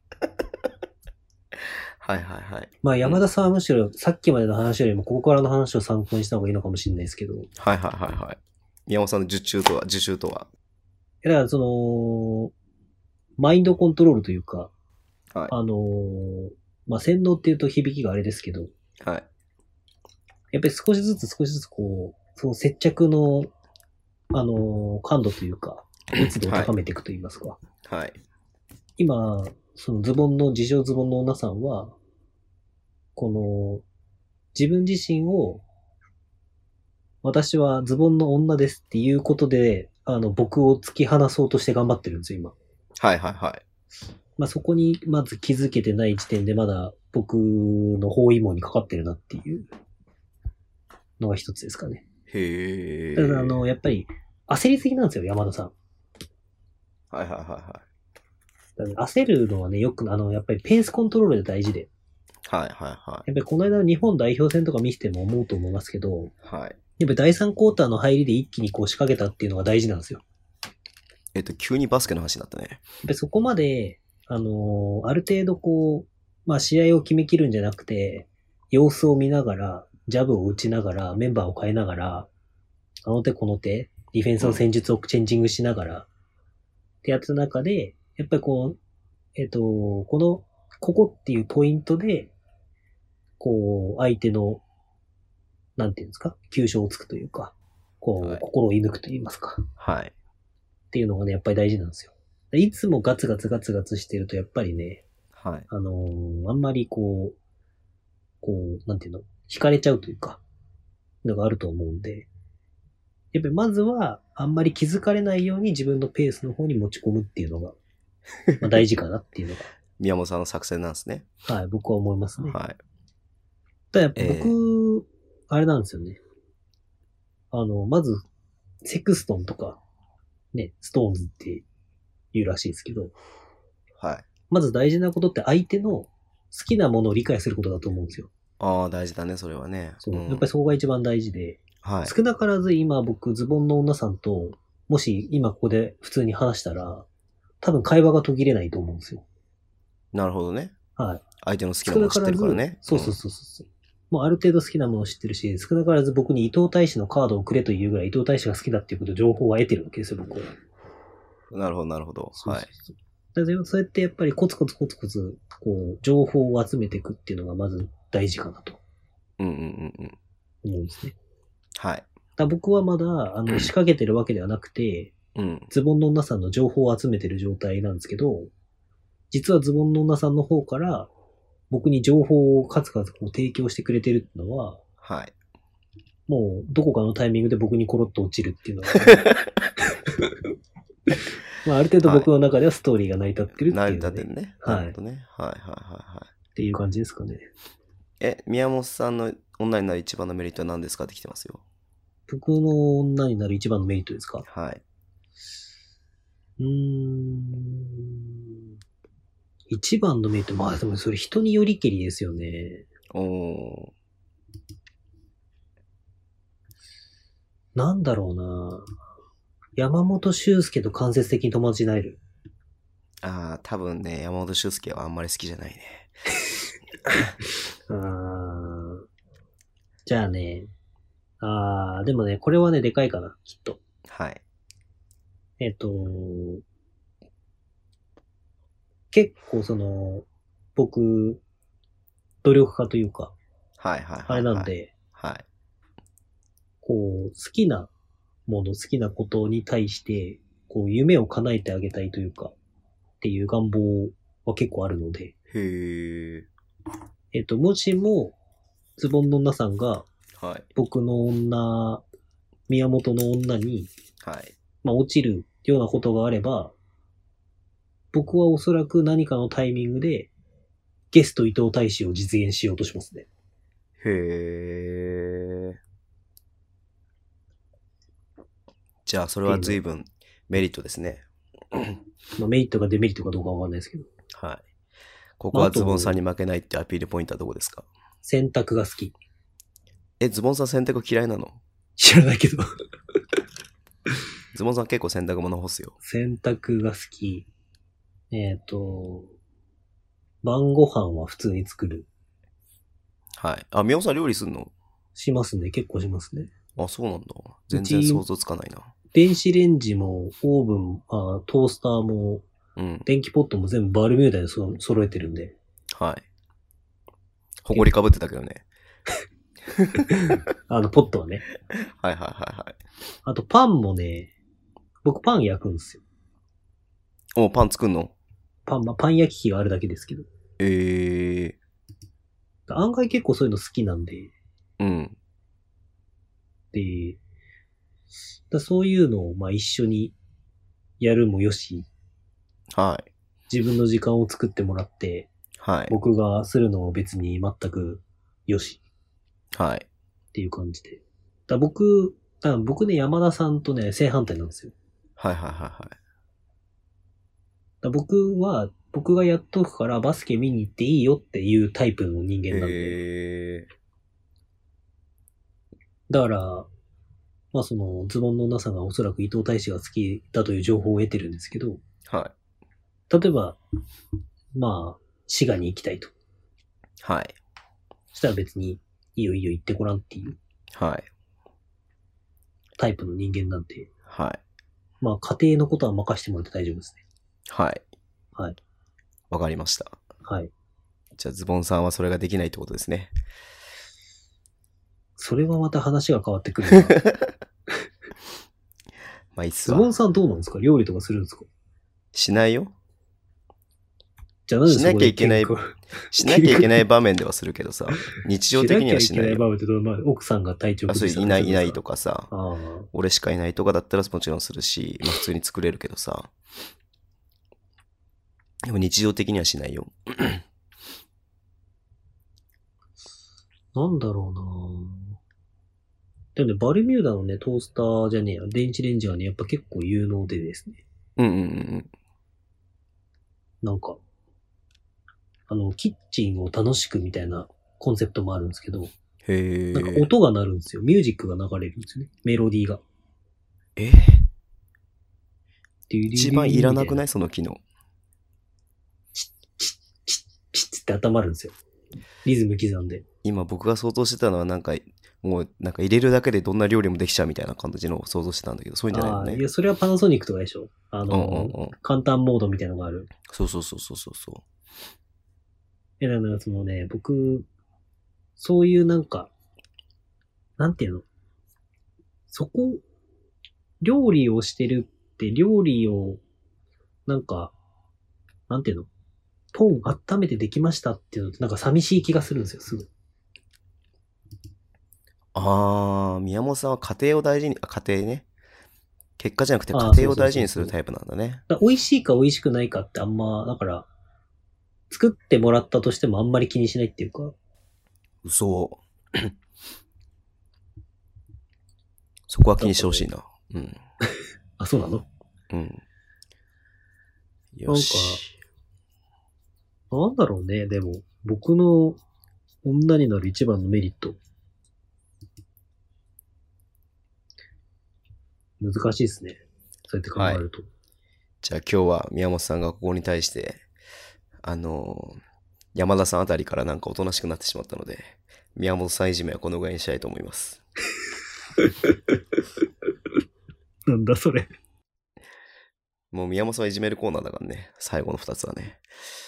Speaker 1: はいはいはい。
Speaker 2: まあ山田さんはむしろさっきまでの話よりもここからの話を参考にした方がいいのかもしれないですけど。はい
Speaker 1: はいはいはい。宮本さんの受注とは
Speaker 2: だからその、マインドコントロールというか、
Speaker 1: はい、
Speaker 2: まあ洗脳っていうと響きがあれですけど、
Speaker 1: はい。
Speaker 2: やっぱり少しずつこう、その接着の、感度というか、密度を高めていくと言いますか。
Speaker 1: はい。はい、
Speaker 2: 今、その自称ズボンの女さんは、この、自分自身を、私はズボンの女ですっていうことで、僕を突き放そうとして頑張ってるんですよ、今。
Speaker 1: はいはいはい。
Speaker 2: まあ、そこにまず気づけてない時点でまだ僕の包囲網にかかってるなっていうのが一つですかね。
Speaker 1: へ
Speaker 2: ただやっぱり焦りすぎなんですよ、山田さん。
Speaker 1: はいはいはいはい。
Speaker 2: 焦るのはね、よく、やっぱりペースコントロールで大事で。
Speaker 1: はいはいはい。やっ
Speaker 2: ぱりこの間の日本代表戦とか見せても思うと思いますけど、
Speaker 1: はい。やっ
Speaker 2: ぱり第3クォーターの入りで一気にこう仕掛けたっていうのが大事なんですよ。
Speaker 1: 急にバスケの話になったね。
Speaker 2: やっぱりそこまで、ある程度こう、まあ試合を決めきるんじゃなくて、様子を見ながら、ジャブを打ちながら、メンバーを変えながら、あの手この手、ディフェンスの戦術をチェンジングしながら、ってやった中で、やっぱりここっていうポイントで、こう、相手の、なんていうんですか、急所をつくというか、こう、はい、心を射抜くと言いますか。
Speaker 1: はい。
Speaker 2: っていうのがね、やっぱり大事なんですよ。いつもガツガツしてると、やっぱりね、
Speaker 1: はい。
Speaker 2: あんまりこう、なんていうの、惹かれちゃうというか、のがあると思うんで、やっぱりまずは、あんまり気づかれないように自分のペースの方に持ち込むっていうのが、まあ、大事かなっていうのが。
Speaker 1: 宮本さんの作戦なんですね。
Speaker 2: はい、僕は思いますね。
Speaker 1: はい。
Speaker 2: ただやっぱ僕、あれなんですよね。まず、セクストンとか、ね、ストーンズって言うらしいですけど、
Speaker 1: はい。
Speaker 2: まず大事なことって相手の好きなものを理解することだと思うんですよ。
Speaker 1: ああ、大事だね、それはね。
Speaker 2: そう、やっぱりそこが一番大事で、
Speaker 1: はい。
Speaker 2: 少なからず今僕、ズボンの女さんと、もし今ここで普通に話したら、多分会話が途切れないと思うんですよ。
Speaker 1: なるほどね。
Speaker 2: はい。
Speaker 1: 相手の好きなものを知ってるからね。
Speaker 2: そうそうそうそう。もうある程度好きなものを知ってるし、少なからず僕に伊藤大使のカードをくれというぐらい伊藤大使が好きだっていうこと情報は得てるわけですよ、僕は。
Speaker 1: なるほど、なるほど。はい。
Speaker 2: だからそうやってやっぱりコツコツ、こう、情報を集めていくっていうのがまず大事かなと。思うんですね。
Speaker 1: はい。
Speaker 2: だ僕はまだ、仕掛けてるわけではなくて、ズボンの女さんの情報を集めてる状態なんですけど、実はズボンの女さんの方から、僕に情報を数々こう提供してくれてるっていうのは、
Speaker 1: はい。
Speaker 2: もうどこかのタイミングで僕にコロッと落ちるっていうのが、まあ、ある程度僕の中ではストーリーが成り立ってるっていう、ね。
Speaker 1: 成り立ってるね。
Speaker 2: はい。
Speaker 1: なるほどね。はいはいはいはい。
Speaker 2: っていう感じですかね。
Speaker 1: 宮本さんの女になる一番のメリットは何ですかって来てますよ。
Speaker 2: 僕の女になる一番のメリットですか？
Speaker 1: はい。
Speaker 2: 一番のメリット、まあでもそれ人によりけりですよね。なんだろうな。山本修介と間接的に友達になれる。
Speaker 1: ああ、多分ね、山本修介はあんまり好きじゃないね。
Speaker 2: じゃあね。でもね、これはね、でかいかな、きっと。
Speaker 1: はい。
Speaker 2: 結構その、僕、努力家というか、
Speaker 1: はいはいはい、はい。
Speaker 2: あれなんで、
Speaker 1: はい。
Speaker 2: こう、好きなもの、好きなことに対して、こう、夢を叶えてあげたいというか、っていう願望は結構あるので。
Speaker 1: へー。
Speaker 2: もしも、ズボンの女さんが、
Speaker 1: はい。
Speaker 2: 僕の女、宮本の女に、
Speaker 1: はい。
Speaker 2: まあ、落ちるようなことがあれば、僕はおそらく何かのタイミングで、ゲスト伊藤大使を実現しようとしますね。
Speaker 1: へー。じゃあ、それは随分メリットですね。
Speaker 2: まあ、メリットかデメリットかどうかわかんないですけど。
Speaker 1: はい。ここはズボンさんに負けないってアピールポイントはどこですか？
Speaker 2: 洗濯が好き。
Speaker 1: ズボンさん洗濯嫌いなの？
Speaker 2: 知らないけど。
Speaker 1: ズボンさん結構洗濯物干すよ。
Speaker 2: 洗濯が好き。晩ご飯は普通に作る。
Speaker 1: はい。あ、宮本さん料理すんの？
Speaker 2: しますね。結構しますね。
Speaker 1: あ、そうなんだ。全然想像つかないな。
Speaker 2: 電子レンジも、オーブン、トースターも、
Speaker 1: うん。
Speaker 2: 電気ポットも全部バルミューダで揃えてるんで。
Speaker 1: はい。ほこりかぶってたけどね。
Speaker 2: ポットはね。
Speaker 1: はいはいはいはい。
Speaker 2: あとパンもね、僕パン焼くんですよ。
Speaker 1: お、パン作んの？
Speaker 2: パン焼き器があるだけですけど。
Speaker 1: ー。
Speaker 2: 案外結構そういうの好きなんで。
Speaker 1: うん。
Speaker 2: で、そういうのをまあ一緒にやるもよし、
Speaker 1: はい。
Speaker 2: 自分の時間を作ってもらって、
Speaker 1: はい。
Speaker 2: 僕がするのも別に全くよし
Speaker 1: はい。
Speaker 2: っていう感じで。僕ね、山田さんとね、正反対なんですよ。
Speaker 1: はいはいはいはい。
Speaker 2: 僕がやっとくからバスケ見に行っていいよっていうタイプの人間なんで。だから、まあそのズボンのなさがおそらく伊藤大使が好きだという情報を得てるんですけど、
Speaker 1: は
Speaker 2: 例えば、まあ、滋賀に行きたいと。
Speaker 1: はい。
Speaker 2: そしたら別に、いいよいいよ行ってごらんっていう
Speaker 1: はい。
Speaker 2: タイプの人間なんで、
Speaker 1: はい。
Speaker 2: まあ家庭のことは任せてもらって大丈夫ですね。
Speaker 1: はい。
Speaker 2: はい。
Speaker 1: わかりました。
Speaker 2: はい。
Speaker 1: じゃあズボンさんはそれができないってことですね。
Speaker 2: それはまた話が変わってくるな。
Speaker 1: まあいいっすわ。
Speaker 2: ズボンさんどうなんですか？料理とかするんですか？
Speaker 1: しないよ。
Speaker 2: じゃあなんでそこで
Speaker 1: しなきゃいけない場面ではするけどさ、日常的にはしないよ。
Speaker 2: しなきゃいけない場面ってどう、まあ、奥さんが体調
Speaker 1: あ、そういないとかさ、俺しかいないとかだったらもちろんするし、まあ普通に作れるけどさ、でも日常的にはしないよ。
Speaker 2: なんだろうな。でもね、バルミューダのね、トースターじゃねえや、電子レンジはね、やっぱ結構有能でですね。
Speaker 1: うんうんうん。
Speaker 2: なんか、キッチンを楽しくみたいなコンセプトもあるんですけど、
Speaker 1: へ
Speaker 2: なんか音が鳴るんですよ。ミュージックが流れるんですよね。メロディーが。
Speaker 1: 一番いらなくない？その機能。
Speaker 2: チッチッチッチッって温まるんですよ。リズム刻んで。
Speaker 1: 今僕が想像してたのはもう入れるだけでどんな料理もできちゃうみたいな感じのを想像してたんだけど、そういうんじゃないのね。
Speaker 2: いや、それはパナソニックとかでしょ。簡単モードみたいなのがある。
Speaker 1: そう。
Speaker 2: だからそのね、僕、そういうなんか、なんていうの？料理をしてるって料理を、なんか、なんていうの？ポン温めてできましたっていうのってなんか寂しい気がするんですよ、すぐ。
Speaker 1: 宮本さんは家庭を大事に、家庭ね。結果じゃなくて家庭を大事にするタイプなんだね。
Speaker 2: 美味しいか美味しくないかってあんま、だから、作ってもらったとしてもあんまり気にしないっていうか。
Speaker 1: 嘘。そこは気にしてほしいな。うん。
Speaker 2: あ、そうなの？
Speaker 1: うん。よし。
Speaker 2: なんだろうね、でも、僕の女になる一番のメリット。難しいですね。そうやって考えると。
Speaker 1: じゃあ今日は宮本さんがここに対して、山田さんあたりからなんかおとなしくなってしまったので、宮本さんいじめはこのぐらいにしたいと思います。
Speaker 2: なんだそれ。
Speaker 1: もう宮本さんはいじめるコーナーだからね、最後の2つはね。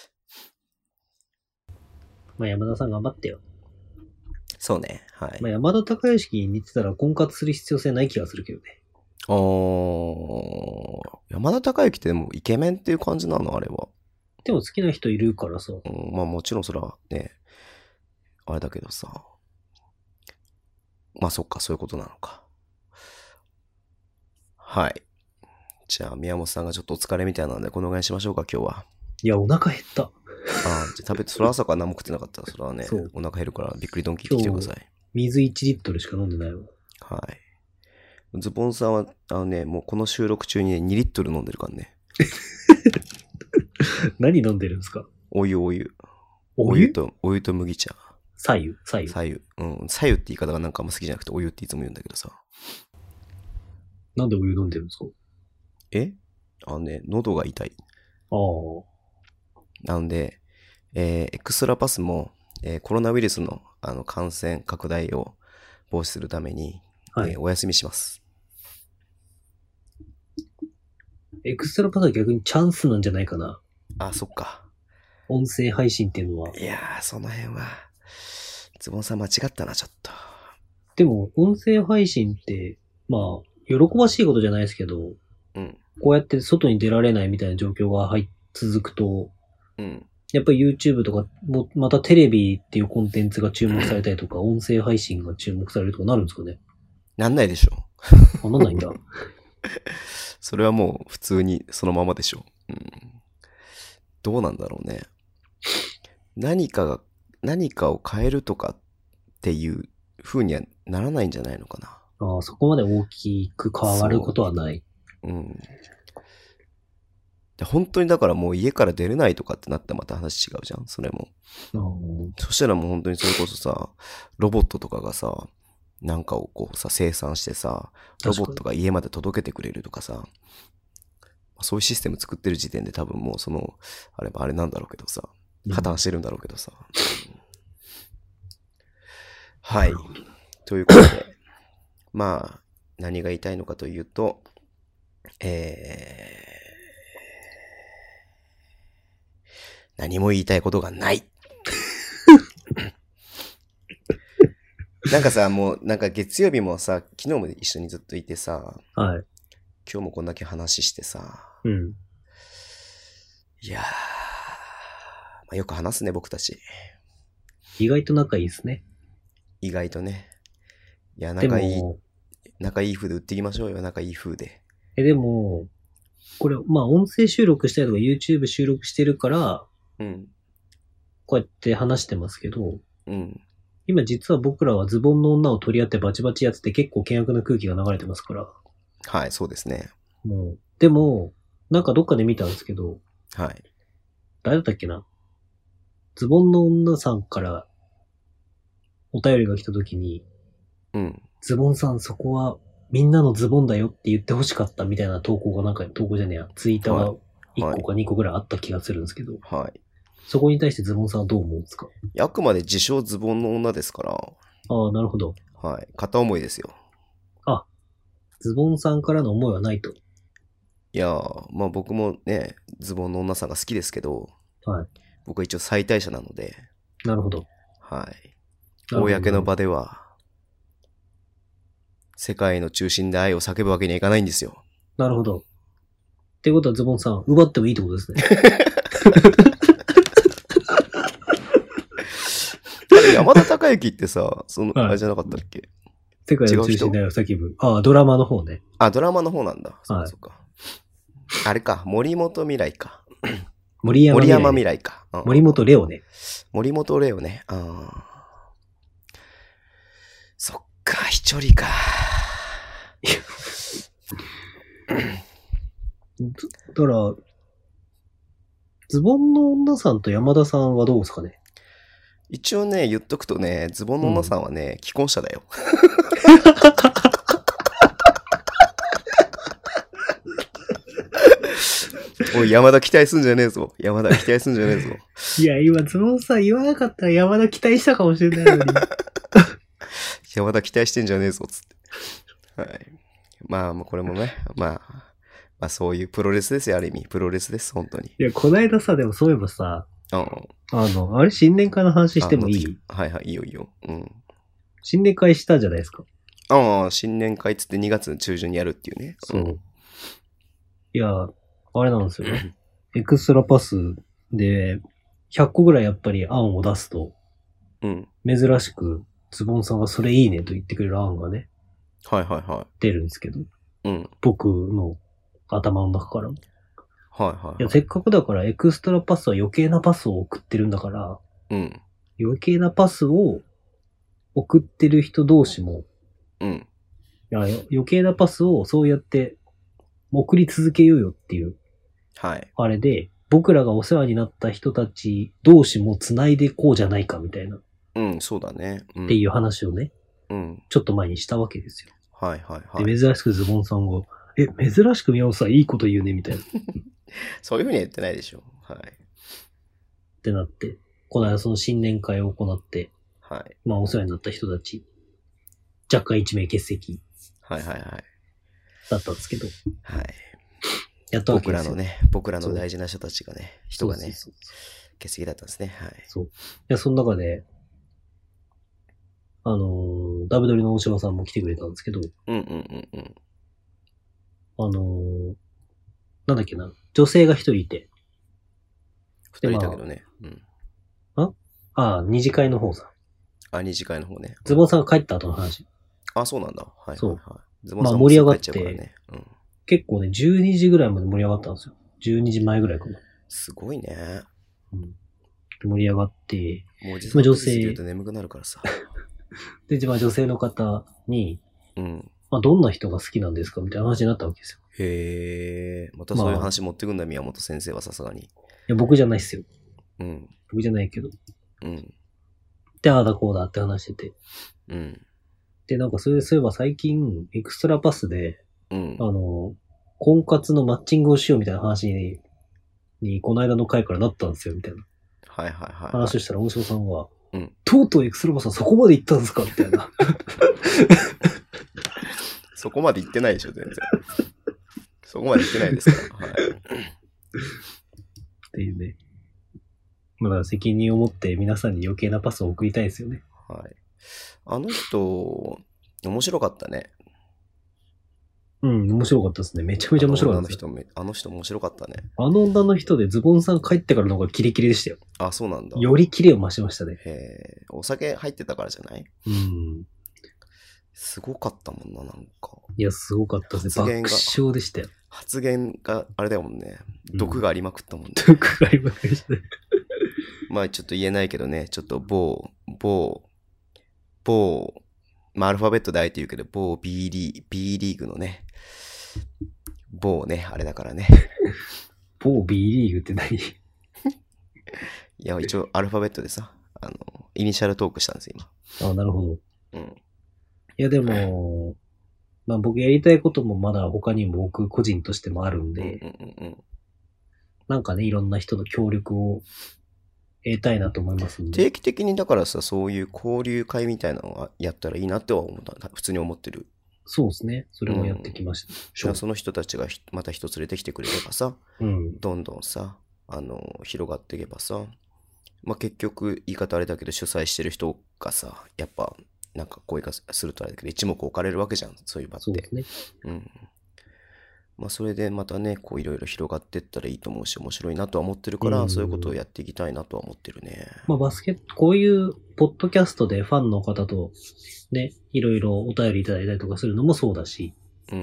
Speaker 2: まあ山田さん頑張ってよ。
Speaker 1: そうね、はい。
Speaker 2: まあ山田孝之に似てたら婚活する必要性ない気がするけどね。
Speaker 1: 山田孝之ってでもイケメンっていう感じなのあれは。
Speaker 2: でも好きな人いるからさ。
Speaker 1: まあもちろんそれはね、 あれだけどさ。まあそっか、そういうことなのか。はい。じゃあ、宮本さんがちょっとお疲れみたいなので、このぐらいにしましょうか、今日は。
Speaker 2: いや、お腹減った。
Speaker 1: ああ、じゃあ食べて、それ朝から何も食ってなかったら、それはね、お腹減るから、びっくりドンキー来てください。
Speaker 2: 水1リットルしか飲んでないわ。
Speaker 1: はい。ズボンさんは、もうこの収録中にね、2リットル飲んでるからね。
Speaker 2: 何飲んでるんですか？
Speaker 1: お湯。お湯と麦茶。
Speaker 2: 左右。
Speaker 1: うん。左右って言い方がなんかあんま好きじゃなくて、お湯っていつも言うんだけどさ。
Speaker 2: なんでお湯飲んでるんですか？
Speaker 1: 喉が痛い。
Speaker 2: ああ。
Speaker 1: なので、エクストラパスも、コロナウイルスの感染拡大を防止するために、はい、お休みします。
Speaker 2: エクストラパスは逆にチャンスなんじゃないかな。
Speaker 1: あ、そっか。
Speaker 2: 音声配信っていうのは。
Speaker 1: いやー、その辺は、ズボンさん間違ったな、ちょっと。
Speaker 2: でも、音声配信って、まあ、喜ばしいことじゃないですけど、
Speaker 1: うん。
Speaker 2: こうやって外に出られないみたいな状況が続くと、
Speaker 1: うん。や
Speaker 2: っぱり YouTube とか、またテレビっていうコンテンツが注目されたりとか、音声配信が注目されるとかなるんですかね？
Speaker 1: なんないでしょ。
Speaker 2: なんないんだ。
Speaker 1: それはもう普通にそのままでしょ。うん。どうなんだろうね。何かを変えるとかっていう風にはならないんじゃないのかな。
Speaker 2: ああ、そこまで大きく変わることはない。
Speaker 1: うん。で本当にだからもう家から出れないとかってなったらまた話違うじゃん、それも。そしたらもう本当にそれこそさ、ロボットとかがさ、なんかをこうさ、生産してさ、ロボットが家まで届けてくれるとかさ、そういうシステム作ってる時点で多分もうその、あれなんだろうけどさ、破綻してるんだろうけどさ。はい。ということで、まあ、何が言いたいのかというと、何も言いたいことがない。なんかさ、もう、なんか月曜日もさ、昨日も一緒にずっといてさ、
Speaker 2: はい。
Speaker 1: 今日もこんだけ話してさ、
Speaker 2: うん。
Speaker 1: いやー、まあ、よく話すね、僕たち。
Speaker 2: 意外と仲いいですね。
Speaker 1: 意外とね。いや、仲いい風で売っていきましょうよ、仲いい風で。
Speaker 2: でも、これ、まあ、音声収録したりとか YouTube 収録してるから、
Speaker 1: うん。
Speaker 2: こうやって話してますけど、
Speaker 1: うん。
Speaker 2: 今実は僕らはズボンの女を取り合ってバチバチやってて結構険悪な空気が流れてますから。
Speaker 1: はい、そうですね。
Speaker 2: もう、でも、なんかどっかで見たんですけど、
Speaker 1: はい。
Speaker 2: 誰だったっけな？ズボンの女さんからお便りが来た時に、
Speaker 1: うん。
Speaker 2: ズボンさんそこはみんなのズボンだよって言ってほしかったみたいな投稿が投稿じゃねえや、ツイートが1個か2個ぐらいあった気がするんですけど、
Speaker 1: はい。
Speaker 2: そこに対してズボンさんはどう思うんですか？
Speaker 1: あくまで自称ズボンの女ですから。
Speaker 2: ああ、なるほど。
Speaker 1: はい。片思いですよ。
Speaker 2: あ、ズボンさんからの思いはないと。
Speaker 1: いやー、まあ僕もね、ズボンの女さんが好きですけど、
Speaker 2: はい。
Speaker 1: 僕は一応最大者なので。
Speaker 2: なるほど。
Speaker 1: はい。公の場では、世界の中心で愛を叫ぶわけにはいかないんですよ。
Speaker 2: なるほど。ってことはズボンさん、奪ってもいいってことですね。
Speaker 1: 山田孝之ってさ、あれじゃなかったっけ？
Speaker 2: 世界の中心で愛を叫ぶ。ああ、ドラマの方ね。
Speaker 1: あ、ドラマの方なんだ。そうか。あれか、森本未来か。
Speaker 2: 森山
Speaker 1: 未来か。
Speaker 2: 森本レオね。
Speaker 1: 森本レオね。そっか、一人か。
Speaker 2: だから、ズボンの女さんと山田さんはどうですかね？
Speaker 1: 一応ね、言っとくとね、ズボンの女さんはね、既婚者だよ。おい、山田期待すんじゃねえぞ。山田期待すんじゃねえぞ。
Speaker 2: いや、今、ズボンさん言わなかったら山田期待したかもしれないのに。
Speaker 1: 山田期待してんじゃねえぞ、つって。はい。まあ、これもね、まあ、そういうプロレスですよ、ある意味。プロレスです、本当に。
Speaker 2: いや、こないださ、でもそういえばさ、
Speaker 1: うん。
Speaker 2: あれ、新年会の話してもいい？
Speaker 1: はいはい、いいよいいよ。うん。
Speaker 2: 新年会したじゃないですか。
Speaker 1: 新年会つって2月の中旬にやるっていうね。
Speaker 2: そう。いや、あれなんですよね。エクストラパスで100個ぐらいやっぱり案を出すと、
Speaker 1: うん。
Speaker 2: 珍しく、ズボンさんがそれいいねと言ってくれる案がね、
Speaker 1: はいはいはい。
Speaker 2: 出るんですけど、
Speaker 1: うん。
Speaker 2: 僕の頭の中から。
Speaker 1: はいはいはい。
Speaker 2: いや、せっかくだからエクストラパスは余計なパスを送ってるんだから、
Speaker 1: うん。
Speaker 2: 余計なパスを送ってる人同士も、
Speaker 1: うん。
Speaker 2: いや、余計なパスをそうやって送り続けようよっていう、
Speaker 1: はい。
Speaker 2: あれで、僕らがお世話になった人たち同士も繋いでこうじゃないかみたいな、っ
Speaker 1: うん、そうだね。うん。
Speaker 2: ていう話をね、
Speaker 1: うん。
Speaker 2: ちょっと前にしたわけですよ。
Speaker 1: はいはいはい。
Speaker 2: で、珍しくズボンさんが、珍しく宮本さんいいこと言うね、みたいな。っ
Speaker 1: そういうふうには言ってないでしょ。はい。
Speaker 2: てなって、この間その新年会を行って、
Speaker 1: はい。
Speaker 2: まあお世話になった人たち、若干1名欠席
Speaker 1: はいはいはい。
Speaker 2: だったんですけど、
Speaker 1: はい。
Speaker 2: やったわけですよ。
Speaker 1: 僕らの大事な人たちがね、人がね、
Speaker 2: そう
Speaker 1: 欠席だったんですね。はい。
Speaker 2: そう。いや、その中で、ダブドリの大島さんも来てくれたんですけど、
Speaker 1: うんうんうんうん。
Speaker 2: なんだっけな、女性が一人いて。
Speaker 1: 二人いたけどね。うん。
Speaker 2: 二次会の方さ。
Speaker 1: 二次会の方ね。
Speaker 2: ズボンさんが帰った後の話。
Speaker 1: あ、そうなんだ。はいはいはい。ズボン
Speaker 2: まあ
Speaker 1: さんも
Speaker 2: 盛り上がって
Speaker 1: すぐ帰っちゃうからね。うん。
Speaker 2: 結構ね、12時ぐらいまで盛り上がったんですよ。12時前ぐらいかな。
Speaker 1: すごいね。
Speaker 2: うん。盛り上がって、
Speaker 1: もう実際女性すると眠くなるからさ。
Speaker 2: で、まあ女性の方に、
Speaker 1: うん。
Speaker 2: まあどんな人が好きなんですかみたいな話になったわけですよ。
Speaker 1: へえ。またそういう話持ってくんだ、宮本先生はさすがに。
Speaker 2: いや、僕じゃないっすよ。
Speaker 1: うん。
Speaker 2: 僕じゃないけど。
Speaker 1: うん。
Speaker 2: で、ああだこうだって話してて。
Speaker 1: うん。
Speaker 2: で、なんかそういえば最近、エクストラパスで、
Speaker 1: うん。
Speaker 2: 婚活のマッチングをしようみたいな話に、この間の回からなったんですよ、みたいな
Speaker 1: はいはいはい、はい。
Speaker 2: 話をしたら、大島さんは、
Speaker 1: うん。
Speaker 2: とうとうエクストラパスはそこまで行ったんですかみたいな。
Speaker 1: そこまで行ってないでしょ、全然。そこまで行ってないですから。はい。
Speaker 2: っていうね。まだ責任を持って皆さんに余計なパスを送りたいですよね。
Speaker 1: はい。あの人、面白かったね。
Speaker 2: うん、面白かったですね。めちゃめちゃ面白かったです。
Speaker 1: あの人面白かったね。
Speaker 2: あの女の人でズボンさん帰ってからの方がキレキレでしたよ。
Speaker 1: あ、そうなんだ。
Speaker 2: よりキレを増しましたね。
Speaker 1: へえ、お酒入ってたからじゃない？
Speaker 2: うん。
Speaker 1: すごかったもんな、なんか。
Speaker 2: いや、すごかったですね。爆笑でしたよ。
Speaker 1: 発言があれだもんね。毒がありまくったもんね。
Speaker 2: 毒がありまくりしたね。
Speaker 1: まあちょっと言えないけどね、ちょっとまあアルファベットであえて言うけど、某 B リーグのね、某ね、あれだからね。
Speaker 2: 某 B リーグって何？い
Speaker 1: や、一応アルファベットでさ、イニシャルトークしたんですよ、
Speaker 2: 今。あ、なるほど。
Speaker 1: うん。
Speaker 2: いや、でも、まあ僕やりたいこともまだ他にも僕個人としてもあるんで、なんかね、いろんな人の協力を得たいなと思いますんで。
Speaker 1: 定期的にだからさ、そういう交流会みたいなのはやったらいいなっては思った。普通に思ってる。
Speaker 2: そうですね。それもやってきました。
Speaker 1: その人たちがまた人連れてきてくれればさ、
Speaker 2: うん、
Speaker 1: どんどんさ、広がっていけばさ、まあ、結局言い方あれだけど主催してる人がさ、やっぱなんかこういうかするとあれだけど一目置かれるわけじゃん、そういう場って。
Speaker 2: そうですね。
Speaker 1: うん。まあそれでまたね、こういろいろ広がっていったらいいと思うし、面白いなとは思ってるから、そういうことをやっていきたいなとは思ってるね。
Speaker 2: まあこういうポッドキャストでファンの方とね、いろいろお便りいただいたりとかするのもそうだし、
Speaker 1: うん。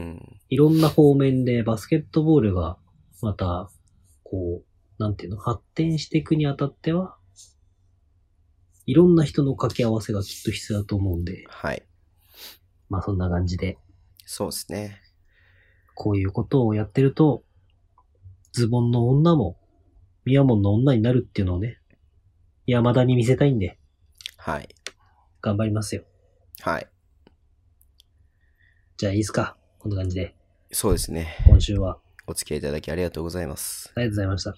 Speaker 2: いろんな方面でバスケットボールがまた、こう、なんていうの、発展していくにあたっては、いろんな人の掛け合わせがきっと必要だと思うんで、
Speaker 1: はい。
Speaker 2: まあそんな感じで、
Speaker 1: そうですね。
Speaker 2: こういうことをやってると、ズボンの女も、ミヤモンの女になるっていうのをね、山田に見せたいんで、
Speaker 1: はい。
Speaker 2: 頑張りますよ。
Speaker 1: はい。
Speaker 2: じゃあいいですか。こんな感じで。
Speaker 1: そうですね。
Speaker 2: 今週は。
Speaker 1: お付き合いいただきありがとうございます。
Speaker 2: ありがとうございました。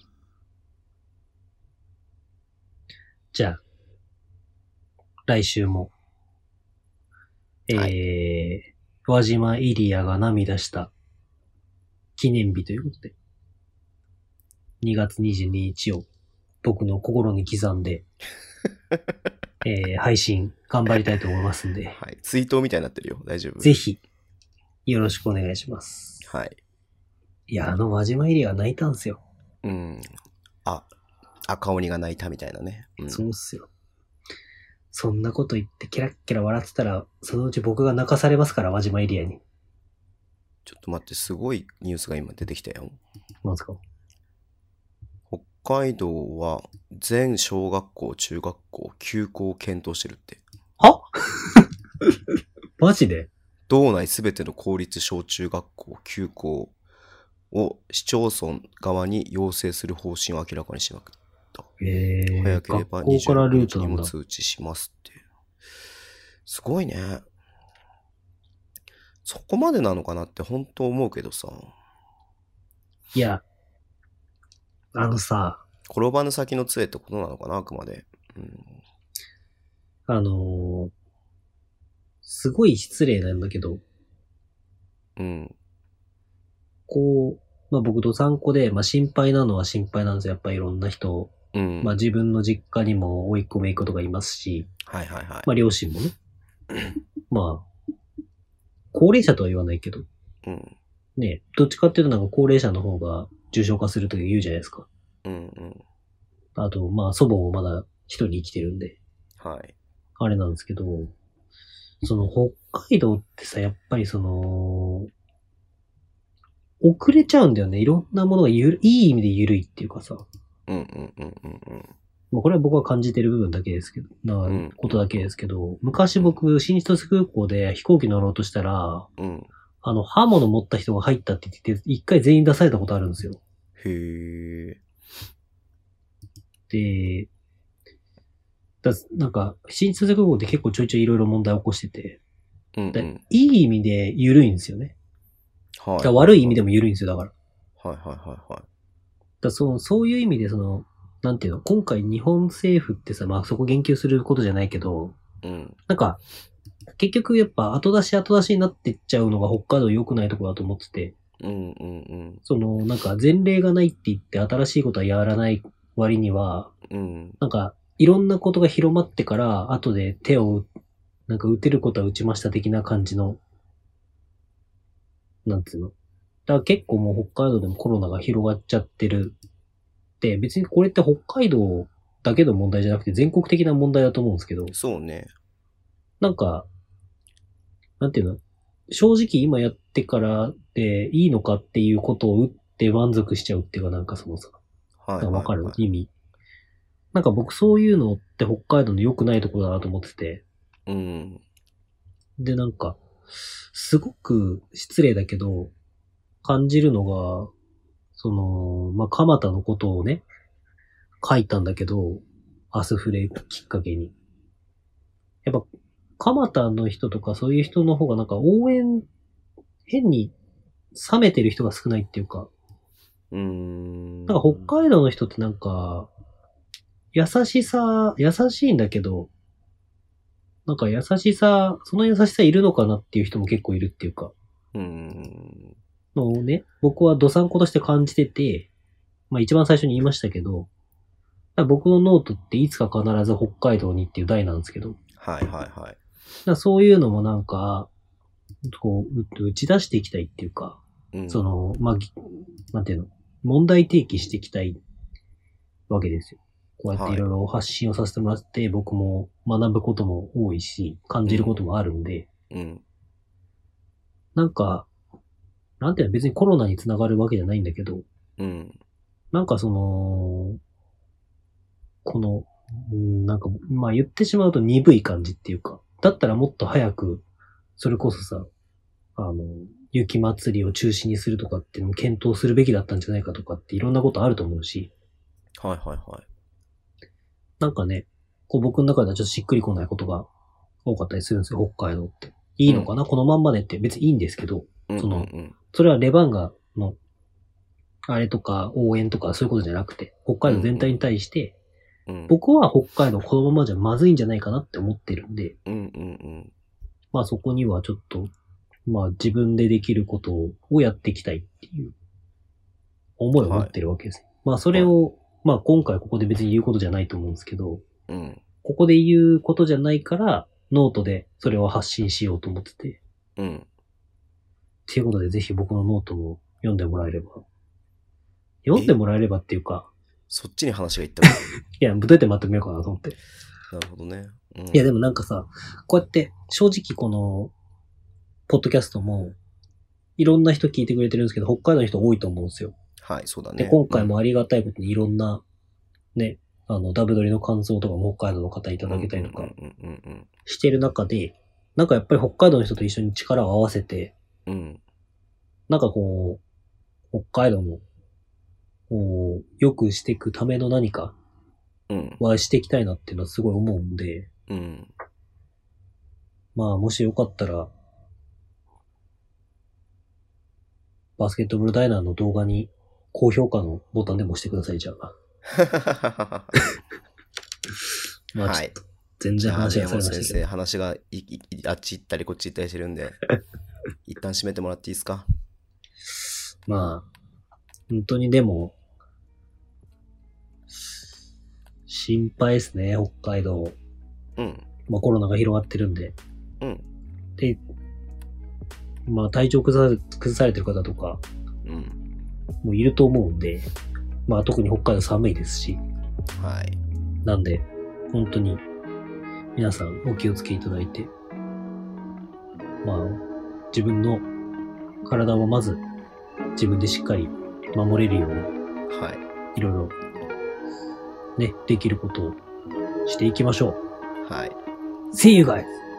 Speaker 2: じゃあ、来週も、輪島イリアが涙した記念日ということで、2月22日を僕の心に刻んで、配信頑張りたいと思いますんで、
Speaker 1: はい。追悼みたいになってるよ。大丈夫？
Speaker 2: ぜひ、よろしくお願いします。
Speaker 1: はい。
Speaker 2: いや、輪島イリアが泣いたんすよ。
Speaker 1: うん。赤鬼が泣いたみたいなね。
Speaker 2: そうっすよ。 そんなこと言ってキラッキラ笑ってたら、そのうち僕が泣かされますから、輪島エリアに。
Speaker 1: ちょっと待って、すごいニュースが今出てきたよ。
Speaker 2: なんですか？
Speaker 1: 北海道は全小学校、中学校、休校を検討してるって。
Speaker 2: はマジで？
Speaker 1: 道内すべての公立小中学校、休校を市町村側に要請する方針を明らかにしまくった。早ければ26日にも通知しますって。すごいね。そこまでなのかなって本当思うけどさ。
Speaker 2: いや、さ。
Speaker 1: 転ばぬ先の杖ってことなのかな、あくまで。
Speaker 2: すごい失礼なんだけど。
Speaker 1: うん。
Speaker 2: こう、まあ僕と参考で、まあ心配なのは心配なんですよ。やっぱりいろんな人。
Speaker 1: うん。
Speaker 2: まあ自分の実家にも甥っ子姪っ子とかいますし。
Speaker 1: はいはいはい。
Speaker 2: まあ両親もね。まあ、高齢者とは言わないけど。
Speaker 1: うん。
Speaker 2: ね、どっちかっていうとなんか高齢者の方が重症化すると言うじゃないですか。
Speaker 1: うんうん。
Speaker 2: あと、まあ祖母もまだ一人生きてるんで。
Speaker 1: はい。
Speaker 2: あれなんですけど、その北海道ってさ、やっぱりその、遅れちゃうんだよね。いろんなものがいい意味で緩いっていうかさ。
Speaker 1: うんうんうんうんうん。
Speaker 2: もうこれは僕は感じてる部分だけですけど、ことだけですけど、昔僕、新千歳空港で飛行機乗ろうとしたら、刃物持った人が入ったって言って、一回全員出されたことあるんですよ。
Speaker 1: へ
Speaker 2: で、なんか、新千歳空港って結構ちょいちょいいろいろ問題起こしてて、いい意味で緩いんですよね。はい。悪い意味でも緩いんですよ、だから。
Speaker 1: はいはいはいはい。
Speaker 2: そういう意味でなんていうの、今回日本政府ってさ、まあそこ言及することじゃないけど、なんか、結局やっぱ後出しになってっちゃうのが北海道良くないところだと思ってて、なんか前例がないって言って新しいことはやらない割には、なんかいろんなことが広まってから後で手をなんか打てることは打ちました的な感じの、なんつうの。だから結構もう北海道でもコロナが広がっちゃってるって、別にこれって北海道だけの問題じゃなくて全国的な問題だと思うんですけど。
Speaker 1: そうね。なん
Speaker 2: か、なんていうの？正直今やってからでいいのかっていうことを打って満足しちゃうっていうかなんかそのさ、わかる意味。なんか僕そういうのって北海道の良くないところだなと思ってて。で、なんか、すごく失礼だけど、感じるのが、まあ、蒲田のことをね、書いたんだけど、アスフレきっかけに。やっぱ、蒲田の人とかそういう人の方がなんか変に冷めてる人が少ないっていうか。なんか北海道の人ってなんか、優しいんだけど、なんかその優しさいるのかなっていう人も結構いるっていうか。のをね、僕はどさんことして感じてて、まあ一番最初に言いましたけど、僕のノートっていつか必ず北海道にっていう題なんですけど。
Speaker 1: はいはいはい。
Speaker 2: そういうのもなんか、こう、打ち出していきたいっていうか、まあ、なんていうの、問題提起していきたいわけですよ。こうやっていろいろ発信をさせてもらって、僕も学ぶことも多いし、感じることもあるんで、なんか、なんていうの、別にコロナにつながるわけじゃないんだけど、なんかなんか、まあ言ってしまうと鈍い感じっていうか、だったらもっと早く、それこそさ、雪祭りを中止にするとかっていうのも検討するべきだったんじゃないかとかっていろんなことあると思うし。
Speaker 1: はいはいはい。
Speaker 2: なんかね、こう僕の中ではちょっとしっくりこないことが多かったりするんですよ、北海道って。いいのかな、このまんまでって別にいいんですけど、それはレバンガの、あれとか応援とかそういうことじゃなくて、北海道全体に対して、僕は北海道このままじゃまずいんじゃないかなって思ってるんで、まあそこにはちょっと、まあ自分でできることをやっていきたいっていう思いを持ってるわけです。まあそれを、まあ今回ここで別に言うことじゃないと思うんですけど、ここで言うことじゃないから、ノートでそれを発信しようと思ってて。っていうことでぜひ僕のノートも読んでもらえれば。読んでもらえればっていうか。
Speaker 1: そっちに話がいったから。
Speaker 2: いや、どうやってまとめようかなと思って。
Speaker 1: なるほどね。
Speaker 2: いやでもなんかさ、こうやって正直この、ポッドキャストも、いろんな人聞いてくれてるんですけど、北海道の人多いと思うんですよ。
Speaker 1: はい、そうだね。
Speaker 2: で、今回もありがたいことにいろんな、ね、ダブドリの感想とかも北海道の方いただけたりとか、してる中で、なんかやっぱり北海道の人と一緒に力を合わせて、なんかこう、北海道の、良くしていくための何かはしていきたいなっていうのはすごい思うんで、まあもしよかったら、バスケットボールダイナーの動画に高評価のボタンでも押してください、じゃあ。まあちょっと、全然話がされましたけど。
Speaker 1: 先生、話があっち行ったりこっち行ったりしてるんで、一旦閉めてもらっていいですか？
Speaker 2: まあ、本当にでも、心配ですね、北海道。まあコロナが広がってるんで。で、まあ体調崩されてる方とか、もういると思うんで、まあ特に北海道寒いですし。
Speaker 1: はい。
Speaker 2: なんで、本当に、皆さんお気をつけいただいて、まあ、自分の体をまず自分でしっかり守れるように、いろいろね、できることをしていきましょう。
Speaker 1: はい。
Speaker 2: See you guys!